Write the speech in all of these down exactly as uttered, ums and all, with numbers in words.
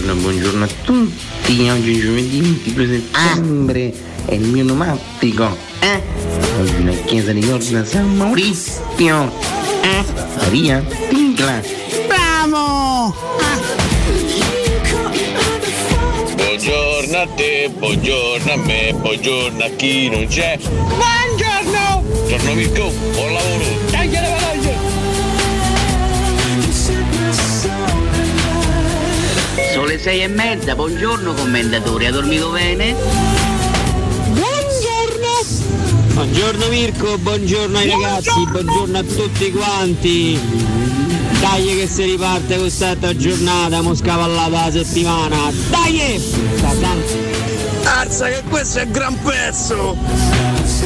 Buongiorno, buongiorno a tutti. Oggi è giovedì ventidue settembre, è il mio onomattico. Eh? Oggi una chiesa ricorda San Maurizio. Eh? Maria Piccola. Bravo! Buongiorno a te, buongiorno a me, buongiorno a chi non c'è. Buongiorno! Buongiorno Mirko, buon lavoro. Dai, che ne Sono le sei e mezza, buongiorno commendatore, ha dormito bene? Buongiorno! Buongiorno Mirko, buongiorno ai ragazzi, buongiorno a tutti quanti. Dai che si riparte questa giornata, mo scavallata la settimana. Dai! Alza che questo è un gran pezzo.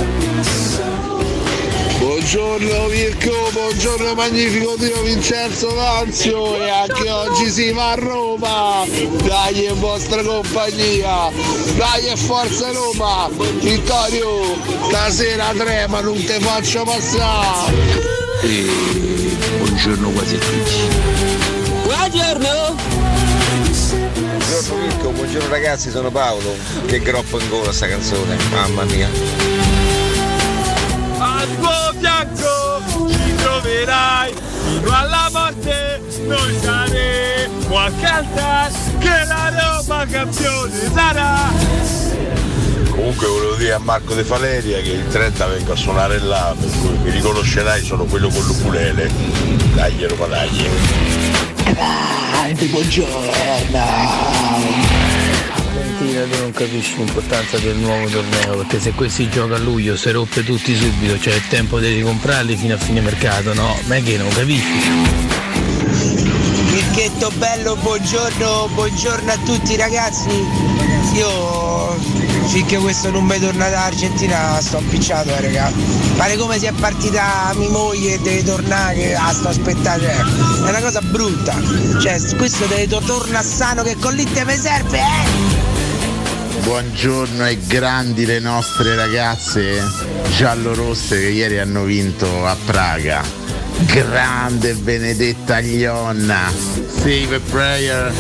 Buongiorno Mirko, buongiorno magnifico Dio Vincenzo Lanzio e anche oggi si va a Roma, dai in vostra compagnia, dai e forza Roma, Vittorio, stasera trema, non te faccio passare. E buongiorno quasi a tutti. Buongiorno! Buongiorno Mirko, buongiorno ragazzi, sono Paolo, che groppo in gola sta canzone, mamma mia. Al tuo fianco ci troverai, fino alla morte noi saremo a cantare che la Roma campione sarà. Comunque volevo dire a Marco De Valeria che il trenta vengo a suonare là, per cui mi riconoscerai, sono quello con l'ukulele. Dai Roma, dai. Grande, buongiorno! Valentina, tu non capisci l'importanza del nuovo torneo, perché se questi gioca a luglio si rompe tutti subito, cioè il tempo di ricomprarli fino a fine mercato, no? Ma è che non capisci? Mirchetto bello, buongiorno, buongiorno a tutti ragazzi. Io finché questo non mi torna dall'Argentina sto impicciato, eh, raga. Pare come se è partita mia moglie e deve tornare, che ah, sto aspettando, cioè, è una cosa brutta. Cioè, questo deve tornare sano che con l'Inter mi serve, eh! Buongiorno ai grandi le nostre ragazze giallorosse che ieri hanno vinto a Praga. Grande Benedetta Glionna. Save a prayer.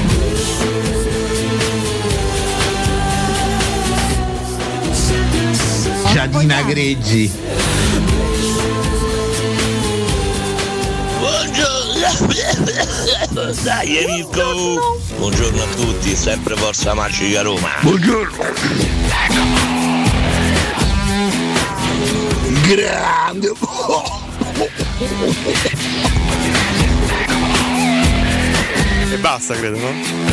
Giadina Greggi. Buongiorno. Dai Mirko. Buongiorno a tutti, sempre Forza Magica Roma. Buongiorno. Grande. E basta, credo, no?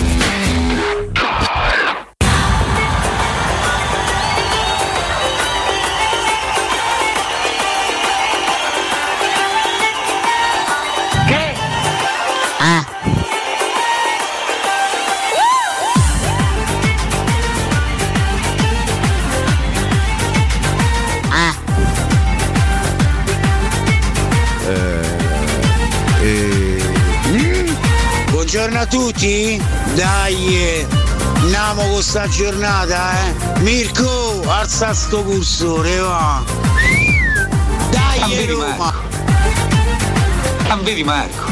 Buongiorno a tutti, dai, andiamo con sta giornata, eh. Mirko, alza sto cursore, va. Dai, Ambedi Roma. Marco. Ambedi Marco.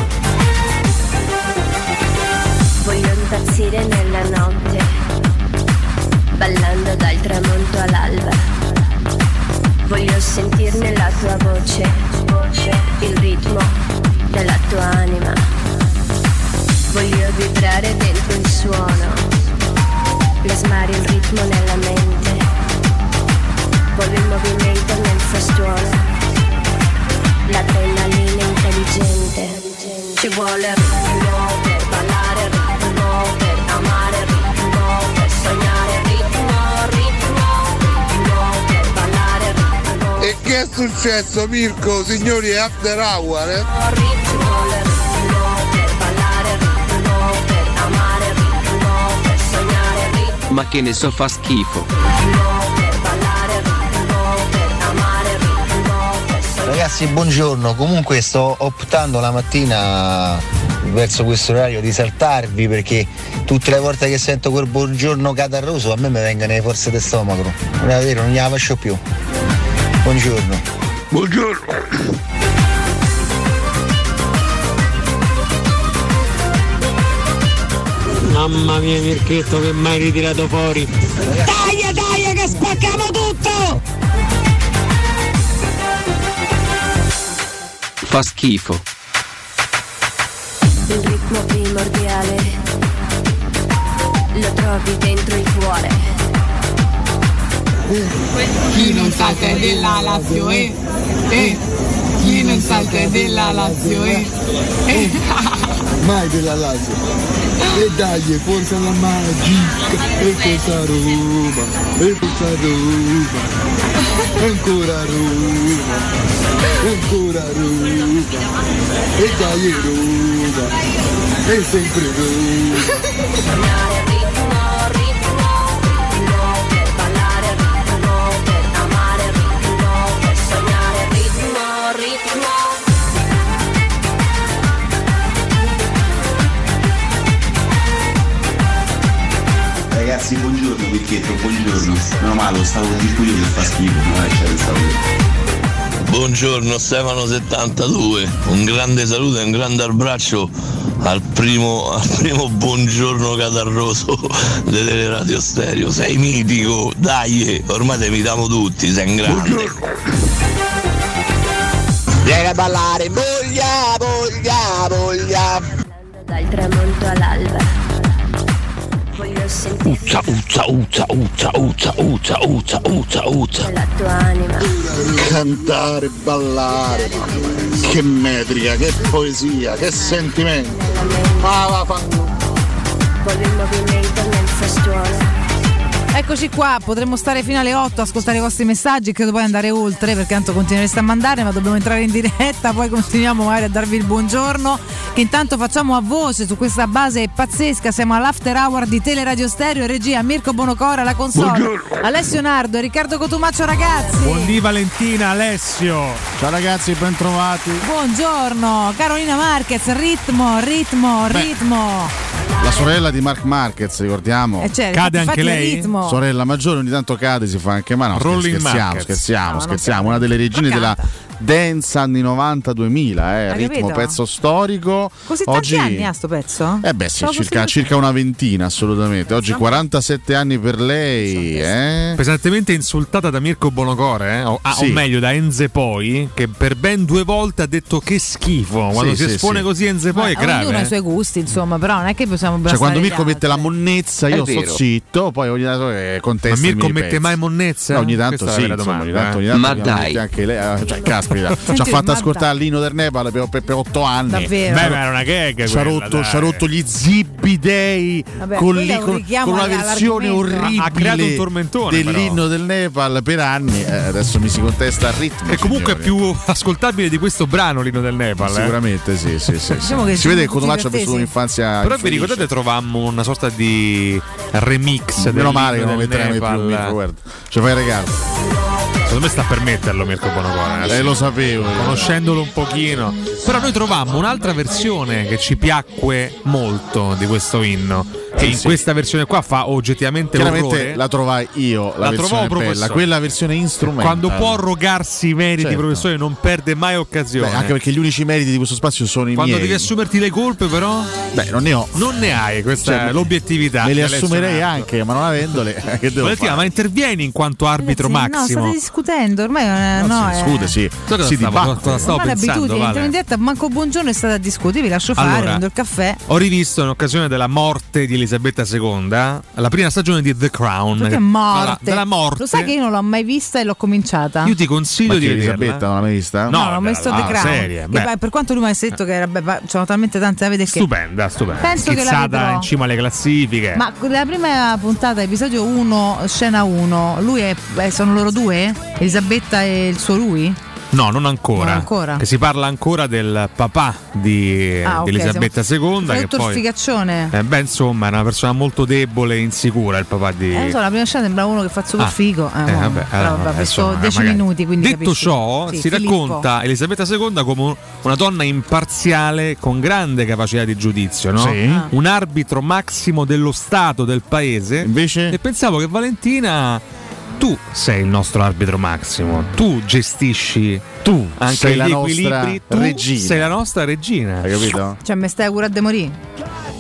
Voglio impazzire nella notte, ballando dal tramonto all'alba. Voglio sentirne la tua voce, il ritmo della tua anima. Voglio vibrare dentro il suono, plasmare il ritmo nella mente. Voglio il movimento nel frastuono, l'adrenalina intelligente. Ci vuole il ritmo per ballare, il ritmo per amare, il ritmo per sognare, il ritmo, ritmo, ritmo per ballare, il ritmo. E che è successo Mirko, signori, è after hour, eh? Ma che ne so, fa schifo. Ragazzi, buongiorno. Comunque sto optando la mattina verso questo orario di saltarvi, perché tutte le volte che sento quel buongiorno catarroso a me mi vengono le forze di stomaco. Non è vero, non gliela faccio più. Buongiorno. Buongiorno. Mamma mia Mirchetto, che mai ritirato fuori. Dai, dai, che spacchiamo tutto! Fa schifo. Il ritmo primordiale lo trovi dentro il cuore. Chi non salta è della Lazio, eh? Eh? Chi non salta è della Lazio, eh? Eh? Mai della Lazio. E dai, forza la magica, e forza Roma, e forza Roma, ancora Roma, ancora Roma, e dai Roma, e sempre Roma. Ragazzi, buongiorno Mirchetto, buongiorno. Meno male, lo stavo dicendo io che fa schifo, ma lasciate stare. Buongiorno Stefano settantadue, un grande saluto e un grande abbraccio al primo, al primo buongiorno catarroso delle Radio Stereo. Sei mitico, dai, ormai te imitiamo tutti, sei un grande. Vieni a ballare, voglia, voglia, voglia. Dal tramonto all'alba. Voglio sentire Uzza, uzza, uzza, uzza, uzza, uzza, uzza, uzza, uzza. la tua anima. Cantare, ballare, mamma. Che metrica, che poesia, che sentimento. Ma va fa. Voglio il movimento nel frastuono. Eccoci qua, potremmo stare fino alle otto a ascoltare i vostri messaggi, credo poi andare oltre perché tanto continuereste a mandare, ma dobbiamo entrare in diretta, poi continuiamo magari a darvi il buongiorno, che intanto facciamo a voce su questa base pazzesca. Siamo all'After Hour di Teleradio Stereo, regia Mirko Bonocora, la console, buongiorno. Alessio Nardo e Riccardo Cotumaccio, ragazzi. Buondì Valentina, Alessio. Ciao ragazzi, ben trovati. Buongiorno Carolina Marquez, ritmo, ritmo, Beh, ritmo. La sorella di Marc Marquez, ricordiamo. Eh certo, cade infatti anche è lei? ritmo. Sorella maggiore ogni tanto cade, si fa anche male. No, Rolling scherziamo, Marquez. scherziamo, No, scherziamo. Una delle regine della dance anni novanta duemila, eh, Hai ritmo, capito? pezzo storico. Così Oggi tanti anni ha sto pezzo? Eh beh sì, Stavo circa, così- circa una ventina assolutamente. Oggi quarantasette anni per lei, eh? Pesantemente insultata da Mirko Bonocore, eh? o, ah, Sì. o meglio da Enze Poi, che per ben due volte ha detto che schifo. Quando Sì, si sì, espone sì. così Enze Poi è Ognuno grave. ha i eh. suoi gusti, insomma, però non è che possiamo Cioè abbassare quando gli Mirko altri. mette la monnezza io È sto vero. zitto, poi ogni tanto eh, contesta. Ma Mirko i miei mette pezzi. mai monnezza? No, ogni tanto Questa è sì, la vera insomma, domanda, ogni tanto, eh. ogni tanto Ma abbiamo dai. detto anche lei, eh, cioè, caspita, ci ha Senti, fatto ma ascoltare l'ino del Nepal per, per, per otto anni. Davvero? Beh, ma era una gag. Ci ha quella, rotto, dai. ci ha rotto gli zibidei Vabbè, con, quello lì- è un con- richiamo con una alla- versione all'argomento. orribile Ha creato un tormentone, dell'inno del Nepal per anni. Eh, adesso mi si contesta il ritmo. Che comunque è signori. più ascoltabile di questo brano, l'ino del Nepal. eh. Sicuramente sì, sì, sì, Diciamo sì. che Si vede che siamo Cotomaccio ha tutti vissuto un'infanzia Però vi infelice. ricordate trovammo una sorta di remix Meno male che dell'inno non del metteremo più Nepal. Mirko, guarda. Ci fai il regalo. Secondo me sta per metterlo Mirko Bonocore. Eh, lo sapevo. Conoscendolo un pochino. Però noi trovammo un'altra versione che ci piacque molto di questo inno. Che Sì, in sì. questa versione qua fa oggettivamente Chiaramente orrore. la trovai io, la, La versione trovò bella, professore. quella versione instrumentale. Quando può arrogarsi i meriti, Certo. professore, non perde mai occasione. Beh, anche perché gli unici meriti di questo spazio sono i Quando miei. devi assumerti le colpe, però, Beh, non ne ho. non ne hai. Questa Cioè, è l'obiettività. Me le di Alessio assumerei Nardo. anche, ma non avendole, eh, che devo Valentina, fare? ma intervieni in quanto arbitro Ragazzi, No, massimo. state discutendo, ormai eh, no, No, eh. si discute, sì. So cosa Si stavo- dibatte. cosa stavo Ormai pensando, l'abitudine, Vale? entriamo in diretta, manco buongiorno e state a discutere, vi lascio fare, Allora, prendo il caffè. Ho rivisto in occasione della morte di Elisabetta seconda la prima stagione di The Crown. Perché che- morte. Dalla, dalla morte. Lo sai che io non l'ho mai vista e l'ho cominciata? Io ti consiglio Ma di chi, vederla. Elisabetta non l'hai mai vista? No, non ho mai visto ah, The Crown. serie, Che, beh. beh, per quanto lui mi ha detto che era, beh, beh, c'erano talmente tante da vedere che. Stupenda, stupenda. Penso che la Schizzata vedrò. in cima alle classifiche. Ma la prima puntata, episodio uno, scena uno, lui è, eh, sono loro due? Elisabetta e il suo lui? No, non ancora. Non ancora. Che si parla ancora del papà di, Ah, ok, di Elisabetta seconda. Che Dottor poi, Figaccione. eh, beh, insomma, è una persona molto debole e insicura. Il papà di. Eh, lo so, la prima scena sembra uno che fa super Ah. figo. Eh, Eh, mo, vabbè, però allora, vabbè, insomma, sto dieci magari. minuti, quindi Detto capisci. ciò, Sì, si Filippo. racconta Elisabetta seconda come una donna imparziale con grande capacità di giudizio, no? Sì. Ah. Un arbitro massimo dello Stato, del paese. Invece? E pensavo che Valentina, tu sei il nostro arbitro massimo, tu gestisci Tu anche sei gli la nostra equilibri, tu regina. sei la nostra regina. Hai capito? Cioè, mi stai a curare de morire?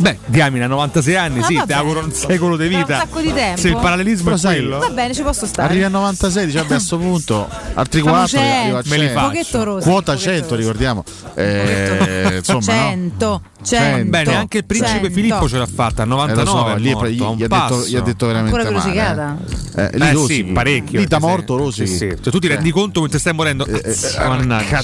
Beh, diamine a novantasei anni, Ah, sì, vabbè. ti auguro un secolo di Tra un vita. sacco di tempo. Se il parallelismo Però è sai, quello. Va bene, ci posso stare. Arrivi a novantasei, diciamo a questo punto, altri Facciamo quattro arrivo a cento, me li cento. faccio. Pochetto rosso, Quota pochetto cento, rosso. ricordiamo. Eh, insomma, no? cento, cento. Bene, anche il principe cento. Filippo ce l'ha fatta a Eh, lo novantanove. so, è lì è- morto, gli, a un gli ha detto, passo. gli ha detto veramente Ancora male. rosicata? Eh, lì Eh rosichi. sì, parecchio. Vita perché morto, se- rosichi. sì, sì. Cioè, tu ti rendi conto mentre stai morendo. Azz, mannaggia,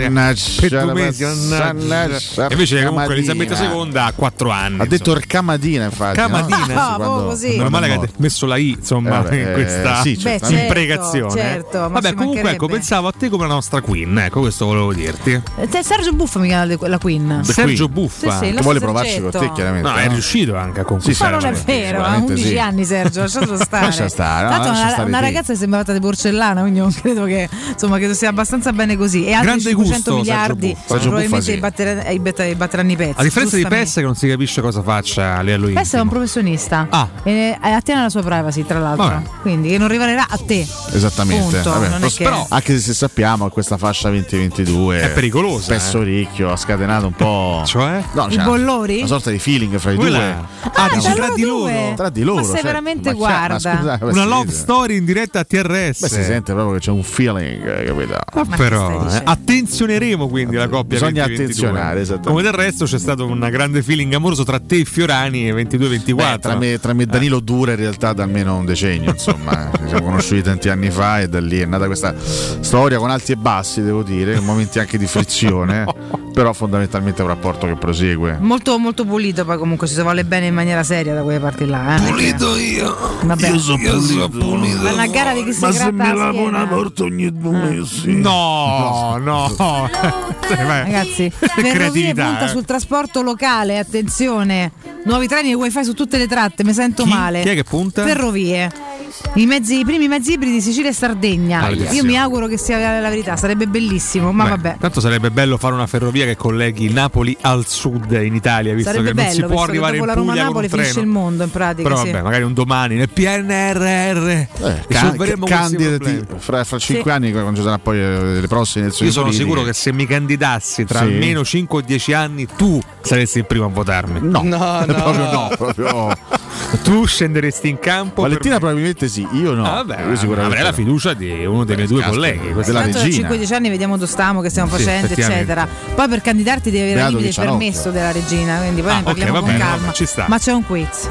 per due mesi, mannaggia. E invece comunque Elisabetta seconda ha quattro anni. Ha detto il Camadina, infatti. Camadina? no? Ah, Quando- così. quando Meno male è che morto. avete messo la I, insomma, Eh, vabbè, in questa sì, Beh, certo, imprecazione. certo, ma Vabbè, ci comunque, ecco, mancherebbe. pensavo a te come la nostra Queen, ecco, questo volevo dirti. Eh, Sergio Buffa mi chiama la Queen. The Sergio Queen. Buffa. Sì, sì, il Che vuole nostro provarci con te, Sergetto. chiaramente. No, è no? riuscito anche a Sì, conquistare. Ma non è sì, vero, ha sicuramente undici sì. anni Sergio, lasciatelo stare. Lascia stare, no, Tanto lascia una, stare una te. ragazza che sembrava di porcellana, quindi non credo che insomma credo sia abbastanza bene così. E altri Grande cinquecento gusto, Sergio miliardi Buffa. Sergio probabilmente Buffa, sì. i battere- i bat- i batteranno i pezzi. A differenza di giustamente. P E S che non si capisce cosa faccia lì a lui. Pes è un professionista Ah. e attiene alla sua privacy, tra l'altro. Vabbè. Quindi che non rivelerà a te. Esattamente. Punto, Vabbè, non è che- però, anche se sappiamo che questa fascia venti ventidue È pericolosa, Spesso eh. ricchio, ha scatenato un po'. Cioè? No, I c'è bollori? una sorta di feeling fra i Quella- due. Ah, Ah, dici tra tra loro di due? loro. Tra di loro. Ma sei cioè, veramente ma chi- ma guarda. scusate, ma Una si love vede. story in diretta a T R S. Beh, si sente proprio che c'è un feeling, eh, capito? Ma Ma però, che stai eh, dicendo? attenzioneremo quindi la coppia Bisogna venti ventidue. attenzionare, esattamente. Come del resto c'è stato un grande feeling amoroso tra te e Fiorani e ventidue ventiquattro. Beh, tra, me, tra me e Danilo dura in realtà da almeno un decennio, insomma. Ci siamo conosciuti tanti anni fa e da lì è nata questa storia con alti e bassi, devo dire, con momenti anche di frizione, però fondamentalmente è un rapporto che prosegue. Molto molto pulito, poi comunque si vuole bene in maniera seria da quelle parti là. Eh? Pulito io. Vabbè. Io sono pulito. Ma una gara di chi si Ma se gratta mi la lavo schiena. una volta ogni due mesi. No, no. Cioè, vai. Ragazzi, Ferrovie creatività, punta eh. sul trasporto locale, attenzione. Nuovi treni e wifi su tutte le tratte, mi sento Chi? male. Chi è che punta? Ferrovie. I, mezzi, I primi mezzi ibridi di Sicilia e Sardegna. Maledizione. Io mi auguro che sia la verità, sarebbe bellissimo, ma Beh, vabbè. Tanto sarebbe bello fare una ferrovia che colleghi Napoli al sud in Italia, visto Sarebbe che non bello, si può visto che arrivare dopo in la Puglia con Roma-Napoli un finisce treno. il mondo in pratica. Però sì. vabbè, magari un domani nel P N R R Eh, risolveremo can- questi candidati problemi. fra, fra cinque Sì. anni, quando ci saranno poi eh, le prossime elezioni Io sono politiche. sicuro che se mi candidassi tra Sì. almeno cinque o dieci anni tu saresti il primo a votarmi. No, No, no. proprio no, proprio. Tu scenderesti in campo. Valentina per... probabilmente sì, io no. Ah, vabbè, Io sicuramente avrei la no. fiducia di uno dei miei due Caspita, colleghi. Questa- della Tanto da regina. cinque dieci anni vediamo dove stiamo, che stiamo Sì, facendo, effettivamente. eccetera. Poi per candidarti devi avere Beato limite il Vicianotto. permesso della regina, quindi poi Ah, ne parliamo ok, va con bene, calma. vabbè, ci sta. Ma c'è un quiz.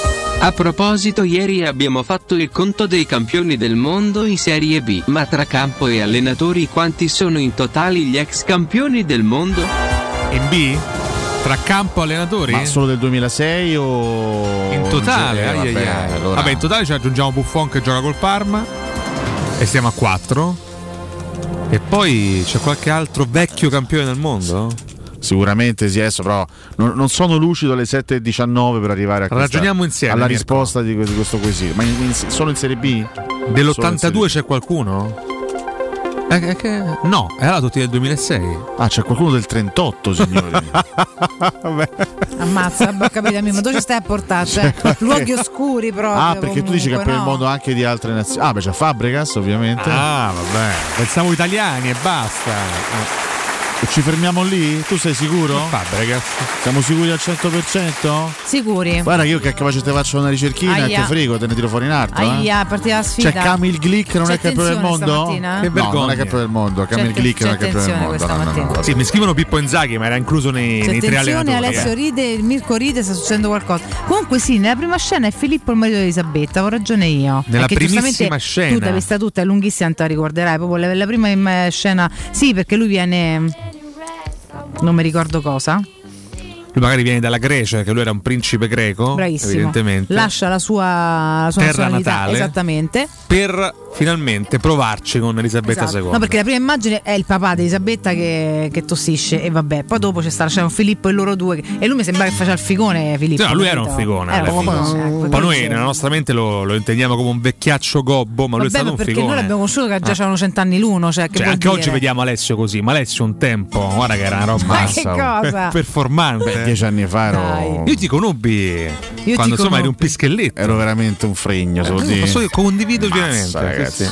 A proposito, ieri abbiamo fatto il conto dei campioni del mondo in Serie B, ma tra campo e allenatori quanti sono in totale gli ex campioni del mondo? In B? Tra campo e allenatori? Ma solo del duemilasei o In totale, Eh, ai, ai, vabbè, ai. allora- Vabbè, in totale ci aggiungiamo Buffon che gioca col Parma e stiamo a quattro. E poi c'è qualche altro vecchio campione del mondo? Sicuramente sì, adesso però non, non sono lucido alle sette e diciannove per arrivare a questa, Ragioniamo insieme, alla Mirko. risposta di, questo- di questo quesito. Ma in- in- solo in Serie B? Dell'ottantadue Solo c'è qualcuno? Eh, eh, che... No, era tutti del duemilasei. Ah, c'è qualcuno del trentotto, signori. Vabbè. Ammazza, ho capito, ma dove ci stai a portare? Cioè, luoghi oscuri proprio. Ah, perché tu dici comunque, campione no? del mondo anche di altre nazioni. Ah, beh, c'è Fabregas, ovviamente. Ah, vabbè. Pensavo italiani e basta. E ci fermiamo lì? Tu sei sicuro? Fabregas. Siamo sicuri al cento per cento? Sicuri. Guarda che io che capace te faccio una ricerchina e Aia. te frego, te ne tiro fuori in alto. eh. Aia, partita la sfida. C'è Camille Glick, non C'è è campione del tensione mondo? stamattina? No, Che non è vergogna. campione del mondo. Camille C'è- Glick non è c'è campione del tensione mondo. No, no, questa no, no. Sì, mi scrivono Pippo Inzaghi, ma era incluso nei, C'è nei tre attenzione, allenatori. Alessio eh. ride, Mirko ride, sta succedendo qualcosa. Comunque sì, nella prima scena è Filippo il marito di Elisabetta, ho ragione io. Nella Perché primissima giustamente scena. tu l'hai vista tutta, è lunghissima, non te la ricorderai, proprio la, la prima im- scena. Sì, perché lui viene non mi ricordo cosa. Lui magari viene dalla Grecia, che lui era un principe greco, Bravissimo. evidentemente. Lascia la sua, la sua Terra nazionalità, natale. esattamente. Per finalmente provarci con Elisabetta Esatto. seconda. No, perché la prima immagine è il papà di Elisabetta che, che tossisce e vabbè, poi dopo c'è sta c'è un Filippo e loro due che- e lui mi sembra che faceva il figone Filippo. No, lui era capito? un figone. Era alla un fine. figone, ecco, Poi che noi dicevo. nella nostra mente lo, lo intendiamo come un vecchiaccio gobbo, ma lui è Vabbè, stato ma un perché figone. noi l'abbiamo conosciuto che già Ah. c'erano cent'anni l'uno, cioè, che Cioè, vuol anche dire? oggi vediamo Alessio così, ma Alessio un tempo, guarda che era una roba Ma che cosa? performante. Beh, dieci anni fa ero, Dai. Io ti conobbi ti quando insomma eri un conobbi. pischelletto. ero veramente un fregno. se vuol Eh, dire. posso dire, condivido Mazza, pienamente. ragazzi. Sì, sì.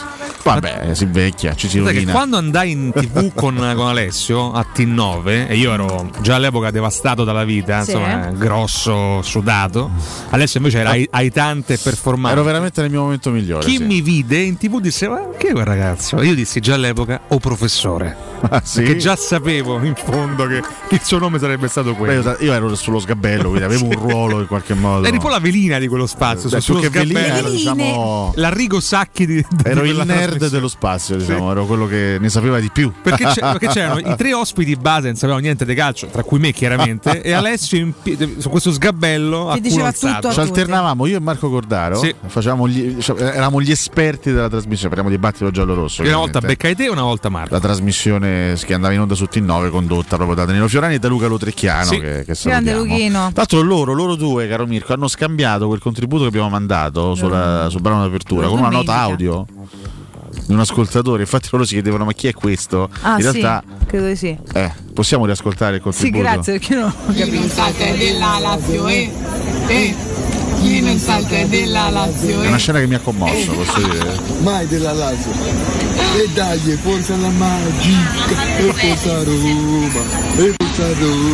Vabbè, si invecchia, ci si Sai che rovina. quando andai in tivù con, con Alessio a T nove, e io ero già all'epoca devastato dalla vita, Sì. insomma, grosso, sudato, Alessio invece era ai- aitante e performante. Ero veramente nel mio momento migliore. Chi sì. mi vide in tivù disse: ma che è quel ragazzo? Io dissi già all'epoca: o professore. Ah, sì? Perché già sapevo in fondo che il suo nome sarebbe stato Beh, quello. io, io ero sullo sgabello, quindi avevo un ruolo in qualche modo. Eri un po' la velina di quello spazio. Beh, sullo più che velina, sgabello. ero, diciamo, L'arrigo Sacchi di, di ero il quella nerd trasmissione. dello spazio, diciamo, ero quello che ne sapeva di più. Perché, c'è- perché c'erano i tre ospiti base, non sapevano niente di calcio, tra cui me chiaramente, e Alessio in pi- su questo sgabello a Che culo diceva alzato. tutto a Ci tutti. alternavamo io e Marco Cordaro, Sì. facevamo gli, cioè, eravamo gli esperti della trasmissione, parliamo di Battito Giallorosso. Una volta ovviamente. beccai te e una volta Marco. La trasmissione che andava in onda su T nove condotta proprio da Danilo Fiorani e da Luca Lotrecchiano, Sì. che, che Grande salutiamo. Luchino. Tra l'altro loro, loro due, caro Mirko, hanno scambiato quel contributo che abbiamo mandato sulla, sul brano d'apertura con una nota Domenica. audio di un ascoltatore. Infatti loro si chiedevano ma chi è questo? Ah, in sì, realtà credo di sì. eh, possiamo riascoltare il Sì, contributo? grazie, perché non ho Chi non capito. salta è della Lazio, eh? Eh? Chi non salta è della Lazio, È una eh? scena che mi ha commosso, posso dire. Mai della Lazio. E dai, forza la magica. E forza Roma. E forza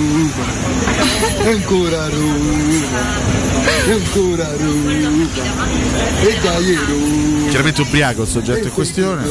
Roma. E ancora Roma. E ancora Roma. E dai, Roma. Chiaramente ubriaco il soggetto in questione.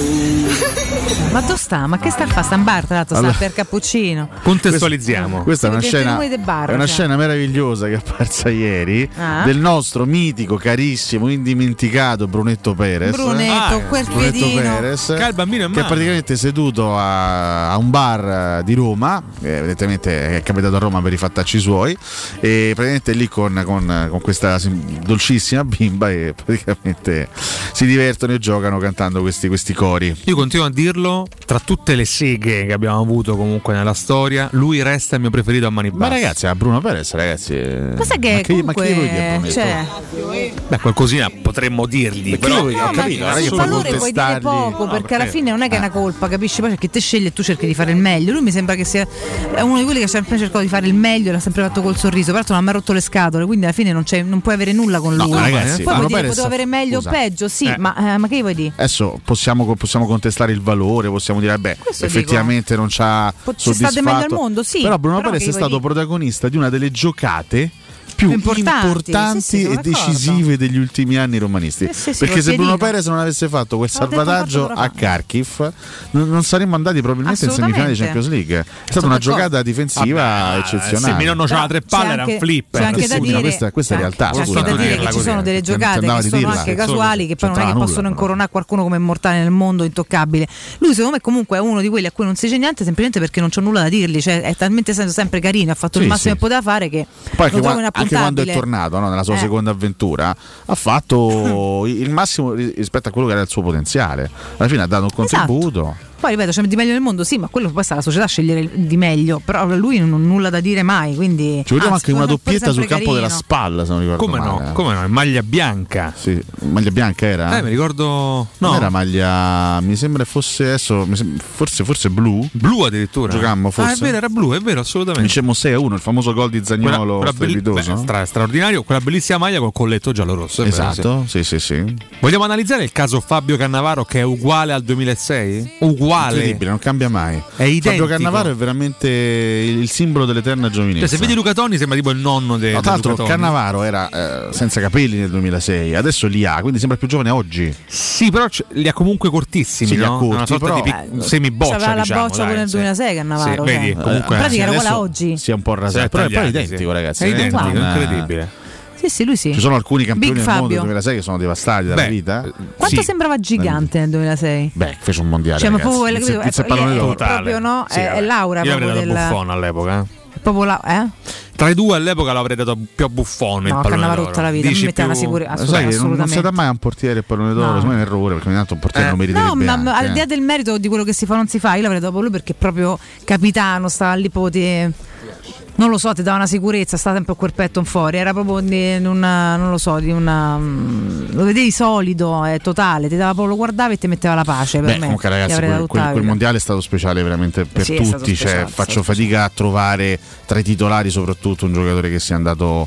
Ma dove sta? Ma che sta a fare? Sta in bar, tra l'altro, Allora- sta per cappuccino. Contestualizziamo. Questa è una, Siete scena, voi dei bar, è una cioè. scena meravigliosa che è apparsa ieri Ah. del nostro mitico, carissimo, indimenticato Brunetto Perez. Brunetto, Ah, quel Brunetto piedino. Perez, Che ha il bambino in che è mano. praticamente seduto a, a un bar eh, di Roma, eh, evidentemente è capitato a Roma per i fattacci suoi, e praticamente lì con, con- con questa sim- dolcissima bimba e praticamente si divertono e giocano cantando questi, questi cori. Io continuo a dirlo, tra tutte le seghe che abbiamo avuto comunque nella storia, lui resta il mio preferito a mani Ma basse. ragazzi, a Bruno Perez, ragazzi. eh, Cos'è che ma che, ma comunque che gli vuoi dire a Brunetto? cioè, Beh, qualcosina potremmo dirgli, Perché però lui- ho no, ma capito, non è che sul puoi valore puoi dire contestargli- poco, No, perché perché- alla fine non è che è una colpa, capisci? Poi perché te scegli e tu cerchi di fare il meglio. Lui mi sembra che sia è uno di quelli che ha sempre cercato di fare il meglio e l'ha sempre fatto col sorriso. Peraltro non mi ha rotto le scatole, quindi alla fine non, c'è, non puoi avere nulla con No, lui. ma ragazzi, Poi Bruno puoi dire Perez- potevo avere meglio scusa. o peggio, sì, Eh. ma, eh, ma che gli vuoi dire? Adesso possiamo, possiamo contestare il valore, possiamo dire, beh, Questo effettivamente non ci ha Po- ci state soddisfatto. meglio al mondo, sì, Però Bruno però Perez che è vuoi stato dire? protagonista di una delle giocate più Più importanti, importanti, sì, sì, sono e d'accordo. decisive degli ultimi anni romanisti. Sì, sì, sì, Perché col se Bruno piedino. Perez non avesse fatto quel Ho detto salvataggio fatto a proprio. Kharkiv, non, non saremmo andati probabilmente in semifinale di Champions League. È stata Sono una d'accordo. giocata difensiva Vabbè, eccezionale. se mi nonno c'ha tre palle C'è era un anche- flipper. c'è anche Sì, da sì, ma dire, questa- questa è c'è- realtà, c'è anche scusa, da non dire dirla che ci così. sono delle Ti- ti giocate andava che di sono dirla. anche Solo casuali, che poi non è che c'entrava possono nulla, incoronare qualcuno come immortale nel mondo intoccabile. Lui secondo me comunque è uno di quelli a cui non si dice niente semplicemente perché non c'è nulla da dirgli, cioè è talmente sempre, sempre carino, ha fatto Sì, il massimo sì. che poteva fare che Poi anche, lo trovo qua- anche quando è inappuntabile. tornato, no, nella sua Eh. seconda avventura, ha fatto il massimo ri- rispetto a quello che era il suo potenziale. Alla fine ha dato un Esatto. contributo. Poi ripeto, c'è di meglio nel mondo, sì, ma quello poi sta la società a scegliere il- di meglio, però lui non ha nulla da dire mai, quindi Ci vogliamo anzi, anche una secondo me pure doppietta sul sempre campo della carino. spalla, se non ricordo Come no? male. Come no? In maglia bianca. Sì, maglia bianca era? Eh, mi ricordo. Non No, era maglia, mi sembra fosse adesso, mi sem- forse, forse blu. blu addirittura. Giocammo forse. Ah, è vero, era blu, è vero, assolutamente. Vincemmo sei a uno, il famoso gol di Quella- Zaniolo quella belli- strepitoso. beh, stra- straordinario, quella bellissima maglia col colletto giallo-rosso. è vero, Esatto, sì, sì, sì. sì. Vogliamo analizzare il caso Fabio Cannavaro che è uguale al duemilasei? Uguale. Incredibile, non cambia mai. È identico. Fabio Cannavaro è veramente il, il simbolo dell'eterna giovinezza. Cioè, se vedi Luca Toni sembra tipo il nonno de, No, di tra l'altro Luca Toni. Cannavaro era eh, senza capelli nel duemilasei, adesso li ha, quindi sembra più giovane oggi. Sì, però c- li ha comunque cortissimi, Sì, li ha no? corti, Una sorta però- di pic- semiboccia, C'aveva la diciamo, boccia dai, pure nel sì. duemilasei Cannavaro, Sì, vedi, cioè. comunque In pratica era quella adesso oggi. si è un po' rasato, Sì, però, però è tagliati, identico, sì. ragazzi. È identico, Non- incredibile. Sì, sì, lui sì. Ci sono alcuni campioni Big del mondo Fabio. del duemilasei che sono devastati dalla Beh, vita. Quanto Sì. sembrava gigante nel duemilasei? Beh, fece un mondiale. Cioè, ma ragazzi. proprio Pizza- quella- pizza e ecco, pallone lì è d'oro. proprio, no? Sì, È- è vabbè. l'aura Io avrei proprio dato del Buffon all'epoca. eh. proprio la, eh? Tra i due all'epoca l'avrei dato più a Buffon. il No, pallone Cannavaro d'oro. tutta la vita, Dici mi metteva più- una sicurezza. Sai che non, non assolutamente. si dà mai a un portiere il pallone d'oro, No. secondo me è un errore, perché ogni tanto un portiere Eh. non meriterebbe No, ma anche, al eh. di là del merito di quello che si fa o non si fa, io l'avrei dato proprio lui perché proprio capitano, stava lì proprio ti- non lo so, ti dava una sicurezza, stava sempre quel petto in fuori, era proprio di una, non lo so, di una mm, lo vedevi solido, è totale, ti dava proprio, lo guardavi e ti metteva la pace per Beh, me. comunque Gli ragazzi, avrei quel, dato quel- tutta la quel vita. mondiale è stato speciale veramente per Sì, è stato tutti, speciale, cioè, è stato faccio fatica a trovare tra i titolari soprattutto un giocatore che sia andato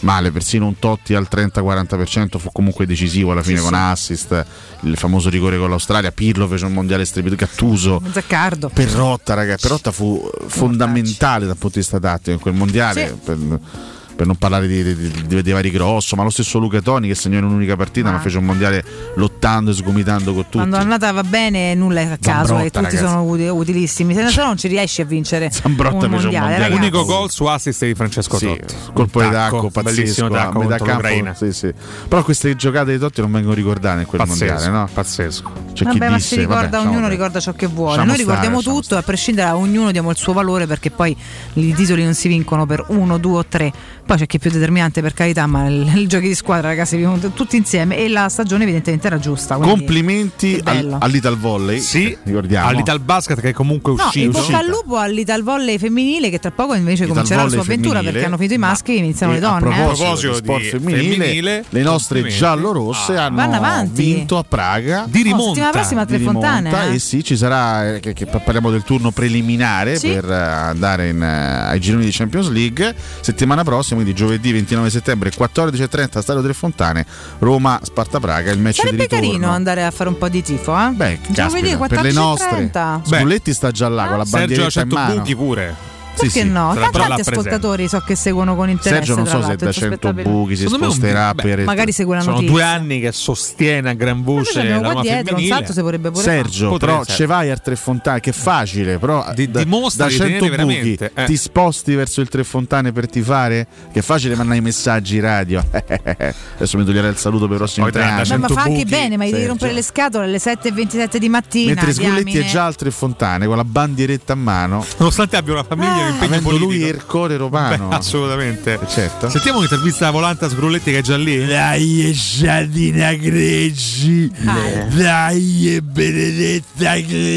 male, persino un Totti al trenta quaranta per cento fu comunque decisivo alla fine, sì, con sì. assist, il famoso rigore con l'Australia. Pirlo fece un mondiale strepitoso, Gattuso, Zaccardo. Perrotta, ragazzi, Perrotta fu fondamentale dal punto di vista tattico in quel mondiale, sì. per, per non parlare di, di, di, di vari Grosso, ma lo stesso Luca Toni che segnò in un'unica partita, ah. ma fece un mondiale lottando e sgomitando con tutti. Quando l'annata va bene nulla è a caso, Zambrotta, e tutti ragazzi. sono utilissimi, se no non ci riesci a vincere. Zambrotta un fece mondiale, un mondiale. L'unico gol su assist di Francesco sì, Totti, colpo di tacco bellissimo tacco metà contro campo, l'Ucraina. Sì, sì. Però queste giocate di Totti non vengono ricordate in quel pazzesco, mondiale, no? Pazzesco. C'è vabbè, chi ma disse, si ricorda, vabbè, ognuno vabbè. ricorda ciò che vuole. Lasciamo Noi ricordiamo stare, tutto, a prescindere da ognuno diamo il suo valore, perché poi i titoli non si vincono per uno, due o tre. Poi c'è chi è più determinante, per carità, ma il, il giochi di squadra, ragazzi, vivono tutti insieme e la stagione evidentemente era giusta. Complimenti al, all'Ital Volley, sì, ricordiamo. all'Ital Basket che è comunque no, uscito. In bocca al lupo all'Ital Volley femminile, che tra poco invece Ital comincerà la Volley sua avventura, femminile, perché hanno finito i maschi e iniziano le donne. A proposito, eh. a proposito di sport femminile, femminile, le nostre giallorosse ah, hanno vinto a Praga di rimonta. Oh, settimana prossima a Tre di Fontane. rimonta, eh? E sì, ci sarà, che, che parliamo del turno preliminare, sì, per andare in, uh, ai gironi di Champions League settimana prossima, quindi giovedì ventinove settembre quattordici e trenta Stadio Tre Fontane, Roma Sparta Praga, il match sarebbe di ritorno. carino andare a fare un po' di tifo, eh? Beh, giovedì per le nostre. Sgulletti sta già là, ah, con la bandieretta in mano. Buchi pure. Perché sì, no? Sì. Tanti ascoltatori so che seguono con interesse. Sergio non so se da cento buchi si sposterà beh, per magari segue la sono notizia. due anni che sostiene a gran voce la Roma dietro, femminile. Un salto si vorrebbe pure Sergio, fare. però ce vai a Tre Fontane, che è facile, però di, da, dimostra da cento buchi eh. ti sposti verso il Tre Fontane per tifare, che è facile mandare i messaggi radio. Adesso mi toglierei il saluto per i prossimi tre anni. Beh, ma fa anche bene, ma devi rompere le scatole alle sette e ventisette di mattina. Mentre Sgulletti diamine. è già al Tre Fontane con la bandieretta a mano, nonostante abbia una famiglia, un impegno avendo politico. lui Ercore Romano. Beh, assolutamente, certo. Sentiamo un'intervista volante a Sgrulletti che è già lì. Dai Giardina Greggi, ah. Dai Benedetta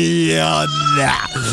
Glionna,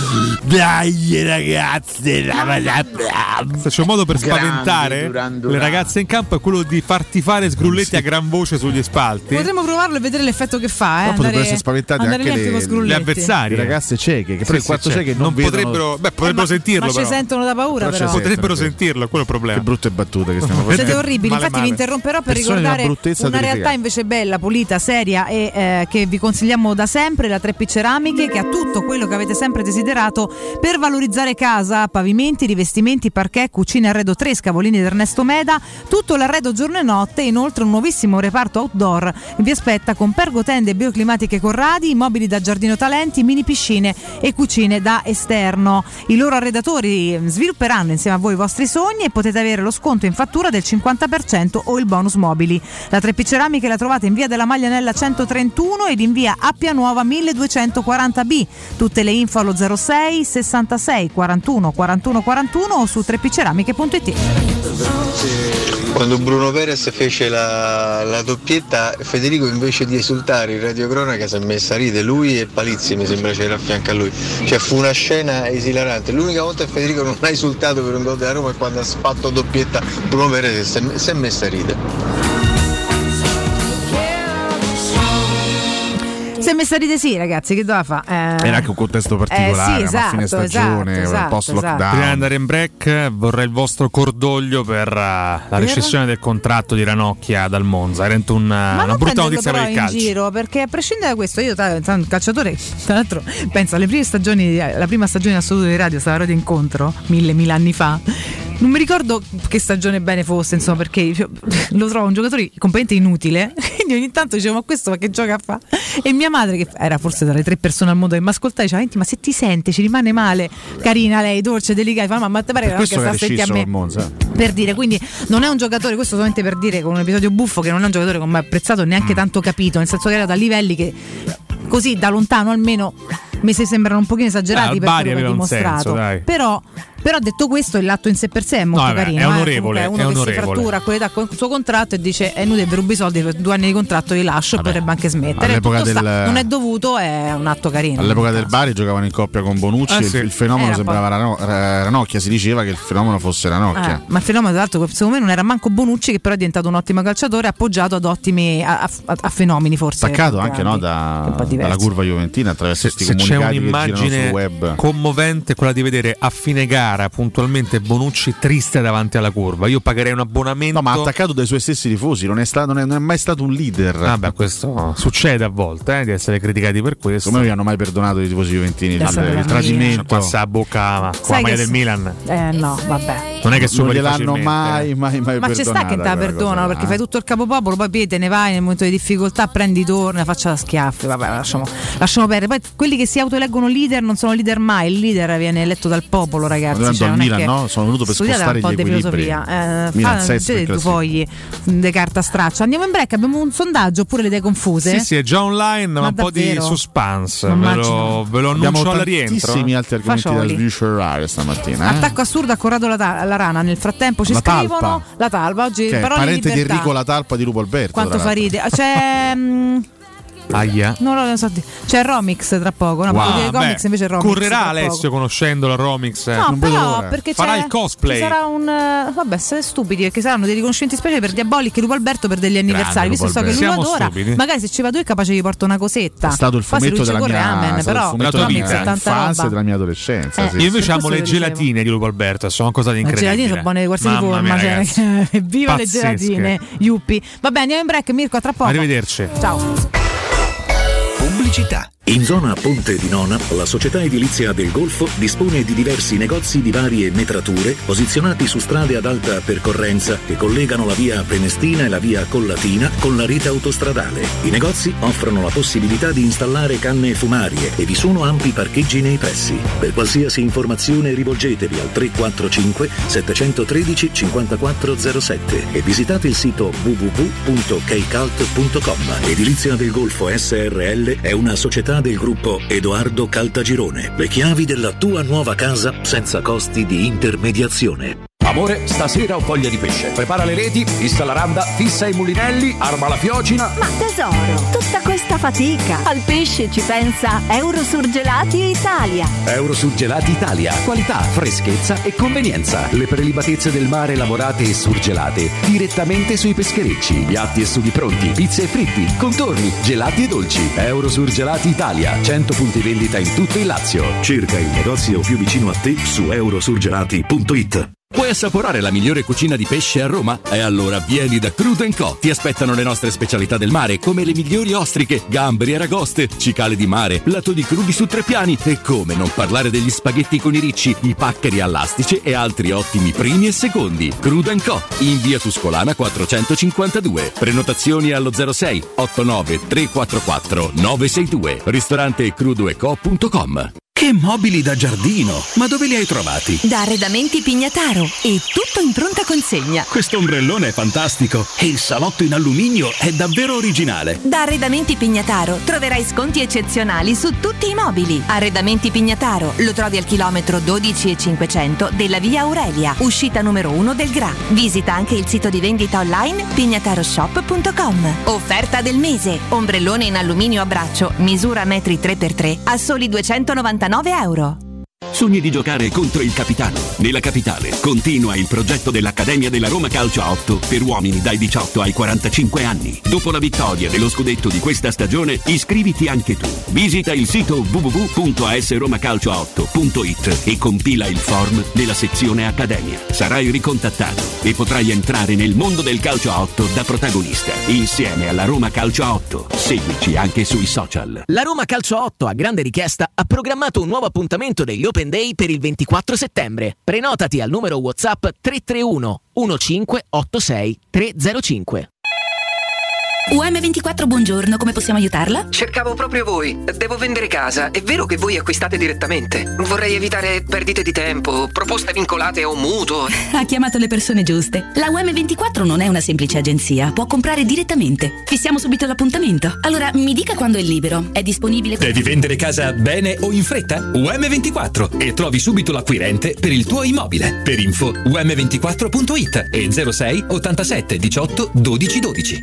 dai ragazze. C'è un modo per spaventare le ragazze in campo, è quello di farti fare Sgrulletti sì. a gran voce sugli spalti. Potremmo provarlo e vedere l'effetto che fa, eh. Però potrebbero essere spaventati anche le, le avversarie, le ragazze cieche, che sì, poi sì, quattro certo. cieche non, non vedono... potrebbero, beh, potrebbero eh, sentirlo, ma però. ci sentono da paura, però. però. Potrebbero sentirlo, quello è il problema. Che brutte battute che stiamo facendo. Siete orribili, male, infatti male. vi interromperò per Persone ricordare una terrificante. realtà invece bella, pulita, seria e eh, che vi consigliamo da sempre, la tre P Ceramiche, che ha tutto quello che avete sempre desiderato per valorizzare casa: pavimenti, rivestimenti, parquet, cucine, arredo tre, Scavolini ed Ernesto Meda, tutto l'arredo giorno e notte, inoltre un nuovissimo reparto outdoor vi aspetta con pergotende bioclimatiche Corradi, mobili da giardino talenti, mini piscine e cucine da esterno. I loro arredatori svilupperanno insieme a voi i vostri sogni e potete avere lo sconto in fattura del cinquanta per cento o il bonus mobili. La tre P Ceramiche la trovate in via della Maglianella centotrentuno ed in via Appia Nuova milleduecentoquaranta B. Tutte le info allo zero sei sessantasei quarantuno quarantuno quarantuno o su tre p ceramiche punto it. Quando Bruno Perez fece la, la doppietta, Federico invece di esultare in radiocronaca si è messa a ridere, lui e Palizzi mi sembra c'era a fianco a lui, cioè fu una scena esilarante. L'unica volta che Federico non ha esultato per un gol della Roma è quando ha fatto doppietta Bruno Perez si è, si è messa a ridere. Si è messa a ridere, sì, ragazzi, che doveva fare? Eh... Era anche un contesto particolare, eh, sì, esatto, a fine stagione, esatto, esatto, post lockdown. esatto. Prima di andare in break vorrei il vostro cordoglio per uh, la per? rescissione del contratto di Ranocchia dal Monza. Era una, Ma una brutta notizia per il calcio. In giro, perché a prescindere da questo, io tra, tra un calciatore, tra l'altro, penso alle prime stagioni, la prima stagione in assoluto di radio, stava Radio Incontro, mille, mille anni fa. Non mi ricordo che stagione bene fosse, insomma, perché lo trovo un giocatore completamente inutile. Quindi ogni tanto dicevo, ma questo ma che gioca fa? E mia madre, che era forse tra le tre persone al mondo che mi ascoltava, diceva, ma se ti sente, ci rimane male. Carina lei, dolce, delicata, ma, ma te pare che sta senti a me? Per dire, quindi non è un giocatore, questo solamente per dire, con un episodio buffo, che non è un giocatore che mi ha apprezzato neanche tanto capito, nel senso che era da livelli che così da lontano almeno mi sembrano un pochino esagerati, eh, per quello che ha dimostrato. Senso, però Però detto questo, il l'atto in sé per sé è molto no, carino. È onorevole. Eh? Uno è che onorevole. si frattura a quell'età con il suo contratto e dice è inutile, per rubi soldi, per due anni di contratto li lascio, vabbè, potrebbe anche smettere. Del... Sta, non è dovuto, è un atto carino. All'epoca del Bari giocavano in coppia con Bonucci, eh, sì. il, il fenomeno era sembrava Rano, Ranocchia, si diceva che il fenomeno fosse Ranocchia. Eh, ma il fenomeno, tra l'altro, secondo me non era manco Bonucci, che però è diventato un ottimo calciatore, appoggiato ad ottimi a, a, a fenomeni forse. Staccato anche no, da, dalla curva juventina attraverso questi se comunicati c'è un'immagine sul web. Commovente quella di vedere a fine gara gara puntualmente Bonucci triste davanti alla curva. Io pagherei un abbonamento. No, ma attaccato dai suoi stessi tifosi, non è, stato, non è, non è mai stato un leader. Vabbè, ah, questo succede a volte eh, di essere criticati per questo. Come vi hanno mai perdonato i tifosi juventini il, il tradimento? Passa a bocca con la maglia del Milan. Eh no, vabbè. Non è che non gliel'hanno mai, mai, mai ma ci sta che te la perdonano perché fai tutto il capopopolo, poi Piede ne vai nel momento di difficoltà, prendi, torna, faccia da schiaffi. Vabbè, lasciamo, lasciamo perdere. Poi quelli che si autoeleggono leader non sono leader mai, il leader viene eletto dal popolo, ragazzi. Cioè, al Milan, no? Sono venuto per spostare un po' gli di equilibri. filosofia. Eh, fa due fogli di carta straccia. Andiamo in break, abbiamo un sondaggio oppure le idee confuse? Sì, sì, è già online, ma, ma un davvero? po' di suspense. Ve lo, ve lo annuncio alla rientro. Tantissimi altri argomenti Facioli. da sviscerare stamattina. Eh? Attacco assurdo a Corrado la, ta- la Rana. Nel frattempo ci la scrivono talpa. la talpa oggi. Che parole parente di, di Enrico La Talpa di Lupo Alberto. Quanto fa ride. C'è mh, Aia. Non lo so. C'è Romix tra poco. No, wow, dire Comics beh, invece Romix. Correrà Alessio conoscendo la Romix. No, non però perché farà c'è, il cosplay. Ci sarà un. Vabbè, siete stupidi perché saranno dei riconoscimenti speciali per Diabolic e Lupo Alberto per degli anniversari. Visto so che lui lo adora, stupidi. magari se ci vado io è capace gli porto una cosetta. È stato il fumetto della mia, ramen, però, fumetto della mia infanzia e della mia adolescenza. Eh, sì. Io invece amo le gelatine di Lupo Alberto, sono cose incredibili. Le gelatine sono buone di qualsiasi Mamma forma. Mia, cioè, viva pazzesche. le gelatine, Yuppi. Va bene, andiamo in break, Mirko, a tra poco. Arrivederci. Ciao. Pubblicità. In zona Ponte di Nona, la società edilizia del Golfo dispone di diversi negozi di varie metrature posizionati su strade ad alta percorrenza che collegano la via Prenestina e la via Collatina con la rete autostradale. I negozi offrono la possibilità di installare canne fumarie e vi sono ampi parcheggi nei pressi. Per qualsiasi informazione rivolgetevi al tre quattro cinque sette uno tre cinque quattro zero sette e visitate il sito w w w punto keycult punto com. Edilizia del Golfo S R L è una società del gruppo Edoardo Caltagirone. Le chiavi della tua nuova casa senza costi di intermediazione. Amore, stasera ho voglia di pesce. Prepara le reti, fissa la randa, fissa i mulinelli, arma la fiocina. Ma tesoro, tutta questa fatica. Al pesce ci pensa Eurosurgelati Italia. Eurosurgelati Italia. Qualità, freschezza e convenienza. Le prelibatezze del mare lavorate e surgelate direttamente sui pescherecci. Piatti e sughi pronti, pizze e fritti, contorni, gelati e dolci. Eurosurgelati Italia. cento punti vendita in tutto il Lazio. Cerca il negozio più vicino a te su eurosurgelati punto it. Vuoi assaporare la migliore cucina di pesce a Roma? E allora vieni da Crudo and Co. Ti aspettano le nostre specialità del mare, come le migliori ostriche, gamberi, aragoste, cicale di mare, plato di crudi su tre piani e come non parlare degli spaghetti con i ricci, i paccheri all'astice e altri ottimi primi e secondi. Crudo and Co. in via Tuscolana quattrocentocinquantadue. Prenotazioni allo zero sei otto nove tre quattro quattro nove sei due. Ristorante crudo e co punto com. Che mobili da giardino! Ma dove li hai trovati? Da Arredamenti Pignataro e tutto in pronta consegna. Questo ombrellone è fantastico e il salotto in alluminio è davvero originale. Da Arredamenti Pignataro troverai sconti eccezionali su tutti i mobili. Arredamenti Pignataro lo trovi al chilometro dodici e cinquecento della via Aurelia, uscita numero uno del Gra. Visita anche il sito di vendita online pignataroshop punto com. Offerta del mese: ombrellone in alluminio a braccio, misura metri tre per tre a soli duecentonovantanove euro. Sogni di giocare contro il capitano? Nella capitale continua il progetto dell'Accademia della Roma Calcio a otto per uomini dai diciotto ai quarantacinque anni. Dopo la vittoria dello scudetto di questa stagione, iscriviti anche tu. Visita il sito w w w punto a s roma calcio a otto punto it e compila il form nella sezione Accademia. Sarai ricontattato e potrai entrare nel mondo del calcio a otto da protagonista, insieme alla Roma Calcio a otto. Seguici anche sui social. La Roma Calcio a otto, a grande richiesta, ha programmato un nuovo appuntamento degli Open Day per il ventiquattro settembre. Prenotati al numero WhatsApp tre tre uno uno cinque otto sei tre zero cinque. U M ventiquattro, buongiorno, come possiamo aiutarla? Cercavo proprio voi. Devo vendere casa. È vero che voi acquistate direttamente? Vorrei evitare perdite di tempo, proposte vincolate a un mutuo. Ha chiamato le persone giuste. La U M ventiquattro non è una semplice agenzia, può comprare direttamente. Fissiamo subito l'appuntamento. Allora, mi dica quando è libero. È disponibile? Devi vendere casa bene o in fretta? U M ventiquattro e trovi subito l'acquirente per il tuo immobile. Per info u m ventiquattro punto it e zero sei ottantasette diciotto dodici dodici.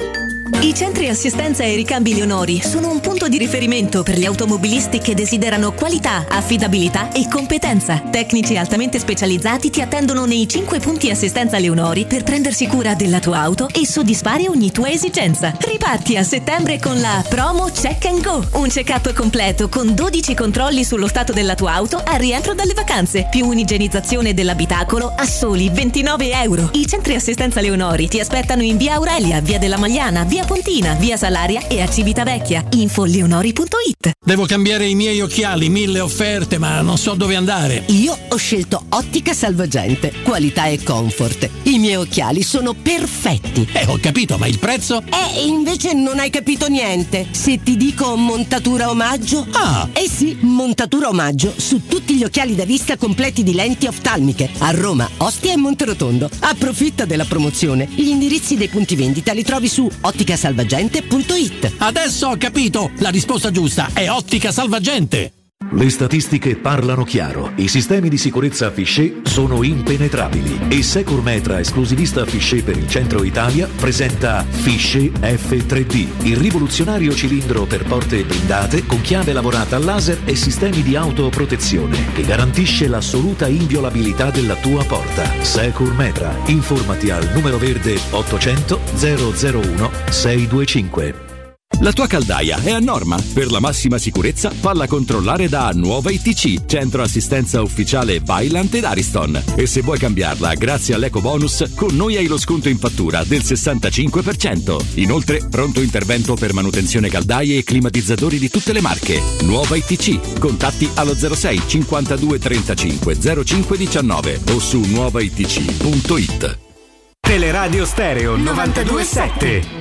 I centri assistenza e ricambi Leonori sono un punto di riferimento per gli automobilisti che desiderano qualità, affidabilità e competenza. Tecnici altamente specializzati ti attendono nei cinque punti assistenza Leonori per prendersi cura della tua auto e soddisfare ogni tua esigenza. Riparti a settembre con la promo Check and Go, un check-up completo con dodici controlli sullo stato della tua auto al rientro dalle vacanze, più un'igienizzazione dell'abitacolo a soli ventinove euro. I centri assistenza Leonori ti aspettano in via Aurelia, via della Magliana, via Pontina, via Salaria e a Civitavecchia. Info leonori punto it. Devo cambiare i miei occhiali, mille offerte, ma non so dove andare. Io ho scelto Ottica Salvagente, qualità e comfort. I miei occhiali sono perfetti. Eh, ho capito, ma il prezzo? Eh, invece non hai capito niente. Se ti dico montatura omaggio? Ah! Eh sì, montatura omaggio su tutti gli occhiali da vista completi di lenti oftalmiche a Roma, Ostia e Monterotondo. Approfitta della promozione. Gli indirizzi dei punti vendita li trovi su ottica salvagente punto it. Adesso ho capito! La risposta giusta è Ottica Salvagente! Le statistiche parlano chiaro. I sistemi di sicurezza Fichet sono impenetrabili e Securmetra, esclusivista Fichet per il centro Italia, presenta Fichet F tre D, il rivoluzionario cilindro per porte blindate con chiave lavorata a laser e sistemi di autoprotezione che garantisce l'assoluta inviolabilità della tua porta. Securmetra. Informati al numero verde ottocento zero zero uno sei due cinque. La tua caldaia è a norma? Per la massima sicurezza falla controllare da Nuova I T C, centro assistenza ufficiale Vaillant ed Ariston. E se vuoi cambiarla grazie all'eco bonus, con noi hai lo sconto in fattura del sessantacinque per cento. Inoltre, pronto intervento per manutenzione caldaie e climatizzatori di tutte le marche. Nuova I T C. Contatti allo zero sei cinquantadue trentacinque zero cinque diciannove o su nuova i t c punto it. Teleradio Stereo novantadue sette.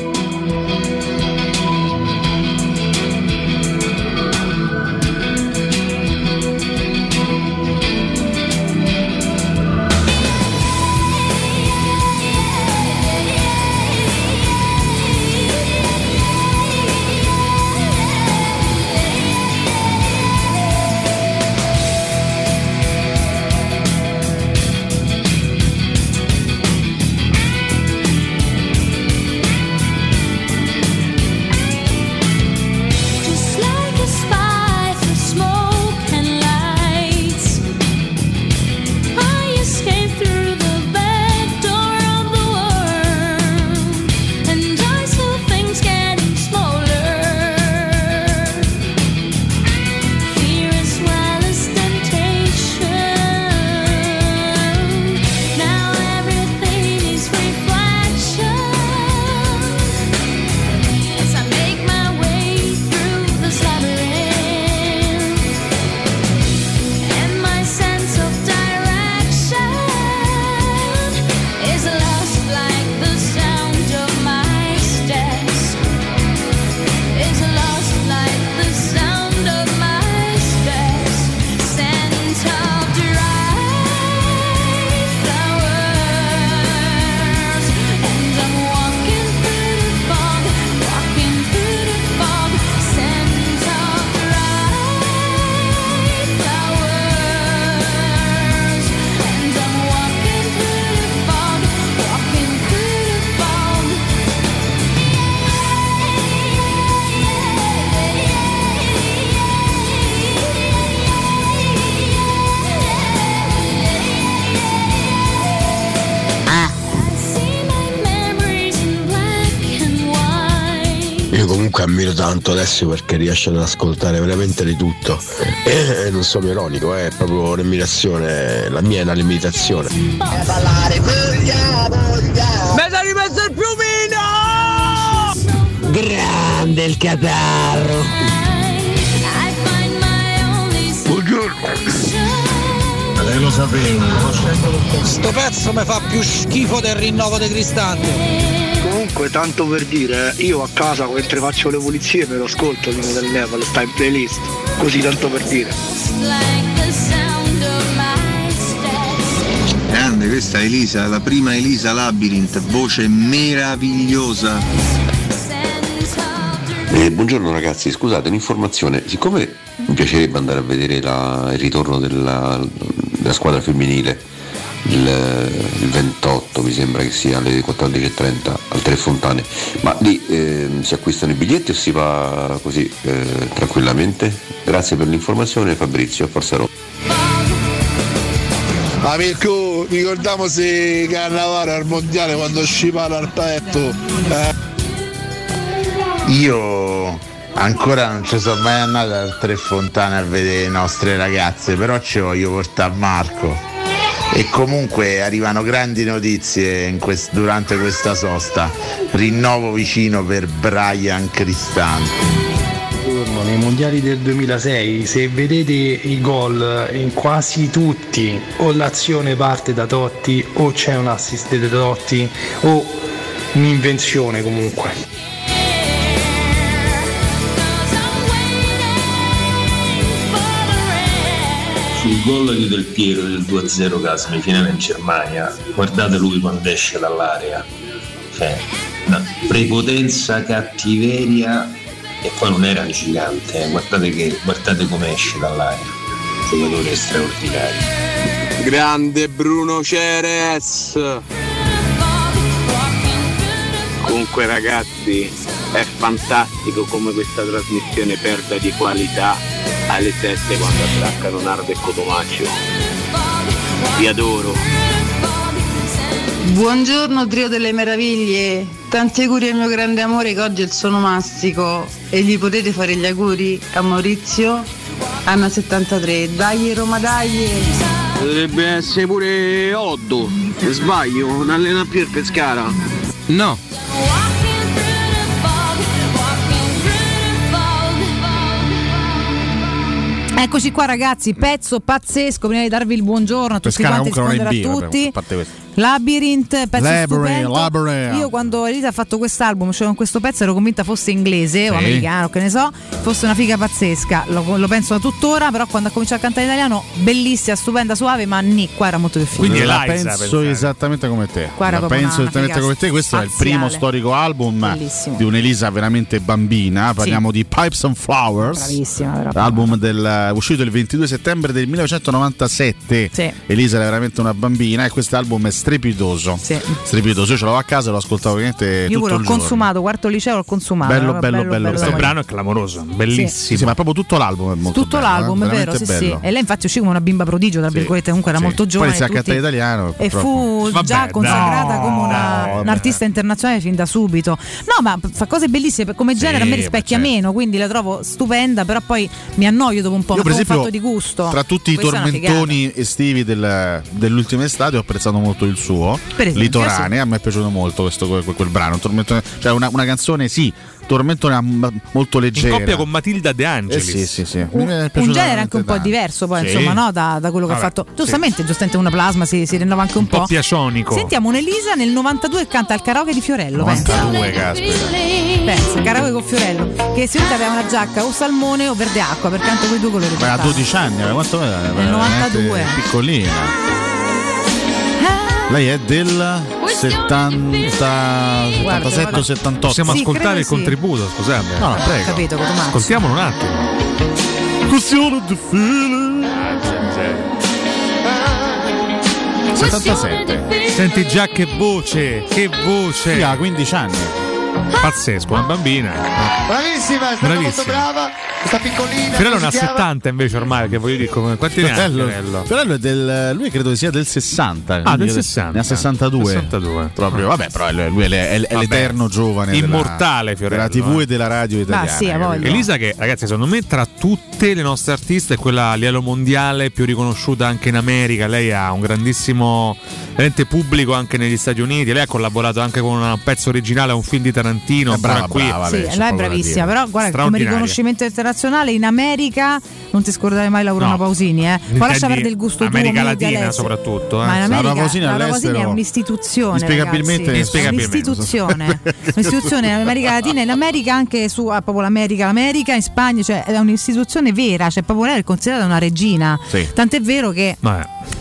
Comunque ammiro tanto Alessio perché riesce ad ascoltare veramente di tutto e non sono ironico, è proprio un'ammirazione, la mia è una limitazione. Ballare, voglia, voglia. Mi sono rimesso il piumino! Grande il catarro! Buongiorno! Lei lo sapevo. Sto pezzo mi fa più schifo del rinnovo dei Cristante. Comunque, tanto per dire, io a casa mentre faccio le pulizie me lo ascolto Lino del Nepal, sta in playlist, così tanto per dire. Grande, questa è Elisa, la prima Elisa Labyrinth, voce meravigliosa. Eh, buongiorno ragazzi, scusate un'informazione, siccome mi piacerebbe andare a vedere la, il ritorno della, della squadra femminile, il, il ventotto, mi sembra che sia alle quattordici e trenta al Tre Fontane. Ma lì eh, si acquistano i biglietti o si va così eh, tranquillamente? Grazie per l'informazione, Fabrizio, Forza Roma. Ma Mirko, ricordiamo se Cannavaro al mondiale quando scipava al petto. Eh. Io ancora non ci sono mai andato al Tre Fontane a vedere le nostre ragazze, però ci voglio portare Marco. E comunque arrivano grandi notizie in quest- durante questa sosta. Rinnovo vicino per Brian Cristante. Nei mondiali del duemilasei, se vedete i gol in quasi tutti, o l'azione parte da Totti o c'è un assist da Totti o un'invenzione comunque. Sul gol di Del Piero del due a zero che la semifinale in Germania, guardate lui quando esce dall'area, cioè una prepotenza, cattiveria. E poi non era un gigante, eh. guardate che guardate come esce dall'aria, giocatore straordinario. Grande Bruno Ceres. Comunque ragazzi, è fantastico come questa trasmissione perda di qualità alle sette quando attaccano Nardo e Cotomaccio. Vi adoro. Buongiorno trio delle meraviglie, tanti auguri al mio grande amore che oggi è il suo onomastico e gli potete fare gli auguri a Maurizio, Anna settantatré, dai Roma dai! Potrebbe essere pure Oddo, sbaglio, non allena più il Pescara? No. Eccoci qua ragazzi, pezzo pazzesco, prima di darvi il buongiorno a tutti Pescara quanti, rispondere a B, tutti. a parte questo. Labyrinth, pezzo Labyrinth, stupendo. Labyrinth. Io quando Elisa ha fatto quest'album, cioè con questo pezzo, ero convinta fosse inglese o Sì. americano, che ne so, fosse una figa pazzesca. Lo, lo penso da tuttora, però quando ha cominciato a cantare in italiano, bellissima, stupenda, suave, ma nì, qua era molto più figo. Quindi la Eliza, penso pensare. esattamente come te. Qua era La proprio penso una- esattamente una come te. Questo è il spaziale. primo storico album Bellissimo. di un'Elisa veramente bambina. Parliamo di Pipes and Flowers. Bravissima, però. Album del, uscito il ventidue settembre del millenovecentonovantasette. Sì. Elisa era veramente una bambina e questo album è strepitoso. Sì. Strepitoso. Io ce l'avevo a casa e lo ascoltavo veramente Io tutto pure il l'ho giorno. consumato, quarto liceo l'ho consumato. Bello, era bello, bello, bello. da Questo morire. brano è clamoroso, bellissimo. Sì, sì, ma proprio tutto l'album è molto Tutto bello, l'album, eh? è vero, Veramente sì, sì. bello. E lei infatti uscì come una bimba prodigio, tra Sì, virgolette, comunque era sì. molto giovane. Poi inizia a tutti- cantare italiano. E fu Vabbè, già consacrata no, come una, no, un'artista internazionale fin da subito. No, ma fa cose bellissime, come Sì, genere a me beh, rispecchia certo. meno, quindi la trovo stupenda, però poi mi annoio dopo un po', Io ma per per un esempio, fatto di gusto. tra tutti i Questa è una tormentoni estivi del, dell'ultima estate ho apprezzato molto il suo, Per esempio, Litorane, sì. a me è piaciuto molto questo, quel, quel brano, un tormentone, cioè una, una canzone sì, tormentone m- molto In leggera. coppia con Matilda De Eh Angelis. sì, sì, sì. Un, Mi è un piaciuto genere anche un po' veramente diverso poi Sì. insomma, no, da, da quello che Vabbè, ha fatto sì. giustamente giustamente una plasma si, si rinnova anche un, Un po' po'. piacionico. Sentiamo un'Elisa nel novantadue che canta al karaoke di Fiorello, pensa. novantadue, caspita. Pensa, karaoke con Fiorello, che sicuramente aveva una giacca o salmone o verde acqua, perché tanto quei due colori. Ma a portava. dodici anni, aveva quanto era? Nel Veramente novantadue. Piccolina. Lei è del settanta, settantasette o settantotto. Possiamo Sì, ascoltare credo il sì. contributo, scusate. No, no, Ho prego. capito, Cotomazzo. Ascoltiamolo un attimo. Questione di feeling. settantasette. Senti già che voce, che voce. Sì, ha quindici anni. Pazzesco, una bambina. Bravissima, è stata Bravissima. molto brava, questa piccolina. Fiorello come ne ha si chiama? settanta invece ormai, che voglio dire, come quanti ne ha Fiorello, Fiorello? Fiorello è del, lui credo sia del sessanta. Ah, del Io- sessanta. Ne ha sessantadue. sessantadue. Proprio, vabbè, però lui è, è- è Vabbè. l'eterno giovane della- Immortale Fiorello, della tivù eh. e della radio italiana. Ah, sì, ha voglia. capito? Elisa che, ragazzi, secondo me tra tutte le nostre artiste è quella a livello mondiale più riconosciuta anche in America. Lei ha un grandissimo veramente pubblico anche negli Stati Uniti. Lei ha collaborato anche con un pezzo originale a un film di Tarantino. È brava, ancora qui. brava, Sì, lei, c'è lei è poco da bravissima, dire. però guarda come Straordinaria. riconoscimento internazionale in America non ti scordare mai Laurona No. Pausini, eh. Poi lascia Intendi perdere il gusto America tuo, Latina Alessia. soprattutto, eh. Ma in Laura America Pausini Laura Pausini all'estero è un'istituzione, inspiegabilmente- ragazzi. Inspiegabilmente. È un'istituzione, un'istituzione in America Latina, in America anche su ah, proprio l'America, l'America in Spagna, cioè è un'istituzione vera, cioè proprio lei è considerata una regina. Sì. Tant'è vero che Ma ha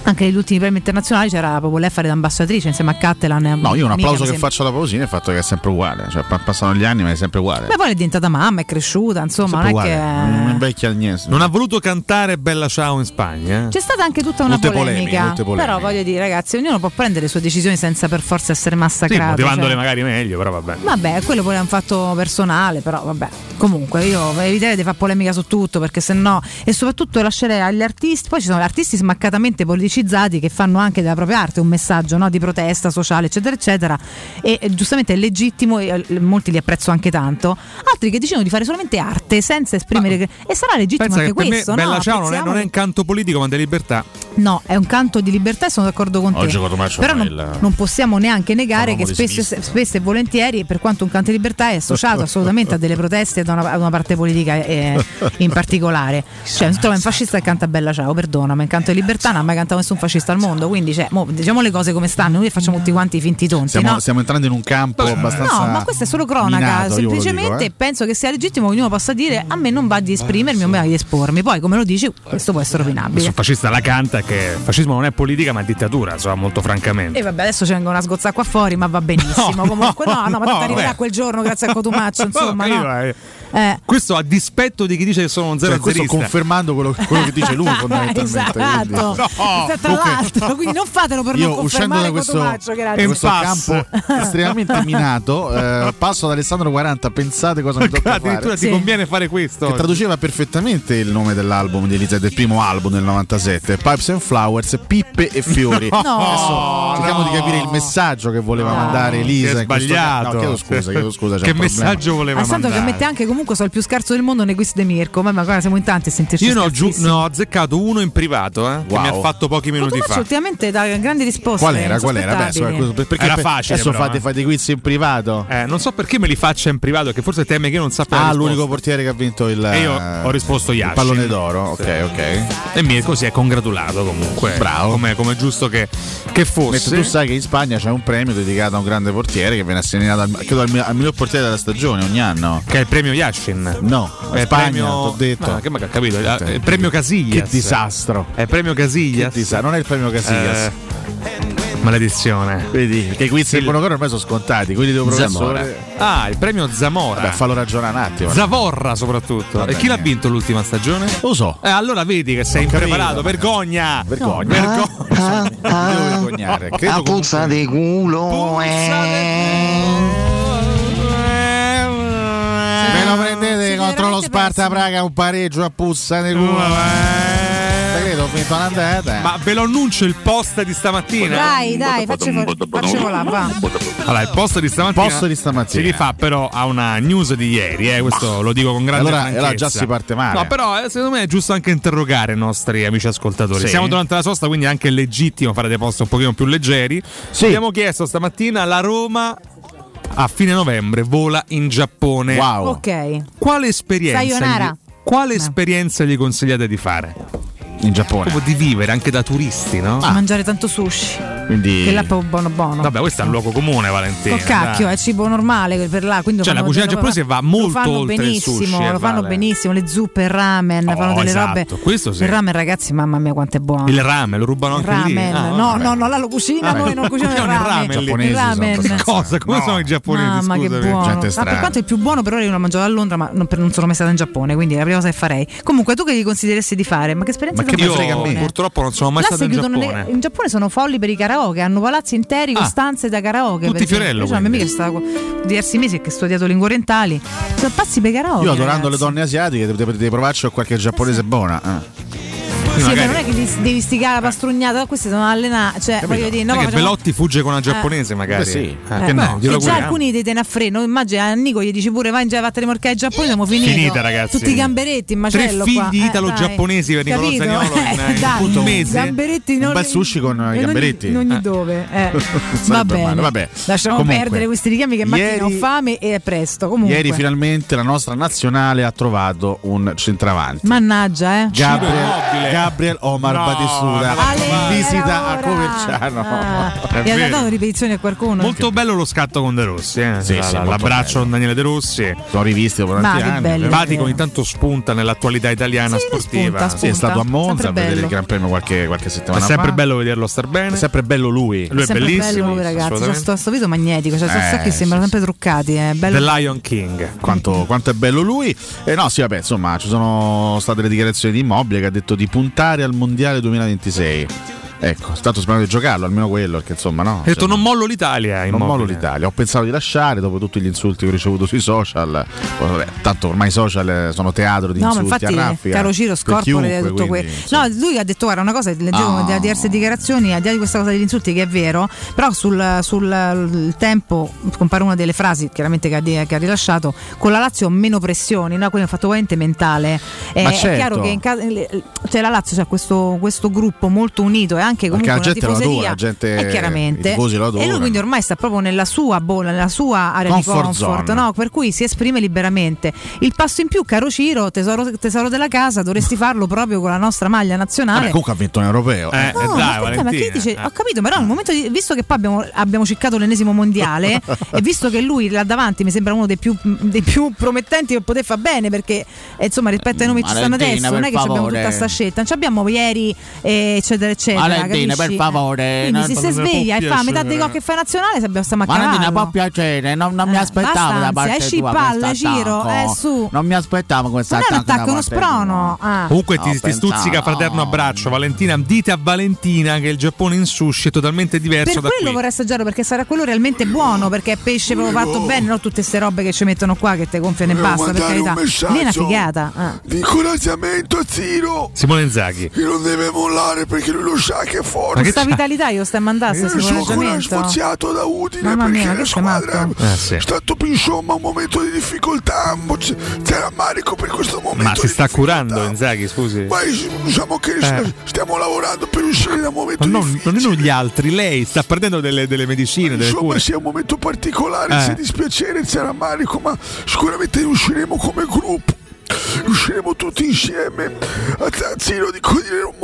Anche negli ultimi premi internazionali c'era proprio lei a fare da ambasciatrice insieme a Cattelan. No, io un applauso che sembra... faccio alla Pausini è il fatto che è sempre uguale, cioè passano gli anni ma è sempre uguale. Beh, poi è diventata mamma, è cresciuta, insomma, sempre non è uguale. che non invecchia niente. Non ha voluto cantare Bella Ciao in Spagna. C'è stata anche tutta una tutte polemica, polemiche, polemiche. Però voglio dire, ragazzi, ognuno può prendere le sue decisioni senza per forza essere massacrato. Sì, motivandole cioè... magari meglio, però vabbè. Vabbè, quello poi è un fatto personale, però vabbè. Comunque io eviterei di fare polemica su tutto, perché sennò, e soprattutto lascerei agli artisti, poi ci sono artisti smaccatamente politicizzati che fanno anche della propria arte un messaggio, no, di protesta sociale, eccetera eccetera, e, e giustamente è legittimo, e molti li apprezzo anche tanto, altri che decidono di fare solamente arte senza esprimere, ma, e sarà legittimo anche questo, me, no? Bella Ciao non è, non è un canto politico ma di libertà. No, è un canto di libertà e sono d'accordo con Oggi te, però non, il... non possiamo neanche negare che spesso, spesso e volentieri, per quanto un canto di libertà è associato assolutamente a delle proteste, ad una, ad una parte politica eh, in particolare. Cioè, se trova un fascista che canta Bella Ciao, perdonami, un canto di libertà non ha mai cantato nessun fascista al mondo, quindi cioè, mo, diciamo le cose come stanno, noi facciamo tutti quanti i finti tonti. Stiamo, no? stiamo entrando in un campo abbastanza. No, ma questa è solo cronaca, minato, semplicemente dico, eh. penso che sia legittimo che ognuno possa dire a me non va di esprimermi o me va di espormi, poi come lo dici questo può essere opinabile. Un fascista la canta, che il fascismo non è politica ma è dittatura, insomma, molto francamente. E vabbè, adesso c'è una sgozza qua fuori, ma va benissimo. No, comunque no, no, ma tanto no, arriverà beh. quel giorno grazie a Cotumaccio, insomma, no? no? Eh. Questo a dispetto di chi dice che sono un zero cioè, questo confermando quello, quello che dice lui fondamentalmente. Esatto. No. Tra l'altro, quindi non fatelo per io, non confermare da questo, Cotumaccio, che questo campo estremamente minato, eh, passo ad Alessandro quaranta, pensate cosa mi tocca addirittura fare. Ti sì. conviene fare questo. Che traduceva perfettamente il nome dell'album di Elisa, del primo album del novantasette, Pipes and Flowers, Pippe e Fiori. No, adesso cerchiamo no. di capire il messaggio che voleva no. mandare Elisa. Che è sbagliato. No, chiedo scusa, chiedo scusa. Che messaggio voleva Alessandro mandare? Che mette anche comunque so il più scarso del mondo nei quiz di Mirko, ma guarda siamo in tanti a sentirci. Io ne ho, giu- ne ho azzeccato uno in privato, eh, wow. che mi ha fatto pochi minuti fa. Ultimamente dà grandi risposte. Qual era? Qual era? Beh, perché era facile. Adesso però, fate, eh. fate i quiz in privato. Eh, non so perché me li faccia in privato, che forse teme che io non sappia. Ah, l'unico portiere che ha vinto il. E io ho risposto Yashin. Il pallone d'oro. Ok, sì. ok. E Mirko si è congratulato comunque. Bravo. Come, come è giusto che, che fosse. Mentre tu sai che in Spagna c'è un premio dedicato a un grande portiere che viene assegnato al, credo, al, al miglior portiere della stagione ogni anno. Che è il premio Yashin. No, è Spagna, premio... t'ho detto. Ma che ma capito? È il premio Casillas. Che disastro. È il premio Casillas. Che disa- non è il premio Casillas. Eh, maledizione. Vedi, perché i quiz del Bonocoro ormai sono scontati, quelli del professore. Ah, il premio Zamora. Vabbè, fallo ragionare un attimo. Zavorra soprattutto. Vabbè, e chi l'ha vinto l'ultima stagione? Lo so. Eh, allora vedi che sei Ho impreparato. capito. Vergogna. Vergogna. No. Vergogna. Ah, ah, Devo vergognare. Credo a puzza di culo. Me lo prendete contro lo Sparta Praga un pareggio a puzza di culo. Credo ho vinto un'andata. Ma ve lo annuncio il post di stamattina. Dai, dai, faccelo là, va. Allora, il post di stamattina, post di stamattina si rifà però a una news di ieri, eh, questo lo dico con grande allora, franchezza. Allora già si parte male. No, però eh, secondo me è giusto anche interrogare i nostri amici ascoltatori. Sì. Siamo durante la sosta, quindi è anche legittimo fare dei post un pochino più leggeri. Sì. Abbiamo chiesto stamattina la Roma a fine novembre vola in Giappone. Wow. Ok. Quale esperienza? Sayonara. Gli, quale no. esperienza gli consigliate di fare? In Giappone. Proprio di vivere anche da turisti, no? Ah. Mangiare tanto sushi. Quindi... Che là è proprio buono buono. Vabbè, questo è un luogo comune, Valentina. Oh cacchio, dai. È cibo normale per là. Quindi cioè la cucina giapponese va molto oltre benissimo, il sushi. Lo fanno vale. benissimo, le zuppe, il ramen, oh, fanno delle esatto. robe. Questo sì. Il ramen, ragazzi, mamma mia quanto è buono. Il ramen, lo rubano anche ramen. lì. Ah, no, no, no, là lo cucina, noi non cuciniamo il ramen. ramen. Il ramen. Cosa? Come no. sono i giapponesi? Mamma Scusami. che buono. Gente ah, per quanto è il più buono, però io l'ho mangiato a Londra, ma non, per, non sono mai stata in Giappone, quindi è la prima cosa che farei. Comunque, tu che gli consiglieresti di fare? Ma che esperienza? Ma che mi frega a me? Purtroppo non sono mai là stato in Giappone. Le, in Giappone sono folli per i karaoke, hanno palazzi interi con ah, stanze da karaoke. Tutti Fiorello. C'è una mia amica che sta diversi mesi e che ha studiato lingue orientali. Sono pazzi per karaoke. Io adorando ragazzi. le donne asiatiche, devi provarci a qualche giapponese buona. Eh. Sì, magari... ma non è che devi stigare la pastrugnata, questi sono allenati. Cioè, voglio dire, no, che facciamo... Belotti fugge con una giapponese, eh. magari. Beh, sì. Eh, eh, che no, no, già alcuni dei te ne affreno. Immagina a Nico gli dici pure vai in vattene morcare il Giappone, siamo finiti. Finita, ragazzi. Tutti i gamberetti in macello. Tre qua. figli eh, italo-giapponesi per Nicolò Zaniolo in, in un mese. Gamberetti non un bel sushi con i gamberetti. In ogni eh. dove. Eh. Va bene. Vabbè. Lasciamo Comunque, perdere questi richiami che mattina ieri, ho fame e è presto. Comunque. Ieri finalmente la nostra nazionale ha trovato un centravanti. Mannaggia, eh. Gabriel, Gabriel Omar No, Batistuta ma- in visita a Coverciano. Ah, È gli ha vero. dato ripetizioni a qualcuno. Molto bello lo scatto con De Rossi, eh? Sì, La- sì, la- molto l'abbraccio bello. con Daniele De Rossi. Sono rivisti dopo tanti Ma che anni. bello, però. Vatico vero. ogni tanto spunta nell'attualità italiana Sì, sportiva. spunta, Sì, è stato a Monza Sempre a vedere bello. il Gran Premio qualche, qualche È settimana sempre fa. bello vederlo star bene. È sempre bello lui. Lui è sempre bellissimo. bello lui, ragazzi. C'ha assolutamente. sto, sto video magnetico, cioè, Eh, sto occhi sì, sembrano sì. sempre truccati. È bello. The Lion King. Quanto, quanto è bello lui. E no, sì, vabbè, insomma, ci sono state le dichiarazioni di Immobile che ha detto di puntare al Mondiale duemilaventisei. Ecco, è stato sperando di giocarlo, almeno quello, perché insomma no. Ha detto insomma, non mollo l'Italia. non Immobile. mollo l'Italia. Ho pensato di lasciare dopo tutti gli insulti che ho ricevuto sui social. Poi, vabbè, tanto ormai i social sono teatro di No, ma insulti infatti, a raffica. caro Ciro, per scorpore chiunque, tutto quindi, questo. No, lui ha detto, guarda, una cosa, leggevo No. da diverse dichiarazioni, al di là di questa cosa degli insulti, che è vero, però sul, sul il tempo compare una delle frasi, chiaramente che ha, che ha rilasciato, con la Lazio meno pressioni, no? Quindi è un fatto veramente mentale. Eh, Ma È certo. chiaro che in casa, cioè, la Lazio c'ha questo, questo gruppo molto unito e anche comunque Perché la una gente lo adora, tifoseria. la gente- E chiaramente. i tifosi lo E lui adorano. quindi ormai sta proprio nella sua bolla, nella sua area Comfort di comfort, zone. no? Per cui si esprime liberamente. Il passo in più, caro Ciro, tesoro, tesoro della casa, dovresti farlo proprio con la nostra maglia nazionale. Vabbè, comunque ha vinto un europeo. Eh, No, eh, ma dai, aspetta, ma Valentina. chi dice? Eh. Ho capito, però nel momento di, visto che poi abbiamo, abbiamo ciccato l'ennesimo mondiale e visto che lui là davanti mi sembra uno dei più, dei più promettenti che poter fare bene, perché eh, insomma rispetto ai nomi che ci stanno Valentina, adesso non è per che abbiamo favore. tutta sta scelta, non ci abbiamo ieri eh, eccetera eccetera. Valentina, capisci? per favore, Quindi non- se si non mi può sveglia e fa piacere. metà dei gol che fa in nazionale se stiamo a Valentina, cavallo. può piacere, non, non mi Eh, aspettavo basta, da parte anzi, esci tua palle, questo Ciro, attacco. eh, su. Non mi aspettavo questo Non è un attacco da attacco, è uno parte sprono. tua. Ah. Comunque No, ti, ti pensavo. stuzzica fraterno abbraccio. Valentina, dite a Valentina che il Giappone in sushi è totalmente diverso Per da quello qui. vorrei assaggiarlo, perché sarà quello realmente buono, perché è pesce proprio fatto bene, non tutte queste robe che ci mettono qua che te gonfiano e Volevo basta, per mandare un carità. messaggio Lì è una figata. Ah. di incoraggiamento a Ziro, Simone Inzaghi. che non deve mollare perché lui lo sa che è forte. Questa vitalità io stai a mandare, Io sto sono ancora scoraggiamento. sfoziato da Udine Mamma mia, perché ma la che sei squadra matto? Eh, sì. è stato più insomma un momento di difficoltà, un po' c- c'era rammarico per questo momento. Ma si di sta difficoltà. curando Inzaghi, scusi. Ma diciamo che Eh. stiamo lavorando per uscire da un momento Ma non, difficile. non gli altri, lei sta prendendo delle, delle medicine, delle Insomma, cure. sia un momento particolare, Eh. c'è dispiacere, c'è rammarico, ma sicuramente riusciremo come gruppo. Riusciremo tutti insieme a a Ziro di dire non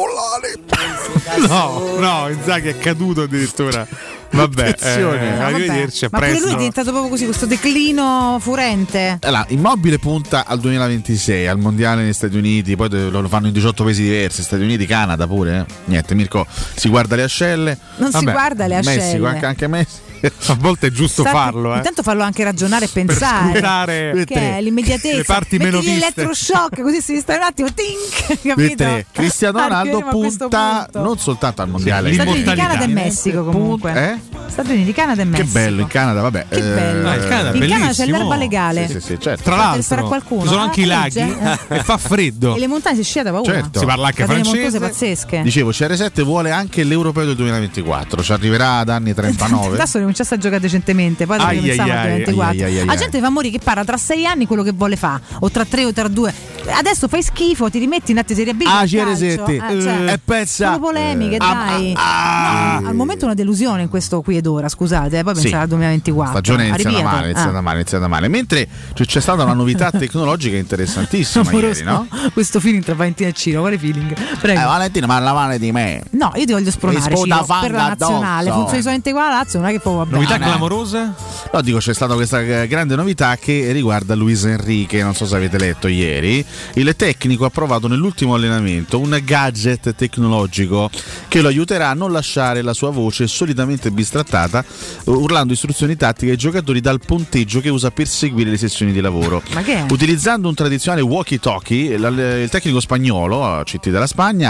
mollare. No, no, Inzaghi è caduto addirittura. Vabbè, eh, Attenzione. No, vabbè. arrivederci, a Ma pure presto. lui è diventato proprio così, questo declino furente. Allora, Immobile punta al duemilaventisei, al mondiale negli Stati Uniti, poi lo lo fanno in diciotto paesi diversi, Stati Uniti, Canada pure. Eh? Niente, Mirko si guarda le ascelle. Non si Vabbè, guarda le ascelle. Messico, anche, anche Messi. A volte è giusto Sta- farlo, eh. Intanto fallo anche ragionare e pensare. scrutare che è l'immediatezza. le parti meno Metti gli viste. elettroshock così si sta un attimo. Tink, capito? Mentre Cristiano Ronaldo Arriveremo a questo punta punto. non soltanto al mondiale, Stati Uniti, l'immortalità. Canada e Messico comunque. Eh? Stati Uniti, Canada e Che Messico. bello in Canada, vabbè. Che bello. Ah, il Canada è in Canada c'è bellissimo. l'erba legale. Sì, sì, sì, certo. Tra Fate l'altro, stare a qualcuno. ci sono anche i Ah, laghi legge? e fa freddo. E le montagne si scia da paura. Certo. Si parla anche Catene francese. montuose pazzesche. Dicevo, C R sette vuole anche l'Europeo del duemilaventiquattro, ci arriverà ad anni trentanove. Adesso ricominciasse a giocare decentemente, poi Ai, ricominciamo ai, al ai, ventiquattro. ai, ai, ai, La ai. gente fa morire che parla tra sei anni quello che vuole fa, o tra tre o tra due. Adesso fai schifo, ti rimetti in atti Serie B. Ah, del C R calcio. sette. Eh, cioè, E pensa. sono polemiche, Eh, dai. ah, ah, No, al momento è una delusione in questo qui ed ora, scusate, eh, poi Sì. pensare al duemilaventiquattro. Stagione è iniziata Arriviato. male, è iniziata Ah. male, è iniziata male. Mentre cioè, c'è stata una novità tecnologica interessantissima ieri, no? Questo feeling tra Valentina e Ciro, quale feeling? Prego. Eh, Valentina, parla male di me. No, io ti voglio spronare, Mi sputa Ciro, fanga per la nazionale. addosso. Funzioni solamente qua la Lazio, non è che poi va bene. Novità Ah, no. clamorosa? No, dico, c'è stata questa eh, grande novità che riguarda Luis Enrique, non so se avete letto ieri. Il tecnico ha provato nell'ultimo allenamento un gadget tecnologico che lo aiuterà a non lasciare la sua voce solitamente bistrattata, urlando istruzioni tattiche ai giocatori dal ponteggio che usa per seguire le sessioni di lavoro. Ma che è? Utilizzando un tradizionale walkie-talkie, la- il tecnico spagnolo, C T della Spagna,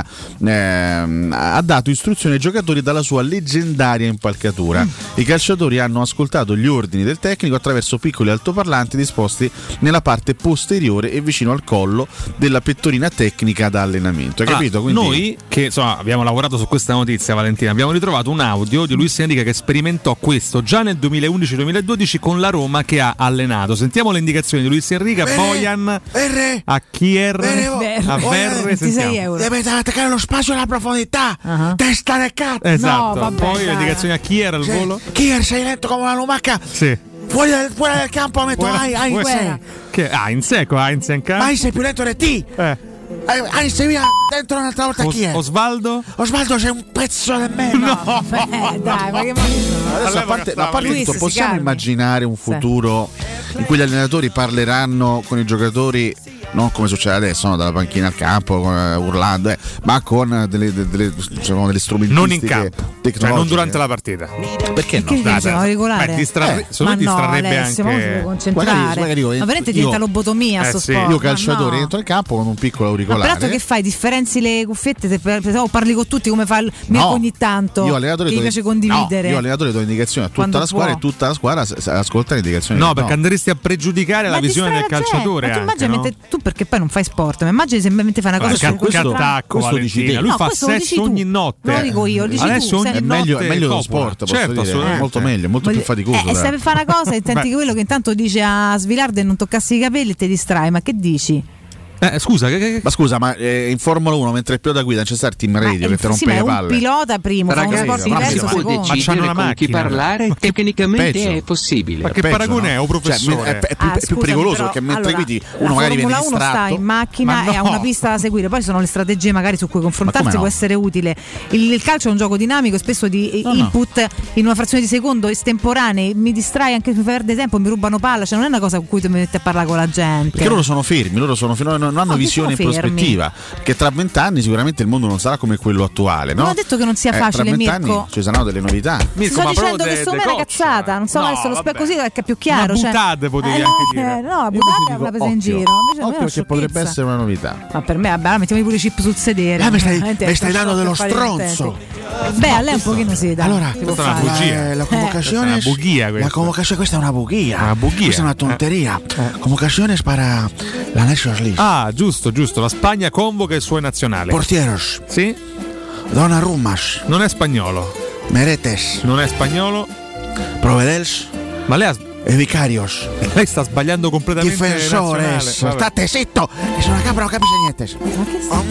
ehm, ha dato istruzioni ai giocatori dalla sua leggendaria impalcatura. Mm. I calciatori hanno ascoltato gli ordini del tecnico attraverso piccoli altoparlanti disposti nella parte posteriore e vicino al collo della pettorina tecnica da allenamento. Hai Allora, capito? Quindi, Noi che insomma, abbiamo lavorato su questa notizia, Valentina, abbiamo ritrovato un audio di Luis Enrique che sperimentò questo già nel duemilaundici duemiladodici con la Roma che ha allenato. Sentiamo le indicazioni di Luis Enrique a Bene, Bojan, Bene. a Kier, Bene, oh. a Verre. ventisei Sentiamo. euro. Deve attaccare lo spazio e la profondità. Uh-huh. Testa del cazzo. Esatto. No, vabbè, Poi le dai. indicazioni a Kier al Sì. volo. Kier, sei lento come una lumaca. Sì. Fuori dal, fuori dal campo metto Fuori- ai, ai fuori- guerra. Che, ah, in seco, Heinz in campo. Mai sei più lento di te. Eh. Eh, stai via dentro un'altra volta. Os- chi è? Osvaldo? Osvaldo c'è un pezzo di me. No, eh, dai, ma che adesso, a parte, a parte tutto, possiamo immaginare un futuro sì. in cui gli allenatori parleranno con i giocatori non come succede adesso, no? Dalla panchina al campo con, uh, urlando, eh, ma con delle, delle, diciamo, delle strumentistiche non in campo, cioè non durante la partita. Perché no? Perché sono regolare? Beh, distra- eh. ma no, distrarrebbe Alessio, anche. Ma si deve concentrare. Ma dico, ma veramente diventa lobotomia eh, sto sì. sport. Io calciatore no. entro il campo con un piccolo auricolare. Ma peraltro che fai? Differenzi le cuffiette? Se per, oh, parli con tutti come fa il Mirko no. ogni tanto? Io allenatore che do, piace condividere. No, io allenatore do indicazioni a tutta Quando la squadra può. e tutta la squadra ascolta le indicazioni. No, perché andresti a pregiudicare ma la visione del calciatore. Ma tu anche, immagini, no? tu perché poi non fai sport, ma immagini se mentre fai una cosa che, che attacco, questo dici te. Lui no, fa sesso ogni notte. Non lo dico io, lo dici Adesso tu. ogni è notte meglio, è meglio lo copola. sport, posso certo, dire, è molto meglio, molto più faticoso. E eh, se per fare una cosa e senti quello che intanto dice a Svilardo e non toccassi i capelli e ti distrai, ma che dici? Eh, scusa, che, che... ma scusa, ma eh, in Formula uno mentre il pilota guida non c'è sta il team radio che ti rompe sì, le ma palle. Un pilota primo, fa uno sport diverso secondo. Ma c'hanno una macchina. Con chi parlare ma tecnicamente peggio. è possibile. Ma che peggio, paragone no? è, o professore? Cioè, è, è, più, ah, è più pericoloso però, perché mentre allora, guidi uno magari viene distratto. La Formula uno sta in macchina no. e ha una pista da seguire, poi ci sono le strategie magari su cui confrontarsi, no? può essere utile. Il, il calcio è un gioco dinamico, spesso di no, input no. in una frazione di secondo estemporanei, mi distrai anche se mi perde tempo, mi rubano palla, cioè non è una cosa con cui ti metti a parlare con la gente. Perché loro sono fermi, loro sono non hanno no, visione in prospettiva. Che tra vent'anni sicuramente il mondo non sarà come quello attuale, no? Non ho detto che non sia eh, facile, tra Mirko. vent'anni ci saranno delle novità. Mirko, sto dicendo che secondo me è una cazzata, non so no, adesso lo spiego così perché è più chiaro. Una buttade potevi eh, anche dire. No, la buttata è una presa in giro. Occhio che potrebbe essere una novità. Ma per me, vabbè, mettiamo pure i chip sul sedere. Ah, mi stai, mi stai dando dello stronzo. Beh, a lei un pochino sì, dai. Allora, questa è una bugia. La convocazione è una bugia questa. La convocazione questa è una bugia. Una bugia. Questa è una tonteria. Eh. Convocazione para la Nations League. Ah, giusto, giusto. La Spagna convoca i suoi nazionali. Portieros. Sì. Donnarummas. Non è spagnolo. Meretes. Non è spagnolo. Provedels. Ma lei ha e Vicarios. Lei sta sbagliando completamente. Difensores. State zitto. Che sono una capra, non capisce niente. Ma che sta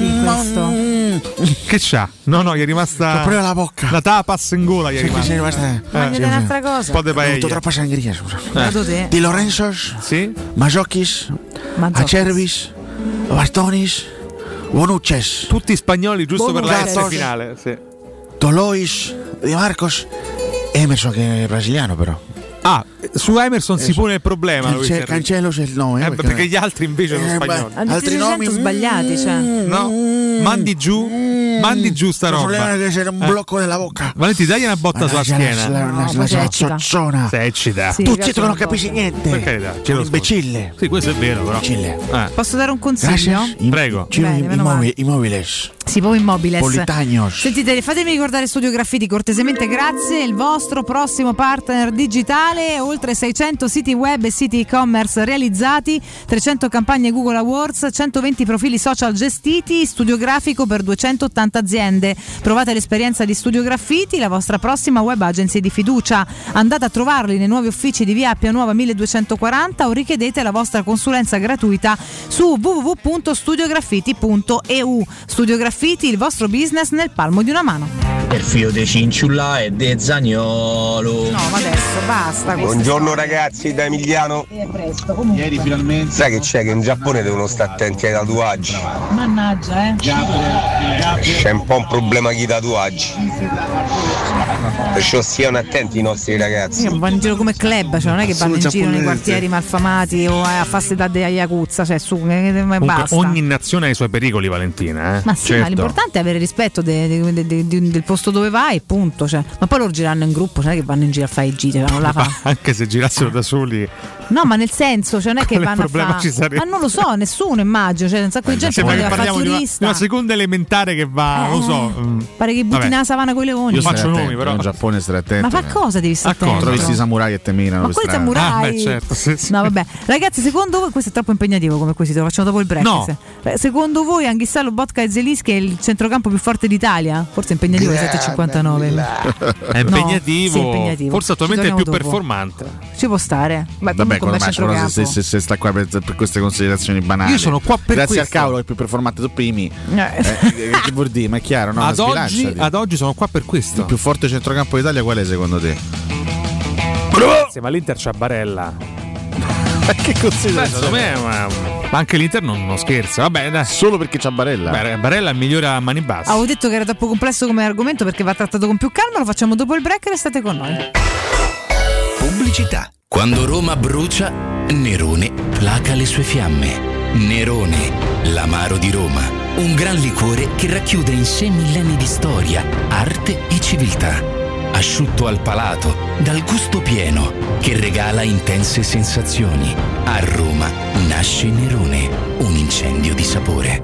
di questo? Che c'ha? No, no, gli è rimasta. Ho la bocca. La tapas in gola gli è sì, rimasta. Sì, è rimasta. Eh, Mangiate un'altra cosa. Un po' di paella. Ho avuto troppa sangria, scusa. Eh. Di Lorenzos. Sì. Majokis. Acervis. Bastonis. Bonucces. Tutti spagnoli, giusto Bonucces. per la S finale. Sì. Tolois. Di Marcos. Emerson che è brasiliano però. Ah, su Emerson si pone il problema. Cance- Cancello c'è il nome. Eh, eh, perché, perché gli altri invece sono eh, spagnoli. Beh, altri nomi sbagliati, cioè. No, mandi giù, mandi giù sta roba. Il problema è che c'è un blocco nella bocca. Valenti, dagli una botta sulla schiena. La, la, la, la zozzona. Sei eccita. Sì, tu zitto che non capisci niente. Per carità, ce lo imbecille. Sì, questo è vero, però. Imbecille. Eh. Posso dare un consiglio? In, Prego. Bene, immobi- immobiles. Sì, poi immobiles. Politagnos. Sentite, fatemi ricordare Studio Graffiti cortesemente, grazie. Il vostro prossimo partner digitale, oltre seicento siti web e siti e-commerce realizzati, trecento campagne Google Awards, centoventi profili social gestiti, studio grafico per duecentottanta aziende. Provate l'esperienza di Studio Graffiti, la vostra prossima web agency di fiducia. Andate a trovarli nei nuovi uffici di via Appia Nuova milleduecentoquaranta o richiedete la vostra consulenza gratuita su w w w punto studio graffiti punto e u. Studio Graffiti, il vostro business nel palmo di una mano. Il figlio di Cinciulla e de Zagnolo. No, ma adesso basta. Buongiorno ragazzi, da Emiliano. È presto, comunque. Ieri finalmente. Sai che c'è che in Giappone devono stare attenti ai tatuaggi. Mannaggia, eh. C'è un po' un problema con i tatuaggi. Perciò stiano attenti i nostri ragazzi. Io vanno in giro come club, cioè non è che vanno in giro nei quartieri malfamati o a farsi da dei Yakuza, cioè su, e basta. Ogni nazione ha i suoi pericoli, Valentina. Eh? Ma sì, certo. ma l'importante è avere rispetto de, de, de, de, de, del posto dove vai, punto. Cioè. Ma poi loro gireranno in gruppo, cioè non è che vanno in giro a fare i giri, non la fa. Anche se girassero da soli. No, ma nel senso, cioè non è che Quale vanno a fare. Ma non lo so, nessuno immagino, cioè un sacco di gente sembra che voleva parliamo fare di una, turista. una seconda elementare che va, eh, non lo so. Pare che butti nella savana con i leoni. Io faccio attento, nomi, però. In Giappone stare attento. Ma fa cosa devi stare attento? Trovi questi samurai che te menano. Ma quali samurai? Ah, beh, certo, sì, sì. No, vabbè. Ragazzi, secondo voi questo è troppo impegnativo come quesito, lo facciamo dopo il break. No. Se. Secondo voi Anghissà, Lobotka e Zelinski è il centrocampo più forte d'Italia? Forse è impegnativo le sette e cinquantanove. È impegnativo. No, sì, impegnativo. Forse attualmente è il più dopo. performante. Ci può stare. Ma vabbè, come me se, se, se, se sta qua per, per queste considerazioni banali. Io sono qua per grazie questo. al cavolo che è più performante tu primi. Eh. Eh, che vuol dire? Ma è chiaro, no? Ad oggi, ad oggi sono qua per questo. Il più forte centrocampo d'Italia qual è secondo te? Grazie, ma l'Inter c'ha Barella. Ma che considerazione? Secondo me è una... Ma anche l'Inter non, non scherza, vabbè dai. Solo perché c'ha Barella. Beh, Barella migliora a mani basse. Avevo detto che era troppo complesso come argomento perché va trattato con più calma, lo facciamo dopo il break e restate con noi. Pubblicità. Quando Roma brucia, Nerone placa le sue fiamme. Nerone, l'amaro di Roma. Un gran liquore che racchiude in sé millenni di storia, arte e civiltà. Asciutto al palato, dal gusto pieno, che regala intense sensazioni. A Roma nasce Nerone, un incendio di sapore.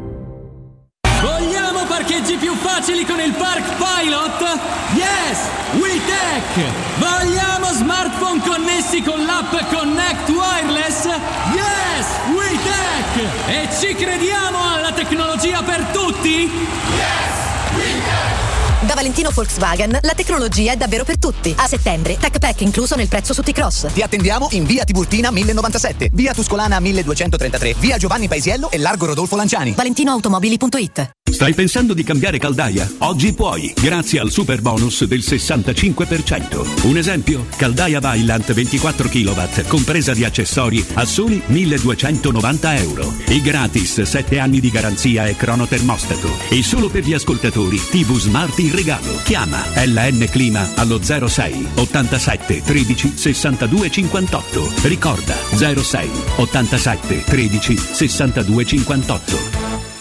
Vogliamo parcheggi più facili con il Park Pilot? Yes! WeTech! Vogliamo smartphone connessi con l'app Connect Wireless? Yes! WeTech! E ci crediamo alla tecnologia per tutti? Yes! WeTech! Da Valentino Volkswagen la tecnologia è davvero per tutti. A settembre, Tech Pack incluso nel prezzo su T-Cross. Ti attendiamo in via Tiburtina mille novantasette, via Tuscolana milleduecentotrentatré, via Giovanni Paisiello e largo Rodolfo Lanciani. valentinoautomobili punto it. Stai pensando di cambiare caldaia? Oggi puoi, grazie al super bonus del sessantacinque per cento. Un esempio? Caldaia Vaillant ventiquattro chilowatt, compresa di accessori, a soli milleduecentonovanta euro. E gratis sette anni di garanzia e cronotermostato. E solo per gli ascoltatori T V Smart in regalo. Chiama L N Clima allo zero sei ottantasette tredici sessantadue cinquantotto. Ricorda zero sei ottantasette tredici sessantadue cinquantotto.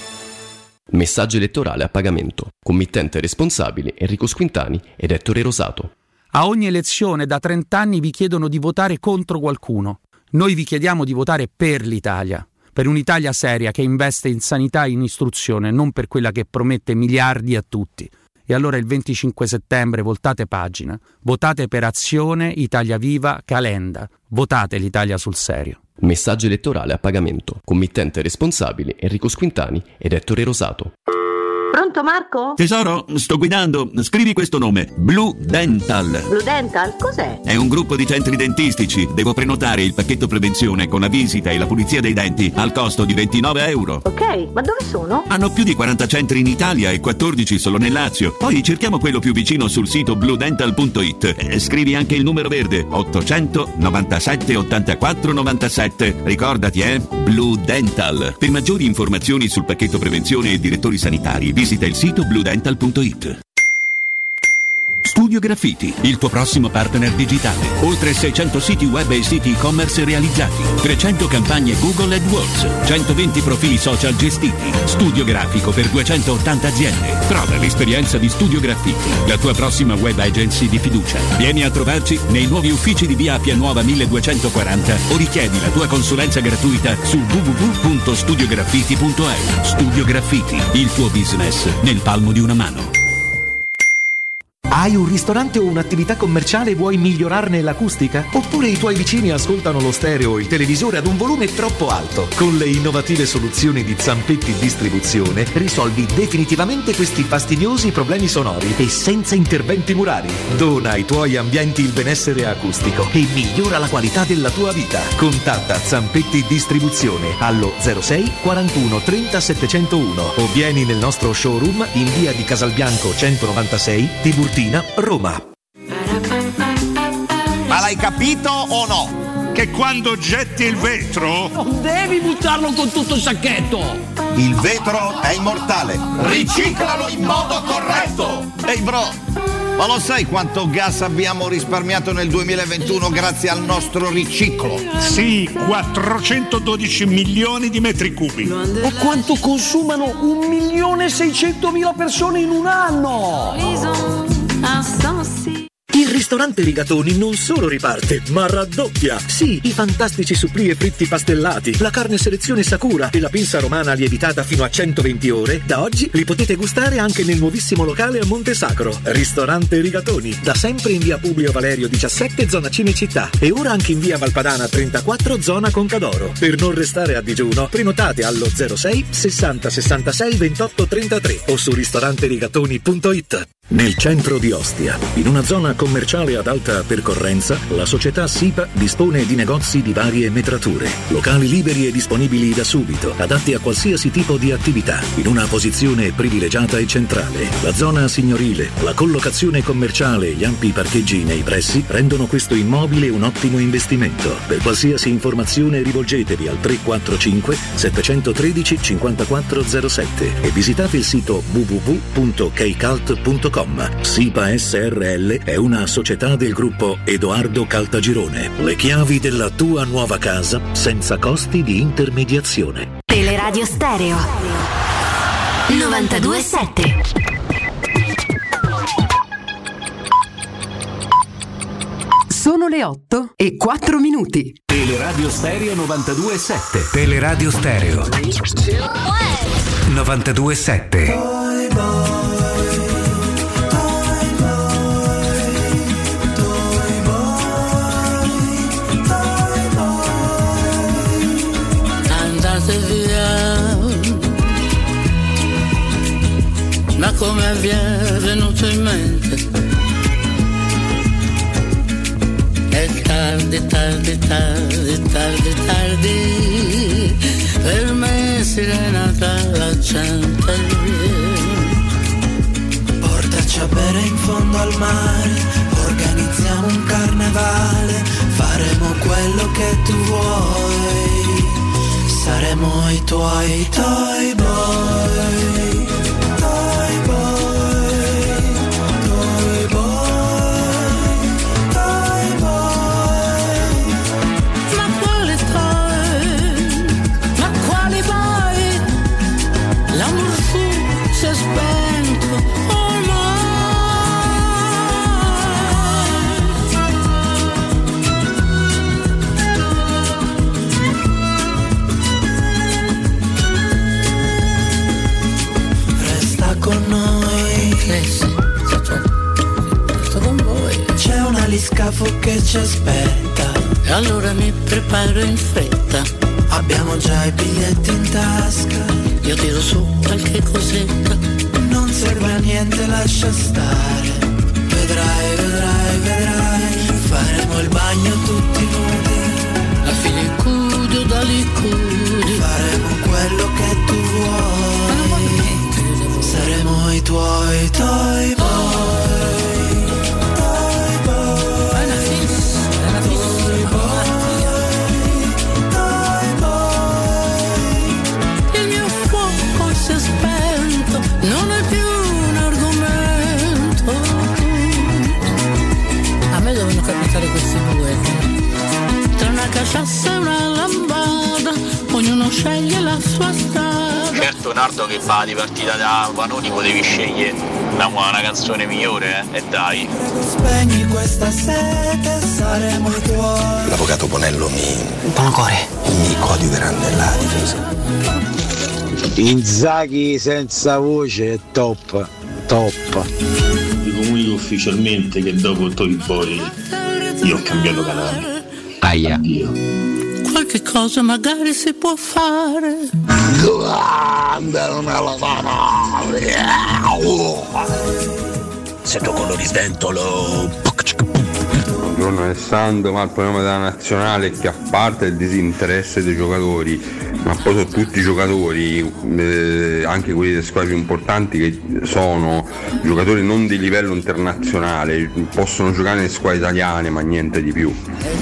Messaggio elettorale a pagamento. Committente responsabile Enrico Squintani ed Ettore Rosato. A ogni elezione da trenta anni vi chiedono di votare contro qualcuno. Noi vi chiediamo di votare per l'Italia. Per un'Italia seria che investe in sanità e in istruzione, non per quella che promette miliardi a tutti. E allora il venticinque settembre voltate pagina. Votate per Azione, Italia Viva, Calenda. Votate l'Italia sul serio. Messaggio elettorale a pagamento. Committente responsabile Enrico Squintani ed Ettore Rosato. Pronto Marco? Tesoro, sto guidando. Scrivi questo nome. Blue Dental. Blue Dental? Cos'è? È un gruppo di centri dentistici. Devo prenotare il pacchetto prevenzione con la visita e la pulizia dei denti al costo di ventinove euro. Ok, ma dove sono? Hanno più di quaranta centri in Italia e quattordici solo nel Lazio. Poi cerchiamo quello più vicino sul sito blue dental punto it. E scrivi anche il numero verde ottocento novantasette ottantaquattro novantasette. Ricordati, eh? Blue Dental. Per maggiori informazioni sul pacchetto prevenzione e direttori sanitari, visita il sito blue dental punto it. Studio Graffiti, il tuo prossimo partner digitale. Oltre seicento siti web e siti e-commerce realizzati, trecento campagne Google AdWords, centoventi profili social gestiti. Studio grafico per duecentottanta aziende. Trova l'esperienza di Studio Graffiti, la tua prossima web agency di fiducia. Vieni a trovarci nei nuovi uffici di via Appia Nuova milleduecentoquaranta o richiedi la tua consulenza gratuita su w w w punto studio graffiti punto e u. Studio Graffiti, il tuo business nel palmo di una mano. Hai un ristorante o un'attività commerciale e vuoi migliorarne l'acustica? Oppure i tuoi vicini ascoltano lo stereo o il televisore ad un volume troppo alto? Con le innovative soluzioni di Zampetti Distribuzione risolvi definitivamente questi fastidiosi problemi sonori e senza interventi murari. Dona ai tuoi ambienti il benessere acustico e migliora la qualità della tua vita. Contatta Zampetti Distribuzione allo zero sei quarantuno trenta settecentouno o vieni nel nostro showroom in via di Casalbianco centonovantasei, Tiburtina, Roma. Ma l'hai capito o no? Che quando getti il vetro non devi buttarlo con tutto il sacchetto. Il vetro è immortale. Riciclalo in modo corretto. Ehi bro, ma lo sai quanto gas abbiamo risparmiato nel duemilaventuno grazie al nostro riciclo? Sì, quattrocentododici milioni di metri cubi. E quanto consumano un milione e seicentomila persone in un anno? Il ristorante Rigatoni non solo riparte, ma raddoppia. Sì, i fantastici supplì e fritti pastellati, la carne selezione Sakura e la pinza romana lievitata fino a centoventi ore, da oggi li potete gustare anche nel nuovissimo locale a Monte Sacro. Ristorante Rigatoni, da sempre in via Publio Valerio diciassette, zona Cinecittà, e ora anche in via Valpadana trentaquattro, zona Concadoro. Per non restare a digiuno, prenotate allo zero sei sessanta sessantasei ventotto trentatré o su ristoranterigatoni punto it. Nel centro di Ostia, in una zona commerciale ad alta percorrenza, la società SIPA dispone di negozi di varie metrature, locali liberi e disponibili da subito, adatti a qualsiasi tipo di attività, in una posizione privilegiata e centrale. La zona signorile, la collocazione commerciale e gli ampi parcheggi nei pressi rendono questo immobile un ottimo investimento. Per qualsiasi informazione rivolgetevi al tre quattro cinque sette uno tre cinque zero sette e visitate il sito w w w punto keicalt punto com. SIPA S R L è una società del gruppo Edoardo Caltagirone. Le chiavi della tua nuova casa senza costi di intermediazione. Teleradio Stereo novantadue sette. Sono le otto e quattro minuti. Teleradio Stereo novantadue sette. Teleradio Stereo novantadue sette. Andate via, ma come vi è venuto in mente? È tardi, tardi, tardi, tardi, tardi, per me è sirenata la gente. Portaci a bere in fondo al mare, organizziamo un carnevale, faremo quello che tu vuoi, saremo i tuoi toy boy. Scafo che ci aspetta, e allora mi preparo in fretta. Abbiamo già i biglietti in tasca, io tiro su qualche cosetta. Non serve a niente, lascia stare. Vedrai, vedrai, vedrai, faremo il bagno tutti nudi. La filicudo da licudo, faremo quello che tu vuoi, saremo i tuoi toy boy. Non è più un argomento. A me devono capitare questi due, tra una caciassa e una lambada, ognuno sceglie la sua strada. Certo, Nardo, che fa di partita da Vanoni potevi scegliere una, una canzone migliore, eh? E dai. Spegni questa sete, saremo i tuoi. L'avvocato Bonello mi... Buon cuore. Mi coadiuverà nella difesa. Inzaghi senza voce è top, top. Vi comunico ufficialmente che dopo Toy Boy io ho cambiato canale. Aia. Addio. Qualche cosa magari si può fare. Se tocco lo risventolo. Buongiorno Alessandro, ma il problema della nazionale è che a parte il disinteresse dei giocatori, ma poi sono tutti i giocatori, eh, anche quelli delle squadre più importanti, che sono giocatori non di livello internazionale, possono giocare nelle squadre italiane ma niente di più.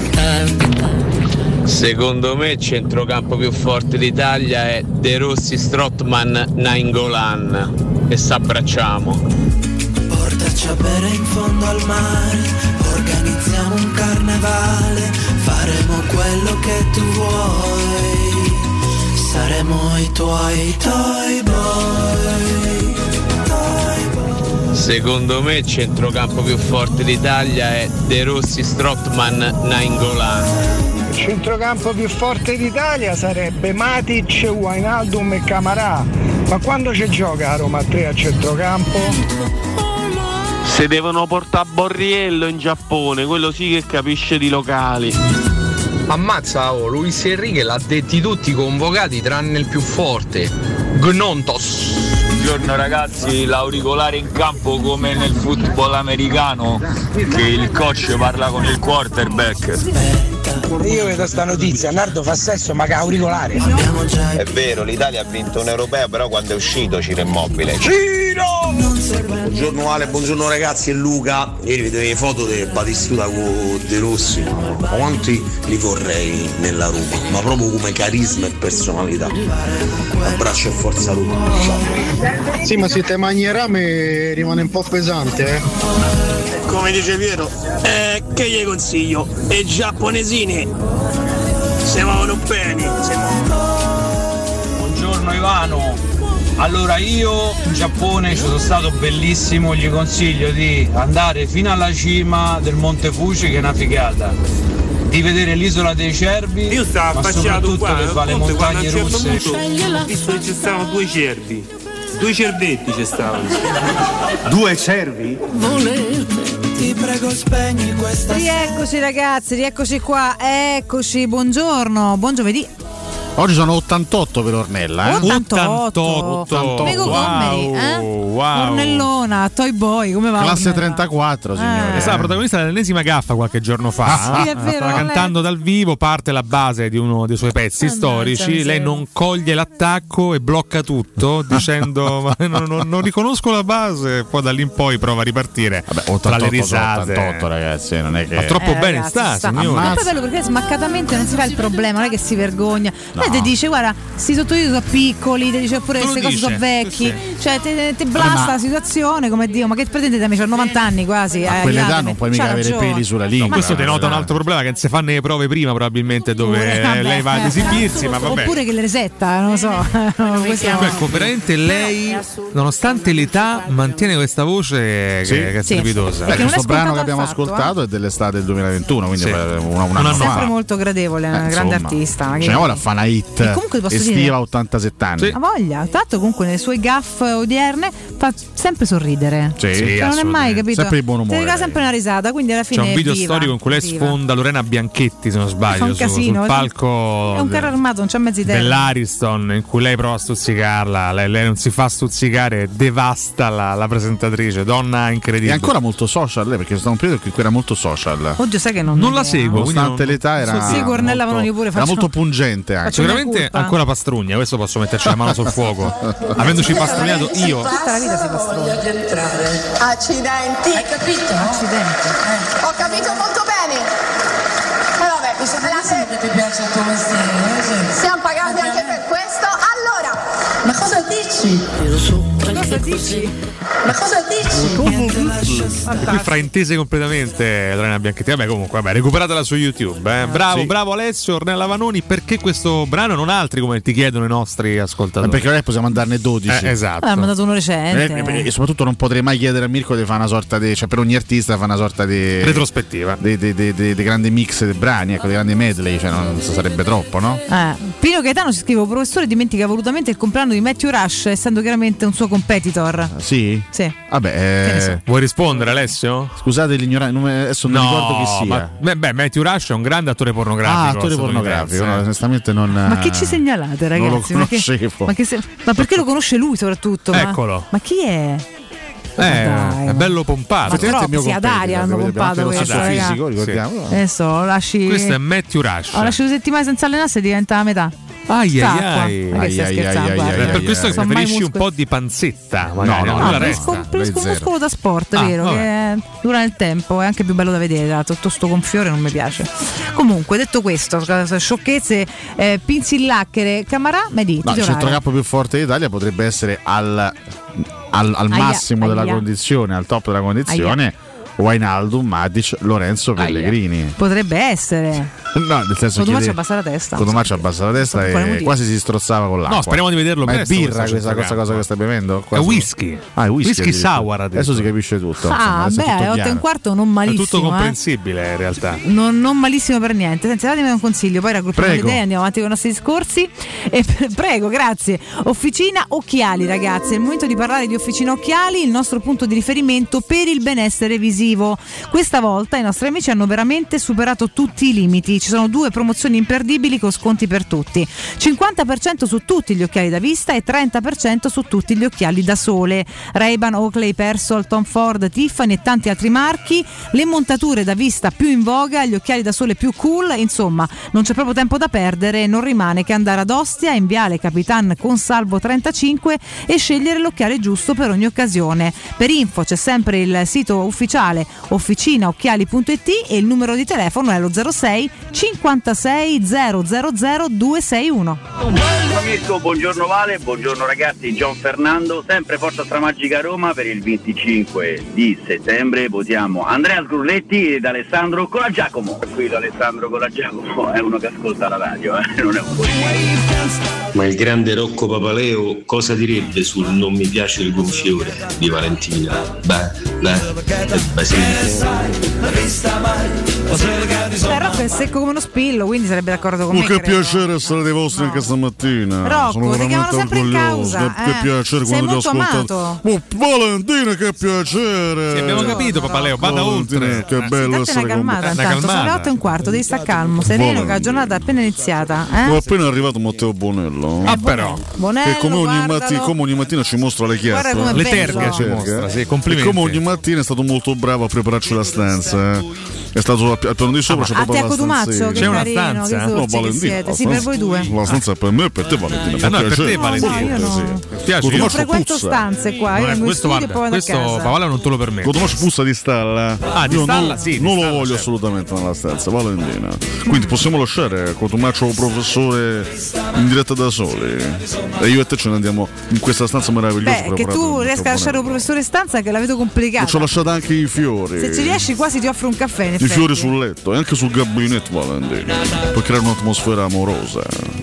Secondo me il centrocampo più forte d'Italia è De Rossi, Strootman, Nainggolan, e s'abbracciamo. Portaci a bere in fondo al mare, organizziamo un carnevale, faremo quello che tu vuoi, saremo i tuoi toy boy. Toy boy. Secondo me il centrocampo più forte d'Italia è De Rossi, Strootman, Nainggolan. Il centrocampo più forte d'Italia sarebbe Matic, Wijnaldum e Camarà, ma quando ci gioca a Roma tre a centrocampo? Se devono portare Borriello in Giappone, quello sì che capisce di locali. Ammazza, oh, Luis Enrique l'ha detti tutti convocati tranne il più forte, Gnontos. buongiorno ragazzi, l'auricolare in campo come nel football americano, che il coach parla con il quarterback. Io vedo sta notizia, Nardo fa sesso ma che auricolare. È vero, l'Italia ha vinto un europeo, però quando è uscito Ciro Immobile. Ciro! Buongiorno Ale, buongiorno ragazzi, è Luca. Ieri vedevo le foto di Batistuta con De Rossi, ma quanti li vorrei nella Roma, ma proprio come carisma e personalità. Abbraccio e forza Roma. Sì, ma se te mangi rame rimane un po' pesante, eh. Come dice Piero, eh, che gli consiglio? I giapponesini se vanno bene. Se... Buongiorno Ivano. Allora io in Giappone ci sono stato bellissimo, gli consiglio di andare fino alla cima del Monte Fuji, che è una figata, di vedere l'isola dei cervi, io stavo ma soprattutto qua, che va le montagne russe. Ho visto che ci stavano due cervi, due cervetti ci stavano. Due cervi? Ti prego spegni questa. Rieccoci ragazzi, rieccoci qua, eccoci, buongiorno, buon giovedì. Oggi sono ottantotto per Ornella, eh? ottantotto ottantotto Mego wow, Gommeri, eh? wow. Ornellona, Toy Boy, come va? Classe Ornella? trentaquattro, signore. È stata protagonista dell'ennesima gaffa qualche giorno fa. Sì, è vero, Stava cantando dal vivo, parte la base di uno dei suoi pezzi Mannaggia, storici. miseria. Lei non coglie l'attacco e blocca tutto, dicendo: ma non, non, non riconosco la base. Poi da lì in poi prova a ripartire. Vabbè, tra ottantotto le risate. ottantotto ragazzi, non è che. Ma troppo Eh, bene ragazzi, sta, sta. signore. Ma è poi bello perché smaccatamente non si fa il problema, non è che si vergogna. No. Lei ti dice guarda, sti sottolinei sono piccoli, ti dice oppure Te lo queste cose dice, sono vecchi, sì, cioè te, te blasta ma- la situazione come Dio, ma che pretendete da me? C'ho novanta anni quasi. A eh, quell'età aiutatemi. non puoi mica C'ha avere ragione. peli sulla lingua. No, questo denota un Eh. altro problema, che non si fanno le prove prima probabilmente dove Oppure, eh, vabbè, lei va ad esibirsi, ma vabbè. Oppure che le resetta, non lo so. Questo è- Ecco, veramente lei, nonostante l'età, mantiene questa voce Sì. che, che è Sì. strepitosa. Beh, non è questo brano scontato che abbiamo affatto, ascoltato è dell'estate del duemilaventuno, quindi Sì. una, un, un Un anno anno fa. sempre molto gradevole, una Eh, grande insomma, artista. ma che- cioè, ora fa una hit E comunque ti posso estiva dire- ottantasette anni. Sì. Ha voglia, tra l'altro comunque nelle sue gaffe odierne fa sempre sorridere. Sì. Sì, Cioè, non è mai assolutamente. capito. Sempre di buon umore, Ti regala sempre una risata, quindi alla C'è fine un video è viva, storico in cui lei viva. sfonda Lorena Bianchetti, se non Fa sbaglio, un su- casino, sul palco è un carro armato, non c'ha mezzi terra. dell'Ariston, in cui lei prova a stuzzicarla. Lei, lei non si fa stuzzicare, devasta la, la presentatrice, donna incredibile. È ancora molto social, lei, perché è stato un periodo in cui era molto social. Oddio, sai che non Non la idea. seguo, quindi Nonostante non- l'età era, Sì, Cornella molto, Vanoni pure era faccio- molto pungente anche. faccio mia Sicuramente colpa. ancora pastrugna, questo posso metterci la mano sul fuoco. Avendoci pastrugnato io. Tutta la vita si pastrugna. Accidenti. Hai capito? Accidenti. Ho capito molto bene. E vabbè, mi sembra che ti piace il tuo mestiere. Siamo pagati anche per questo. Allora, ma cosa dici? Cosa dici? Ma cosa dici? E qui fraintese completamente Lorena Bianchetti. Vabbè, comunque, vabbè, recuperatela su YouTube. Eh. Bravo, Sì. bravo Alessio, Ornella Vanoni. Perché questo brano, non altri come ti chiedono i nostri ascoltatori? Perché ora possiamo andarne dodici. Eh, esatto. Ah, ha mandato uno Eh, recente. E soprattutto non potrei mai chiedere a Mirko di fare una sorta di, cioè per ogni artista fa una sorta di Retrospettiva. di, di, di, di, di grande mix dei brani, ecco, di grandi medley, cioè non so, sarebbe troppo, no? Eh, Pino Gaetano ci scrive: professore dimentica volutamente il compleanno di Matthew Rush, essendo chiaramente un suo competitor. Sì? Sì. Vabbè, Che ne so. eh, Vuoi rispondere, Alessio? scusate l'ignoranza, non- adesso non ricordo chi sia. Ma, beh, beh, Matthew Rush è un grande attore pornografico. Ah, attore pornografico, no, onestamente non. Ma che ci segnalate, ragazzi? Non lo Ma che- conoscevo. ma, che se- ma perché lo conosce lui soprattutto? Ma- Eccolo. Ma, chi è? Eh, dai, è ma- bello pompato. Ma Effettivamente troppo, è il mio sì, ad aria hanno competitor, pompato abbiamo anche lo questo, stesso raga. fisico, ricordiamo. Adesso lo lasci. Questo è Matthew Rush. Lo lasci due settimane senza allenarsi e diventa la metà. Ai, ai, Stacqua. ai. Ma che stai Ai, ai, scherzando? ai, guarda. ai, Eh, per ai, questo ai. che Sono mai preferisci un muscoli. po' di panzetta, magari. no, non la No, resta. preferisco, preferisco un zero. muscolo da sport, Ah, vero? vabbè. Che dura nel tempo, è anche più bello da vedere. da Tutto sto gonfiore non mi piace. Comunque, detto questo, sciocchezze, eh, pinzillacchere, Camarà, Medi, No, il titolare. centrocampo più forte d'Italia potrebbe essere al, al, al Aia, massimo della aia. condizione, al top della condizione, Wijnaldum, Matic, Lorenzo Pellegrini. Potrebbe essere. No, nel senso Cotumaccio che abbassa la testa. Cotumaccio abbassa la testa Per quale e motivo? quasi si strozzava con l'acqua. No, speriamo di vederlo Ma è presto, birra questo questa, questa centrocampo. cosa che stai bevendo? È Quasi- whisky. Ah, è whisky. Whisky addirittura. sour, addirittura. Adesso si capisce tutto. Ah, insomma, adesso è beh, tutto a otto e chiaro. un quarto non È malissimo. tutto eh. comprensibile in realtà. Non, non malissimo per niente. Senti, datemi un consiglio, poi raggruppiamo le Prego. idee, andiamo avanti con i nostri discorsi. E, prego, grazie. Officina Occhiali, ragazzi. È il momento di parlare di Officina Occhiali, il nostro punto di riferimento per il benessere visivo. Questa volta i nostri amici hanno veramente superato tutti i limiti. ci sono due promozioni imperdibili con sconti per tutti: cinquanta per cento su tutti gli occhiali da vista e trenta per cento su tutti gli occhiali da sole. Ray-Ban, Oakley, Persol, Tom Ford, Tiffany e tanti altri marchi, le montature da vista più in voga, gli occhiali da sole più cool. Insomma, non c'è proprio tempo da perdere, non rimane che andare ad Ostia in viale Capitan Consalvo trentacinque e scegliere l'occhiale giusto per ogni occasione. Per info c'è sempre il sito ufficiale officina occhiali punto it e il numero di telefono è lo zero sei cinquantasei zero zero zero due sei uno. Amico, buongiorno Vale, buongiorno ragazzi, Gian Fernando, sempre Forza Stramagica Roma. Per il venticinque di settembre votiamo Andrea Sgrulletti ed Alessandro Colagiacomo. Qui Alessandro Colagiacomo è uno che ascolta la radio, eh? Non è un po'. Ma il grande Rocco Papaleo cosa direbbe sul non mi piace il gonfiore di Valentina? Beh, beh, beh sì. Beh, Rocco è secco come uno spillo, quindi sarebbe d'accordo con oh, me. Che credo. piacere essere dei vostri anche stamattina. Rocco, sono ti chiamano sempre in causa. Che, eh. che piacere Sei quando ti ho molto ascoltato. amato. Oh, Valentina, che piacere. Sì, abbiamo capito, Papaleo, vada oltre. Che bello Date una calmata, con... intanto sono le otto e un quarto, devi stare calmo, sereno, che la giornata è appena iniziata. Eh? Ho appena arrivato Matteo Bonello. Ah, però. Bonello, che come ogni, guardalo. matti- come ogni mattina ci mostra le chiappe. Guarda com'è Le bello. terghe ci mostra, sì, complimenti. E come ogni mattina è stato molto bravo a prepararci la stanza. Eh. È stato al al piano di sopra, c'è A te proprio a la Cotumaccio, stanza. che C'è una carino, stanza? che No, sorci che Valentina, siete. la Sì, per stanza- voi due. La stanza è per me e per te, Valentina. Ah, no, è per piacere. te, Valentina. No, io no. Sì. Piace, io Non Cotumaccio frequento puzza. stanze qua, io Non è- vengo in questo, studio e guarda, poi vado a questo casa. Papaleo non te lo permette. Cotumaccio puzza di stalla. Ah, di Io stalla, non, sì, di non lo stalla, voglio certo. assolutamente nella stanza, Valentina. Quindi possiamo lasciare Cotumaccio professore in diretta da soli. E io e te ce ne andiamo in questa stanza meravigliosa. Beh, che preparata tu da riesca a lasciare un professore in stanza che la vedo complicata. Ci ho lasciato anche i fiori. Se ci riesci quasi ti offro un caffè, in I effetti. fiori sul letto e anche sul gabinetto, Valentina, per creare un'atmosfera amorosa.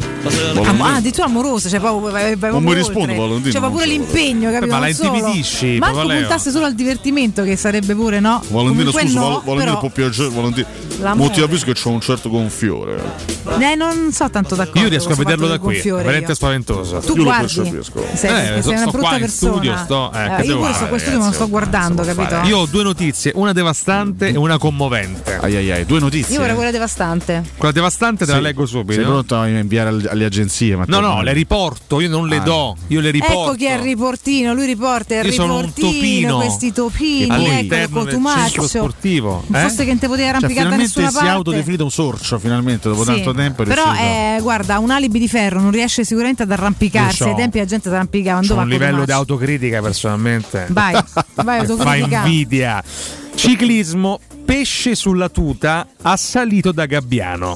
Am- ah, addirittura amorosa, cioè proprio vai, vai Non mi oltre. risponde, Valentina, Cioè, non pure so. l'impegno, capito? Ma la Non solo. intimidisci, Manco Papaleo. puntasse solo al divertimento, che sarebbe pure, no? Valentina, Comunque scusa, no, Val- Valentina però può piacere, Valentina. L'amore. Mo ti avviso che c'ho un certo gonfiore. Eh, non so tanto d'accordo. Io riesco a con questo vederlo da fatto del qui, gonfiore veramente io. spaventoso. Tu Io lo guardi, percepisco. sei, Eh, perché sto- sei una sto brutta qua in persona. studio, sto- eh, che io devo pure fare, sto qua in studio, ma non sto ragazzi? guardando, capito? Io ho due notizie, una devastante e una commovente. Ai ai ai, due notizie. Io vorrei quella devastante. Quella devastante te la Sì. leggo subito. Sei pronto a inviare alle, alle agenzie? No, Matteo? no, le riporto, io non le Ah. do, io le riporto. Ecco chi è il riportino, lui riporta il Io sono un riportino, topino questi topini, ecco all'interno del centro Cotumaccio. sportivo. Non Eh? fosse che non te poteva Cioè, arrampicare da finalmente nessuna si è parte. autodefinito un sorcio, finalmente, dopo Sì, tanto tempo. è però riuscito. eh, guarda, un alibi di ferro, non riesce sicuramente ad arrampicarsi. Lo so. Ai tempi la gente si arrampicava, C'ho andava un a livello di Cotumaccio. autocritica personalmente. Vai, vai, Fa autocritica. invidia. Ciclismo, pesce sulla tuta assalito da gabbiano.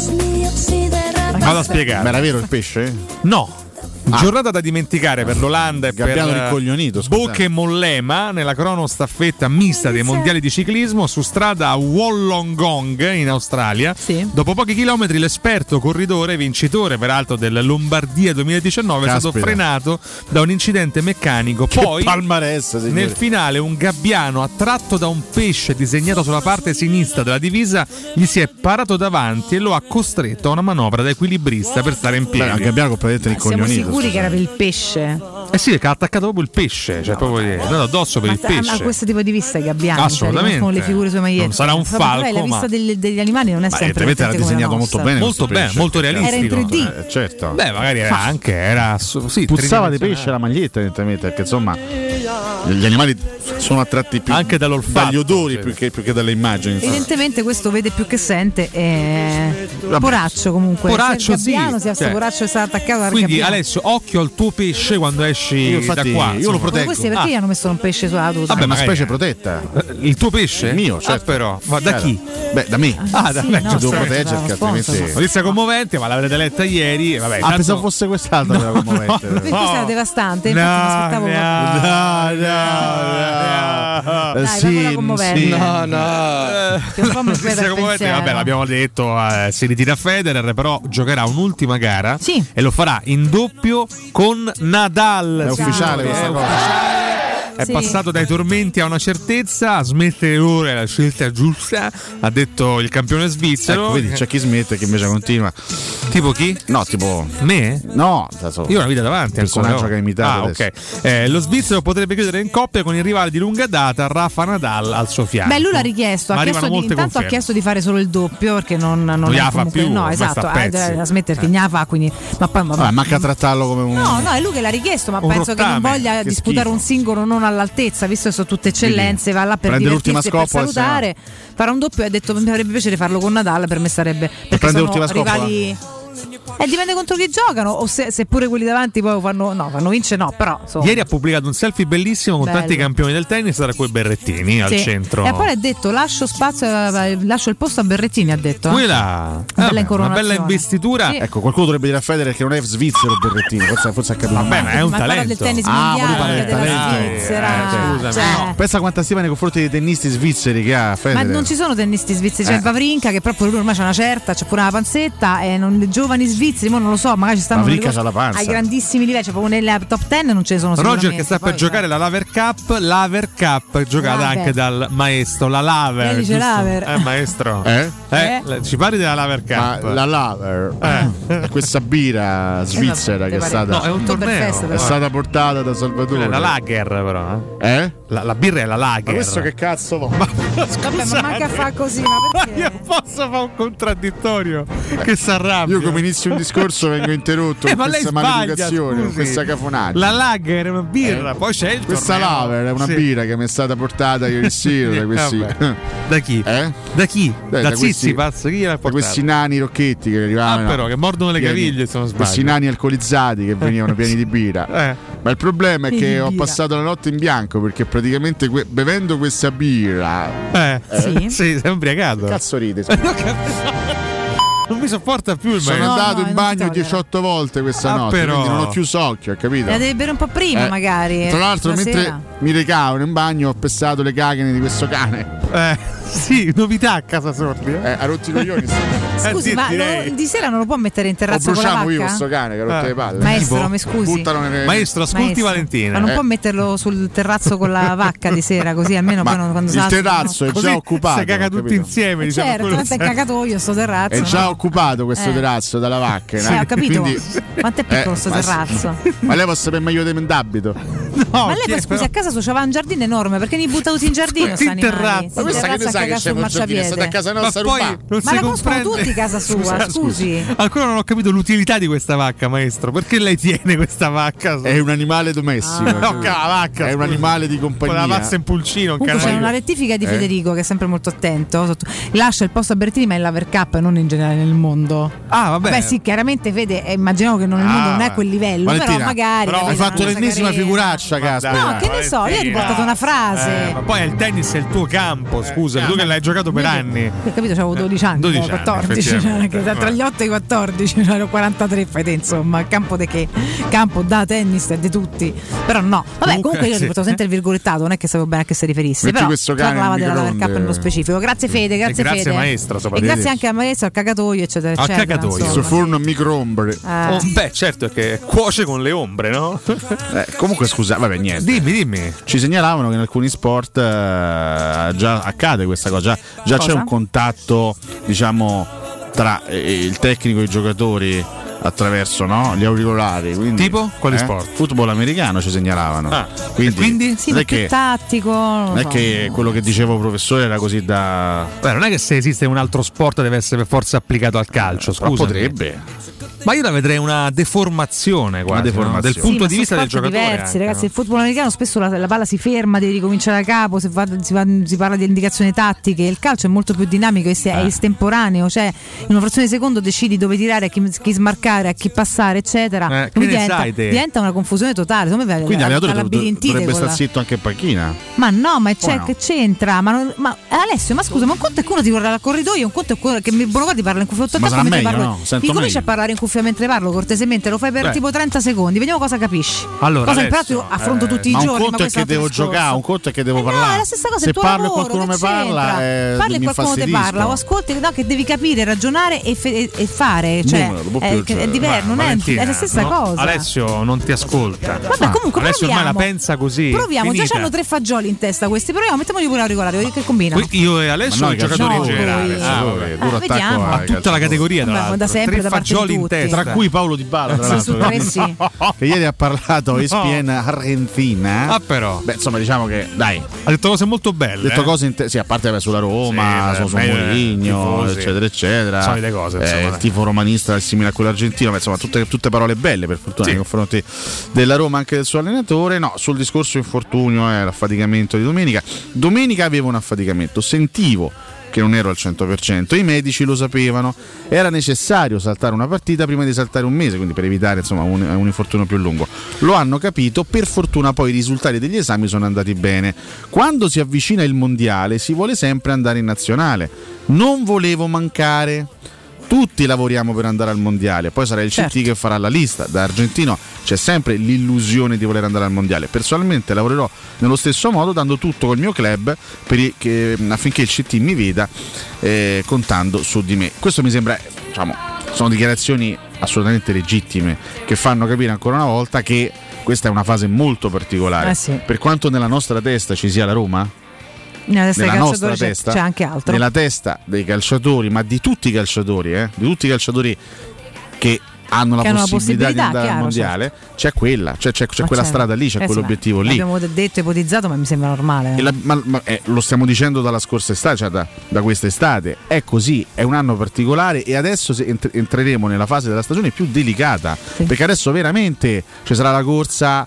Vado a spiegare. Ma era vero il pesce? No. Giornata da dimenticare per l'Olanda e per Gabbiano ricoglionito, scusate. Bocche Mollema nella cronostaffetta mista dei mondiali di ciclismo su strada a Wollongong in Australia. Sì. Dopo pochi chilometri l'esperto corridore, vincitore peraltro del Lombardia duemiladiciannove, è stato Caspita. frenato da un incidente meccanico. Che Poi palmarès, signori. nel finale un gabbiano attratto da un pesce disegnato sulla parte sinistra della divisa gli si è parato davanti e lo ha costretto a una manovra da equilibrista per stare in Beh, piedi. un gabbiano completamente Siamo ricoglionito. sicuri che era per il pesce? Eh sì, che ha attaccato proprio il pesce, cioè proprio è andato addosso per Ma il t- pesce. a questo tipo di vista i gabbiani, Assolutamente. con le figure sulle magliette. Non sarà un Proprio, falco, sai, la vista ma- degli, degli animali non è Ma sempre evidentemente era esattamente come la disegnato molto nostra. bene. Molto questo bene, pesce. molto Era in realistico. tre D. Eh, certo. Beh, magari era anche era su- sì, Puzzava di tridimensionale. pesce la maglietta, evidentemente, perché insomma gli animali sono attratti più Anche dall'olfatto, dagli odori sì. più che, più che dalle immagini. insomma. Evidentemente questo vede più che sente. E... Poraccio comunque. Poraccio, sia il gabbiano, sì, sia questo cioè. poraccio che sta attaccato al Quindi gabbiano. Alessio, occhio al tuo pesce quando esci Io infatti- da qua. io lo insomma. proteggo. Ma questi perché Ah. gli hanno messo un pesce sulla tuta? Vabbè, È una magari- specie protetta. Eh, Il tuo pesce? Il mio, Ah, certo. però. Ma da Certo. chi? Beh, da me. Ah, da sì, me. no, Ci devo certo, proteggere, no, che sponsor. altrimenti. Notizia commovente, ma l'avrete letta ieri. Vabbè, Ah, tanto- pensavo fosse quest'altra quella commovente. Perché questa era devastante, infatti No, mi aspettavo no, qualcosa. no, no. Eh, Dai, sì, vai con la commovente. sì. No, no. Che un po' mi Notizia spera il commovente, pensiero. vabbè, l'abbiamo detto, eh, si ritira Federer, però giocherà un'ultima gara Sì. e lo farà in doppio con Nadal. È ufficiale Signori, questa è cosa. ufficiale. è Sì. passato dai tormenti a una certezza, a smettere ora è la scelta giusta, ha detto il campione svizzero. Ecco, vedi, c'è chi smette, chi invece continua. Tipo chi? No, tipo me? No, adesso, io ho una vita davanti, il personaggio ancora. che hai imitato. Ah, ok. Eh, lo svizzero potrebbe chiudere in coppia con il rivale di lunga data Rafa Nadal al suo fianco. Beh, lui l'ha richiesto, Ma ha chiesto arrivano di, molte intanto conferme. ha chiesto di fare solo il doppio perché non, non, Non è gliela fa comunque, più, no, ormai esatto, sta a ha pezzi. da smettere che gnava fa, quindi ma poi vabbè. Vabbè, manca a trattarlo come un. No, no, è lui che l'ha richiesto, ma Un penso che non rottame, voglia che disputare schifo. un singolo non all'altezza, visto che sono tutte eccellenze, va là per prende l'ultima divertirsi e per scoppola, salutare, farà un doppio e ha detto mi avrebbe piacere farlo con Nadal, per me sarebbe perché prende sono l'ultima scoppola? rivali. E dipende contro chi giocano, o se, se pure quelli davanti poi fanno. No, fanno vince, no, però. Insomma. Ieri ha pubblicato un selfie bellissimo con Bello. tanti campioni del tennis tra quei berrettini al Sì. centro. E poi ha detto lascio spazio, eh, lascio il posto a Berrettini, ha detto. eh. Quella Bella una incoronazione. bella investitura. Sì. Ecco, qualcuno dovrebbe dire a Federer che non è svizzero Berrettini, forse, forse è capito. Vabbè, ma è un Ma parla talento. del tennis Ah, mondiale, lui parla del della talento. Svizzera. Eh, scusami, Cioè, no. Pensa quanta stima nei confronti dei tennisti svizzeri che ha Ma Federer. non ci sono tennisti svizzeri, c'è Eh. il Wawrinka che proprio lui ormai c'ha una certa, c'ha pure una panzetta e non, giovani svizzeri, ma non lo so, magari ci stanno Wawrinka non c'ha la panza. ai grandissimi livelli, cioè proprio nelle top dieci non ce ne sono Roger sicuramente. che sta per Poi, giocare la Laver Cup, Laver Cup giocata Laver. anche dal maestro, la Laver. Lei dice giusto? Laver. Eh, maestro. Eh? Eh, la- Ci parli della Laver Ma Cup? la Laver Eh. è questa birra svizzera Eh, che è vabbè, stata, No, è un torneo. è stata portata da Salvatore. Quella è la Lager però. Eh? Eh? La, la birra è la Lager. Ma questo che cazzo va? Vabbè, ma manca a fa così, ma perché? Io posso fare un contraddittorio che si arrabbia. Io come inizio un discorso vengo interrotto Eh, con ma lei questa sbaglia, maleducazione, con scusi. questa cafonata. La Lager è una birra, Eh. poi c'è il Questa torneo. Laver è una Sì. birra che mi è stata portata ieri sera da questi. Vabbè. Da chi? Eh? Da chi? Dai, da da questi- Zizipas? Chi gliel'ha Da portato? questi nani rocchetti che Ah, arrivavano. però, che mordono le pieni- caviglie, se non sbaglio. Questi nani alcolizzati che venivano pieni di birra. Eh. Ma il problema è Pieni che di ho birra. passato la notte in bianco perché praticamente que- bevendo questa birra. Eh, Sì. sì, sei ubriacato. Cazzo ride? Non mi sopporta più il Sono maestro. andato no, in non bagno togliere. diciotto volte questa Ah, notte, però. quindi non ho chiuso occhio, ho capito? La devi bere un po' prima, Eh, magari. Tra l'altro, la mentre sera. mi recavo in bagno, ho pestato le cagine di questo cane. Eh, sì, novità a casa sordi. Eh? Eh, ha rotto i coglioni. Scusi, Eh, ma direi. non- di sera non lo può mettere in Lo terrazzo con la bruciamo io vacca? questo cane che ha rotto Eh. le palle. Maestro, Tipo? mi scusi. Buttalo nelle... Maestro, ascolti Maestro, Valentina. Ma non Eh. può metterlo sul terrazzo con la vacca di sera, così almeno Ma poi non- quando il salta- terrazzo è Così già occupato. si caga ho tutti capito? insieme. Eh, Diciamo, certo, quello tanto è che- cagato io sto terrazzo. È già no? occupato questo Eh. terrazzo dalla vacca. Sì, ho capito. Quanto è piccolo Eh, sto ma sì. terrazzo? Ma lei può sapere meglio di me d'abito. No, Ma lei chi poi è, scusi, però? a casa sua c'aveva un giardino enorme, perché li butta tutti in giardino Tutti sti in animali? terrazzo. Sì, Ma questa che terrazzo ne a sa che cagare c'è sul un giardino? È stata a marciapiede. casa Ma nostra a poi rubare. non Ma si la conoscono comprende. tutti casa sua, Scusa, scusi. Ancora non ho capito l'utilità di questa vacca, maestro. Perché lei tiene questa vacca? È un animale domestico. Ah. No, la vacca. È un scusi. animale di compagnia. Con la pazza in pulcino, un Comunque c'è canale. una rettifica di Eh? Federico che è sempre molto attento. Sotto- Lascia il posto a Bertini, ma in Laver Cup e non in generale nel mondo. Ah, vabbè. Beh, sì, chiaramente Fede, eh, immaginavo che non nel mondo Ah, non è a quel livello, Valentina, però magari. però hai capito, fatto una cosa l'ennesima carina. figuraccia, Ma Caspera. No, che ne so, io ho riportato una frase. Eh, ma poi il tennis è il tuo campo, scusa, tu che l'hai giocato per anni. Ho capito, avevo dodici anni, dodici no, anni, quattordici, cioè, effettivamente. che tra gli otto e i quattordici, cioè, ero quarantatré, fai te, insomma, campo di che? Campo da tennis e di tutti. Però no, vabbè, Comunque, comunque io ho sì. riportato sempre il virgolettato, non è che sapevo bene a che si riferisse, Metti però questo cane parlava nel della Laver microonde. Cup nello specifico. Grazie Fede, grazie, grazie, Fede. maestro, E soprattutto. grazie anche al maestro, al cagatoio, eccetera, Al eccetera. cagatoio. insomma. Questo forno a microombre. Eh. Oh, beh, certo che cuoce con le ombre, no? Eh, comunque scusa, vabbè, niente. Dimmi, dimmi. Ci segnalavano che in alcuni sport eh, già accade questa cosa, già, già c'è Cosa? un contatto, diciamo, tra eh, il tecnico e i giocatori attraverso, no? Gli auricolari. Quindi, Tipo? Quali eh? sport? Football americano ci segnalavano. Ah, quindi, e quindi? Sì, non ma è più che, tattico. Non, non lo è so. che quello che diceva il professore era così da. Beh, non è che se esiste un altro sport deve essere per forza applicato al calcio, Però scusa. potrebbe. Ma io la vedrei una deformazione, quasi, deformazione. no? Del Sì, punto ma di sono vista del sport giocatore. diversi, anche, ragazzi. no? Il football americano spesso la, la palla si ferma, devi ricominciare da capo, si, fa- si, fa- si parla di indicazioni tattiche. Il calcio è molto più dinamico, è, è estemporaneo, cioè in una frazione di secondo decidi dove tirare, a chi, chi smarcare, a chi passare, eccetera. Eh, che Quindi ne diventa, sai te? diventa una confusione totale. Come vai Quindi a- l'allenatore a dov- labirintite dovrebbe con stare la- zitto anche in panchina. Ma no, ma c'è, Oh, no. che c'entra? Ma, non- ma Alessio, ma scusa, ma un conto è che uno ti corre al corridoio, un conto è quello che mi Bonovardi parla in cuffia. Ma sarà come ti meglio, parlo- no? Sento Ti cominci meglio. a parlare in cuffia cuffia mentre parlo, cortesemente, lo fai per Beh. tipo trenta secondi, vediamo cosa capisci. Allora, cosa Alessio, però io affronto eh, tutti i ma giorni. un conto ma è che devo giocare, un conto è che devo No, parlare. è la stessa cosa, Se il tuo parlo e lavoro, qualcuno che mi parla, c'entra? eh, Parli e mi qualcuno ti infastidisco. parla, o ascolti, no, che devi capire, ragionare e, fe- e fare, cioè No, non può è, più, è cioè, diverso, non è, Valentina, è la stessa no, cosa. Alessio non ti ascolta. Vabbè, comunque Alessio ormai proviamo. la pensa così. Proviamo, finita. già c'hanno tre fagioli in testa questi, proviamo, mettiamogli pure auricolare, vedi che combinano. Poi io e Alessio Ma no, i giocatori in calciatori, generale. voi. Ah, Duro vabbè. attacco vediamo. ai Ma tutta la calciatori. categoria tra Vabbè, l'altro. da sempre, tre da parte di fagioli in tutti. testa. Tra cui Paolo Di Bala, tra Sì, l'altro, su tre sì. che ieri ha parlato E S P N Argentina. Ah, però. Beh, insomma, diciamo che dai, Ha detto cose molto belle. ha detto eh. cose inte- sì, a parte vabbè, sulla Roma, Sì, su, su beh, Mourinho, tifosi. eccetera, eccetera. Solite cose, Eh, insomma, il dai. tifo romanista è simile a quello argentino, ma insomma, tutte, tutte parole belle per fortuna Sì. nei confronti della Roma, anche del suo allenatore. No, sul discorso infortunio e l'affaticamento di domenica. Domenica avevo un affaticamento, sentivo che non ero al cento per cento, i medici lo sapevano, era necessario saltare una partita prima di saltare un mese, quindi per evitare insomma un, un infortunio più lungo. Lo hanno capito, per fortuna poi i risultati degli esami sono andati bene. Quando si avvicina il mondiale si vuole sempre andare in nazionale, non volevo mancare. Tutti lavoriamo per andare al mondiale, poi sarà il C T Certo. che farà la lista. Da argentino c'è sempre l'illusione di voler andare al mondiale. Personalmente lavorerò nello stesso modo, dando tutto col mio club per i- che- affinché il C T mi veda, eh, contando su di me. Questo mi sembra, diciamo, sono dichiarazioni assolutamente legittime che fanno capire ancora una volta che questa è una fase molto particolare. Eh sì. Per quanto nella nostra testa ci sia la Roma, Nella testa nella dei nostra calciatori c'è, testa, c'è anche altro. nella testa dei calciatori, ma di tutti i calciatori, eh, di tutti i calciatori che hanno la Che hanno la possibilità, di possibilità, andare al chiaro, mondiale, c'è quella, cioè, c'è, c'è Ma quella certo. strada lì, c'è Eh sì, quell'obiettivo ma lì. L'abbiamo detto, ipotizzato, ma mi sembra normale. E la- ma- ma- eh, lo stiamo dicendo dalla scorsa estate, cioè da, da quest'estate. È così, è un anno particolare e adesso se ent- entreremo nella fase della stagione più delicata. Perché adesso veramente ci sarà la corsa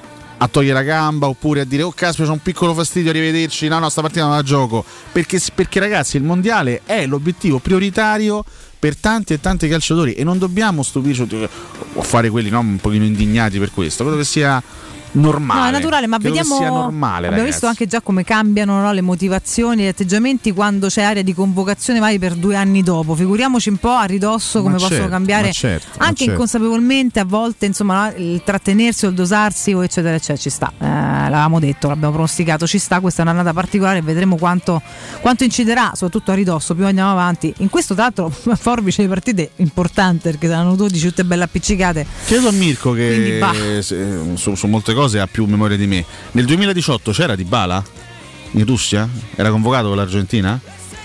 a togliere la gamba oppure a dire oh caspita c'è un piccolo fastidio, arrivederci, no no sta partita non la gioco, perché, perché ragazzi il mondiale è l'obiettivo prioritario per tanti e tanti calciatori e non dobbiamo stupirci o fare quelli no, un pochino indignati per questo, credo che sia normale. No, è naturale, ma Credo che vediamo. sia normale, abbiamo ragazzi. visto anche già come cambiano, no, le motivazioni, gli atteggiamenti quando c'è area di convocazione vai per due anni dopo. Figuriamoci un po' a ridosso come Ma possono certo, cambiare ma certo, ma anche certo. inconsapevolmente a volte, insomma, no, il trattenersi o il dosarsi o eccetera eccetera ci sta. Eh, l'avevamo detto, l'abbiamo pronosticato, ci sta, questa è un'annata particolare, vedremo quanto, quanto inciderà, soprattutto a ridosso, più andiamo avanti. In questo tra l'altro forbice di partite importante perché saranno dodici tutte belle appiccicate. Chiedo a Mirko Quindi, che bah. se- su, su molte cose ha più memoria di me. Nel duemiladiciotto c'era Dybala in Russia? Era convocato con l'Argentina?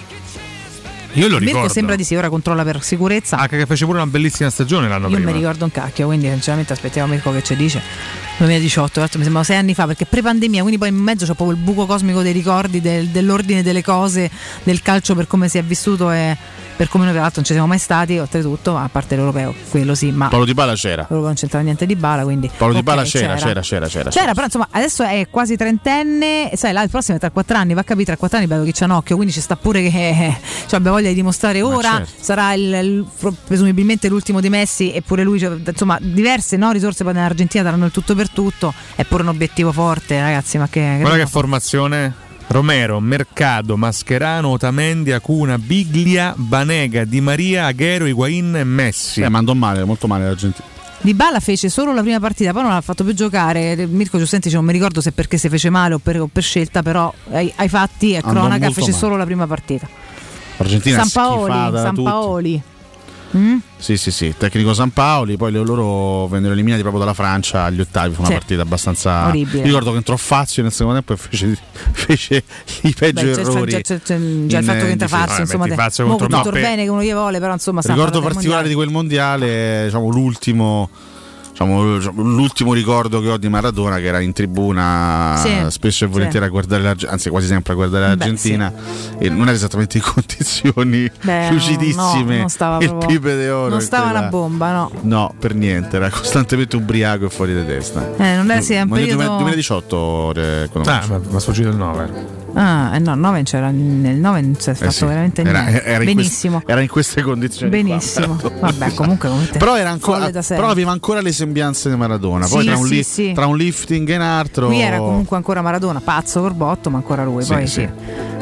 Io lo Mirko ricordo. sembra di sì, ora controlla per sicurezza. Anche che fece pure una bellissima stagione l'anno Io prima. mi ricordo un cacchio, quindi sinceramente aspettiamo Mirko che ci dice. duemiladiciotto, tra l'altro mi sembra sei anni fa, perché pre-pandemia, quindi poi in mezzo c'è proprio il buco cosmico dei ricordi, del- dell'ordine delle cose, del calcio per come si è vissuto e per come noi tra l'altro non ci siamo mai stati, oltretutto, a parte l'europeo, quello sì, ma Paolo Dybala c'era. l'europeo non c'entrava niente di Bala, quindi Paolo ok, Dybala c'era, c'era, c'era, c'era. C'era, però insomma adesso è quasi trentenne, sai, là il prossimo è tra quattro anni, va a capire tra quattro anni bello chi c'ha un occhio, quindi ci sta pure che eh, cioè, abbia voglia di dimostrare ora, certo. sarà il, il- presumibilmente l'ultimo di Messi, eppure lui, cioè, insomma diverse no, risorse poi nell'Argentina daranno il tutto per tutto, è pure un obiettivo forte ragazzi, ma che... Guarda che formazione: Romero, Mercado, Mascherano, Otamendi, Acuna, Biglia, Banega, Di Maria, Aguero, Higuain e Messi. Eh, ma andò male, molto male l'Argentina. Dybala fece solo la prima partita, poi non l'ha fatto più giocare. Mirko Giustenti dice, non mi ricordo se perché si fece male o per, o per scelta, però ai, ai fatti è Andò cronaca, molto fece male. solo la prima partita. L'Argentina Sampaoli, schifata da tutti. Sampaoli. Mm? Sì, sì, sì, tecnico Sampaoli, poi le- loro vennero eliminati proprio dalla Francia agli ottavi, fu una Sì. partita abbastanza Orribile. Ricordo che entrò Fazio nel secondo tempo e fece, fece i peggio Beh, c'è, errori. c'è, c'è, c'è già il in- fatto che in entra difesa. Fazio, Eh, insomma, metti te- Fazio mo contro con tutto il Mbappé. bene che uno gli vuole, però insomma sta Ricordo parlando del particolare di quel mondiale, diciamo l'ultimo diciamo, l'ultimo ricordo che ho di Maradona, che era in tribuna Sì, spesso e volentieri sì. a guardare l'Argentina, anzi quasi sempre a guardare Beh, l'Argentina, e non era esattamente in condizioni Beh, lucidissime. no, non stava il proprio- pipe de oro non in stava quella- una bomba, no. No, per niente, era costantemente ubriaco e fuori di testa. Eh, non è, sì, è un Ma nel periodo... duemiladiciotto eh, Ah, ma ma sfuggito il nove. Ah, eh no, nove non c'era, nel nove non c'è stato Eh sì, veramente era, niente. era in Benissimo. queste, era in queste condizioni. qua, Benissimo. Maradona. Vabbè, comunque, comunque Però, era ancora, folle da sé. però aveva ancora le sembianze di Maradona. Poi Sì, tra, un sì, li- sì. tra un lifting e un altro. Qui era comunque ancora Maradona, pazzo per botto, ma ancora lui. Sì, Poi sì. sì.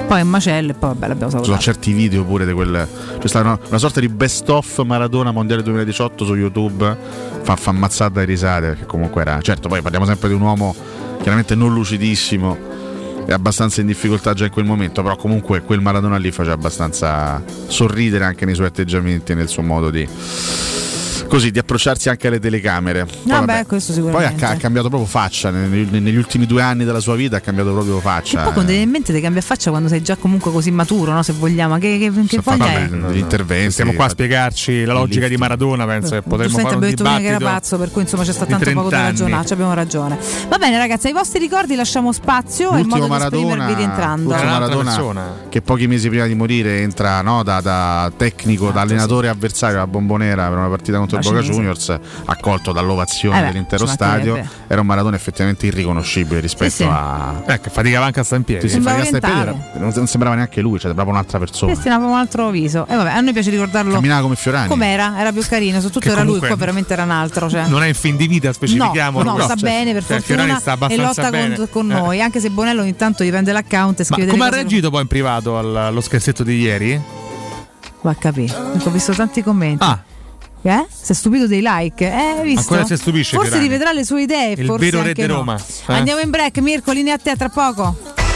poi in macello e poi vabbè l'abbiamo salutato. Sono certi video pure di quel, c'è stata una, una sorta di best of Maradona mondiale duemiladiciotto su YouTube, fa, fa ammazzare dai risate, perché comunque era, certo, poi parliamo sempre di un uomo chiaramente non lucidissimo e abbastanza in difficoltà già in quel momento, però comunque quel Maradona lì faceva abbastanza sorridere anche nei suoi atteggiamenti e nel suo modo di così di approcciarsi anche alle telecamere. Poi, no, vabbè, beh, questo sicuramente. poi ha, ha cambiato proprio faccia negli, negli ultimi due anni della sua vita, ha cambiato proprio faccia. E poi quando in mente ti cambia faccia quando sei già comunque così maturo, no? Se vogliamo, che, che, che voglia è? Gli interventi. Stiamo qua a spiegarci la logica di Maradona, penso che potremmo fare un detto dibattito. Che era pazzo, per cui insomma c'è stato tanto poco da ragionare, abbiamo ragione. Va bene ragazzi, ai vostri ricordi lasciamo spazio in modo da esprimervi rientrando. L'ultimo Maradona che pochi mesi prima di morire entra, no, da, da tecnico, da allenatore avversario alla Bombonera per una partita contro il Boca Juniors, accolto dall'ovazione eh beh, dell'intero stadio. Era un Maradona effettivamente irriconoscibile rispetto sì, sì. a eh, che faticava anche a stare in piedi, sì, sì, faticava a stare in piedi era, non sembrava neanche lui, cioè proprio un'altra persona. Sì, sembrava un altro viso. E eh, vabbè, a noi piace ricordarlo. Camminava come Fiorani. Com'era? Era più carino, soprattutto era lui, qua veramente era un altro, cioè. Non è in fin di vita, specifichiamo. No, no, sta cioè, bene per cioè, fortuna sta e lotta bene. con, con eh. noi, anche se Bonello ogni tanto gli prende l'account e scrive. Ma come ha reagito poi in privato allo scherzetto di ieri? Va a capire. Ho visto tanti commenti. Ah. Eh? Si è stupito dei like, eh? Visto? Ancora si stupisce. Forse Pirani. rivedrà le sue idee. Il forse vero re anche di no. Roma. Eh? Andiamo in break, Mirko, linea a te tra poco.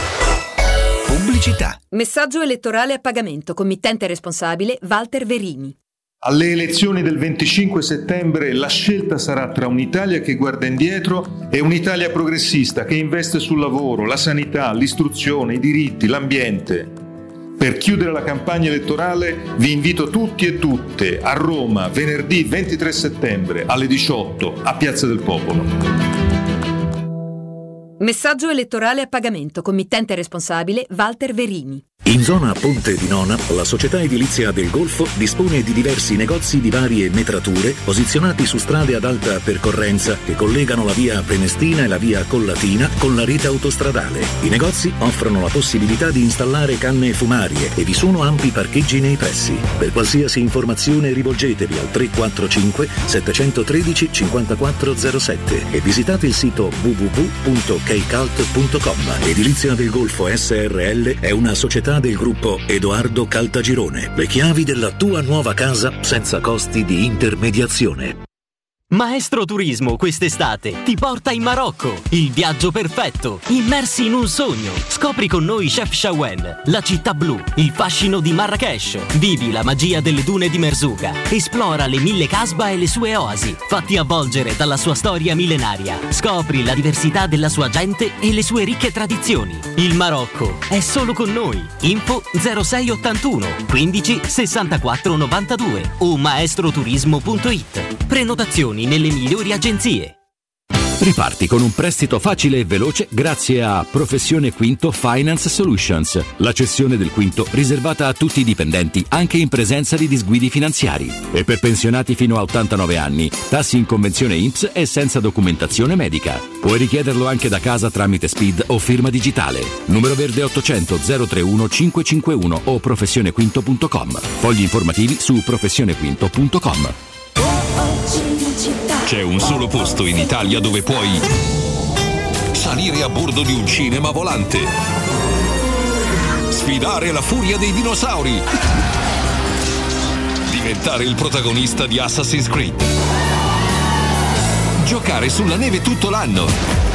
Pubblicità. Messaggio elettorale a pagamento. Committente responsabile Walter Verini. Alle elezioni del venticinque settembre la scelta sarà tra un'Italia che guarda indietro e un'Italia progressista che investe sul lavoro, la sanità, l'istruzione, i diritti, l'ambiente. Per chiudere la campagna elettorale vi invito tutti e tutte a Roma venerdì ventitré settembre alle diciotto a Piazza del Popolo. Messaggio elettorale a pagamento. Committente responsabile Walter Verini. In zona Ponte di Nona, la società edilizia del Golfo dispone di diversi negozi di varie metrature posizionati su strade ad alta percorrenza che collegano la via Prenestina e la via Collatina con la rete autostradale. I negozi offrono la possibilità di installare canne fumarie e vi sono ampi parcheggi nei pressi. Per qualsiasi informazione rivolgetevi al tre quattro cinque sette uno tre cinque quattro zero sette e visitate il sito w w w punto keicalt punto com. Edilizia del Golfo S R L è una società del gruppo Edoardo Caltagirone. Le chiavi della tua nuova casa senza costi di intermediazione. Maestro Turismo quest'estate ti porta in Marocco. Il viaggio perfetto, immersi in un sogno. Scopri con noi Chef Shawen, la città blu, il fascino di Marrakech. Vivi la magia delle dune di Merzouga. Esplora le mille casba e le sue oasi. Fatti avvolgere dalla sua storia millenaria. Scopri la diversità della sua gente e le sue ricche tradizioni. Il Marocco è solo con noi. Info zero sei ottantuno quindici sessantaquattro novantadue o maestroturismo punto it. Prenotazioni nelle migliori agenzie. Riparti con un prestito facile e veloce grazie a Professione Quinto Finance Solutions, la cessione del quinto riservata a tutti i dipendenti anche in presenza di disguidi finanziari. E per pensionati fino a ottantanove anni, tassi in convenzione I N P S e senza documentazione medica. Puoi richiederlo anche da casa tramite S P I D o firma digitale. Numero verde ottocento zero trentuno cinquecentocinquantuno o professionequinto punto com. Fogli informativi su professionequinto punto com. C'è un solo posto in Italia dove puoi salire a bordo di un cinema volante, sfidare la furia dei dinosauri, diventare il protagonista di Assassin's Creed, giocare sulla neve tutto l'anno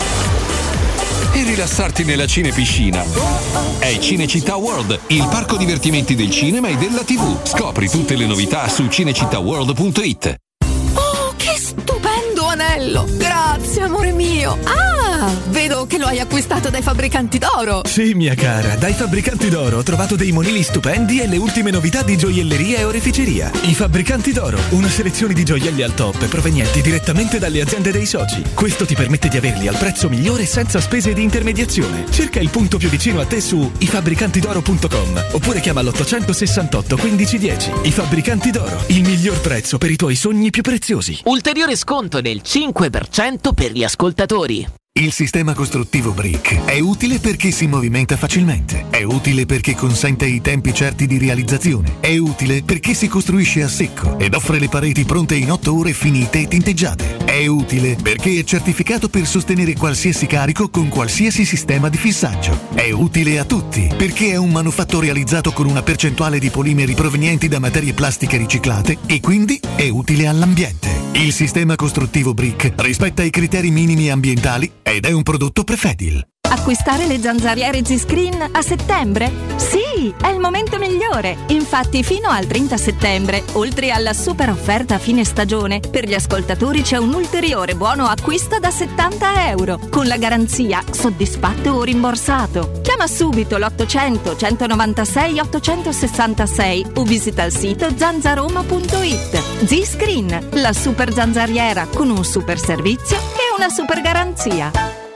e rilassarti nella cinepiscina. È Cinecittà World, il parco divertimenti del cinema e della tivù. Scopri tutte le novità su cinecittà world punto it. Stupendo anello! Grazie, amore mio! Ah, vedo che lo hai acquistato dai fabbricanti d'oro! Sì, mia cara, dai fabbricanti d'oro ho trovato dei monili stupendi e le ultime novità di gioielleria e oreficeria. I fabbricanti d'oro, una selezione di gioielli al top provenienti direttamente dalle aziende dei soci. Questo ti permette di averli al prezzo migliore senza spese di intermediazione. Cerca il punto più vicino a te su i fabbricanti d'oro punto com oppure chiama l'ottocentosessantotto quindici dieci. I fabbricanti d'oro, il miglior prezzo per i tuoi sogni più preziosi. Ulteriore sconto del cinque per cento per gli ascoltatori. Il sistema costruttivo Brick è utile perché si movimenta facilmente, è utile perché consente i tempi certi di realizzazione, è utile perché si costruisce a secco ed offre le pareti pronte in otto ore finite e tinteggiate, è utile perché è certificato per sostenere qualsiasi carico con qualsiasi sistema di fissaggio, è utile a tutti perché è un manufatto realizzato con una percentuale di polimeri provenienti da materie plastiche riciclate e quindi è utile all'ambiente. Il sistema costruttivo Brick rispetta i criteri minimi ambientali ed è un prodotto Prefedil. Acquistare le zanzariere Z-Screen a settembre? Sì, è il momento migliore! Infatti fino al trenta settembre, oltre alla super offerta a fine stagione, per gli ascoltatori c'è un ulteriore buono acquisto da settanta euro, con la garanzia soddisfatto o rimborsato. Chiama subito l'ottocento centonovantasei ottocentosessantasei o visita il sito zanzaroma punto it. Z-Screen, la super zanzariera con un super servizio e una super garanzia.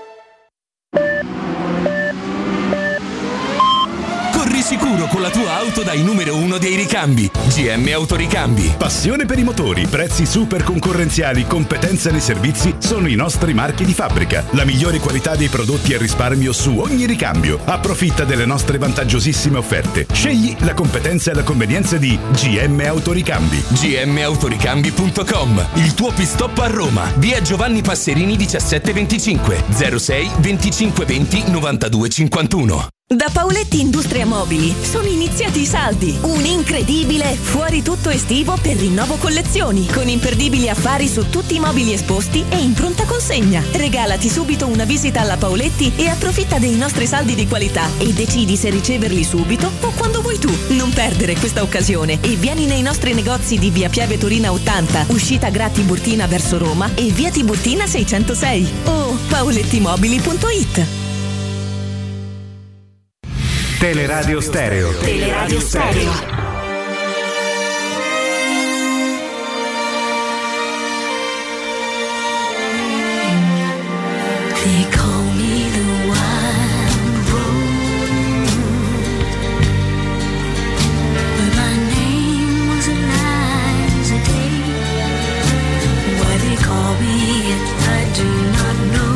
Corri sicuro con la tua auto dai numero uno dei ricambi. G M Autoricambi. Passione per i motori, prezzi super concorrenziali, competenza nei servizi sono i nostri marchi di fabbrica. La migliore qualità dei prodotti e risparmio su ogni ricambio. Approfitta delle nostre vantaggiosissime offerte. Scegli la competenza e la convenienza di G M Autoricambi. G M Autoricambi punto com. Il tuo pit stop a Roma. Via Giovanni Passerini diciassette venticinque zero sei venticinque venti novantadue cinquantuno. Da Paoletti Industria Mobili sono iniziati i saldi. Un incredibile fuori tutto estivo per rinnovo collezioni, con imperdibili affari su tutti i mobili esposti e in pronta consegna. Regalati subito una visita alla Paoletti e approfitta dei nostri saldi di qualità e decidi se riceverli subito o quando vuoi tu. Non perdere questa occasione e vieni nei nostri negozi di via Piave Torina ottanta, uscita Gra Tiburtina verso Roma e via Tiburtina seicentosei o paolettimobili punto it. Teleradio Stereo. Teleradio Stereo. They call me the wild rose, but my name was Eliza Day. Why they call me it, I do not know.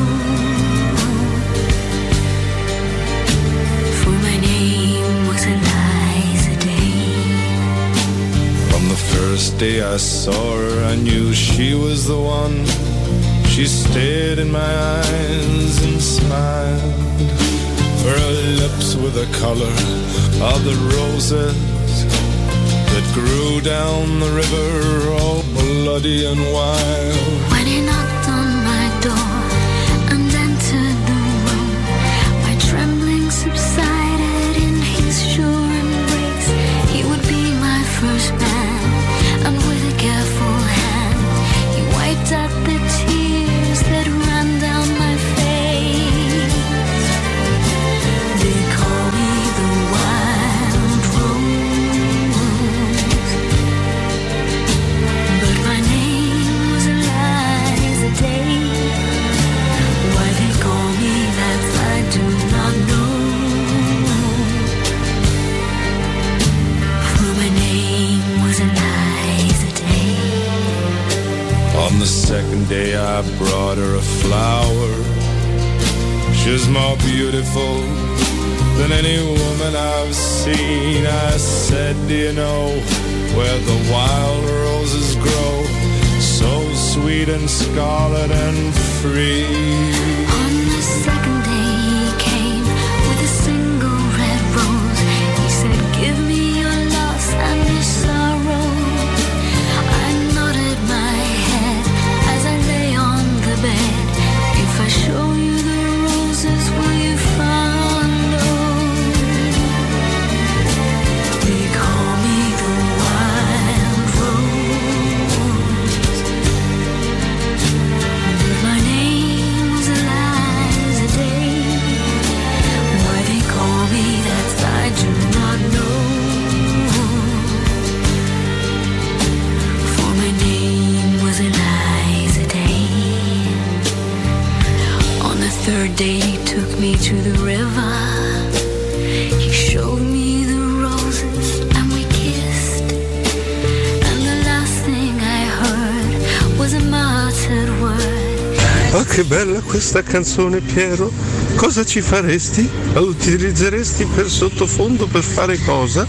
First day I saw her, I knew she was the one. She stared in my eyes and smiled. Her lips were the color of the roses that grew down the river, all bloody and wild. When he knocked on my door and entered the room, my trembling subsided in his sure embrace. He would be my first man. And with a careful hand, he wiped out the tears that ran down my face. They call me the wild rose, but my name was Eliza Day. Why they call me that I do not know, for my name was Eliza. On the second day I brought her a flower. She's more beautiful than any woman I've seen. I said, do you know where the wild roses grow? So sweet and scarlet and free. On the second day he came with a single red rose. He said, give me your loss and your sorrow. I nodded my head as I lay on the bed. If I show you the roses, will you follow? They call me the wild rose, but my name was Eliza Day. Why they call me that I do not know, for my name was Eliza Day. On the third day he took me to the river. He showed me the roses and we kissed. And the last thing I heard was a muttered word. Oh, che bella questa canzone, Piero. Cosa ci faresti? La utilizzeresti per sottofondo per fare cosa?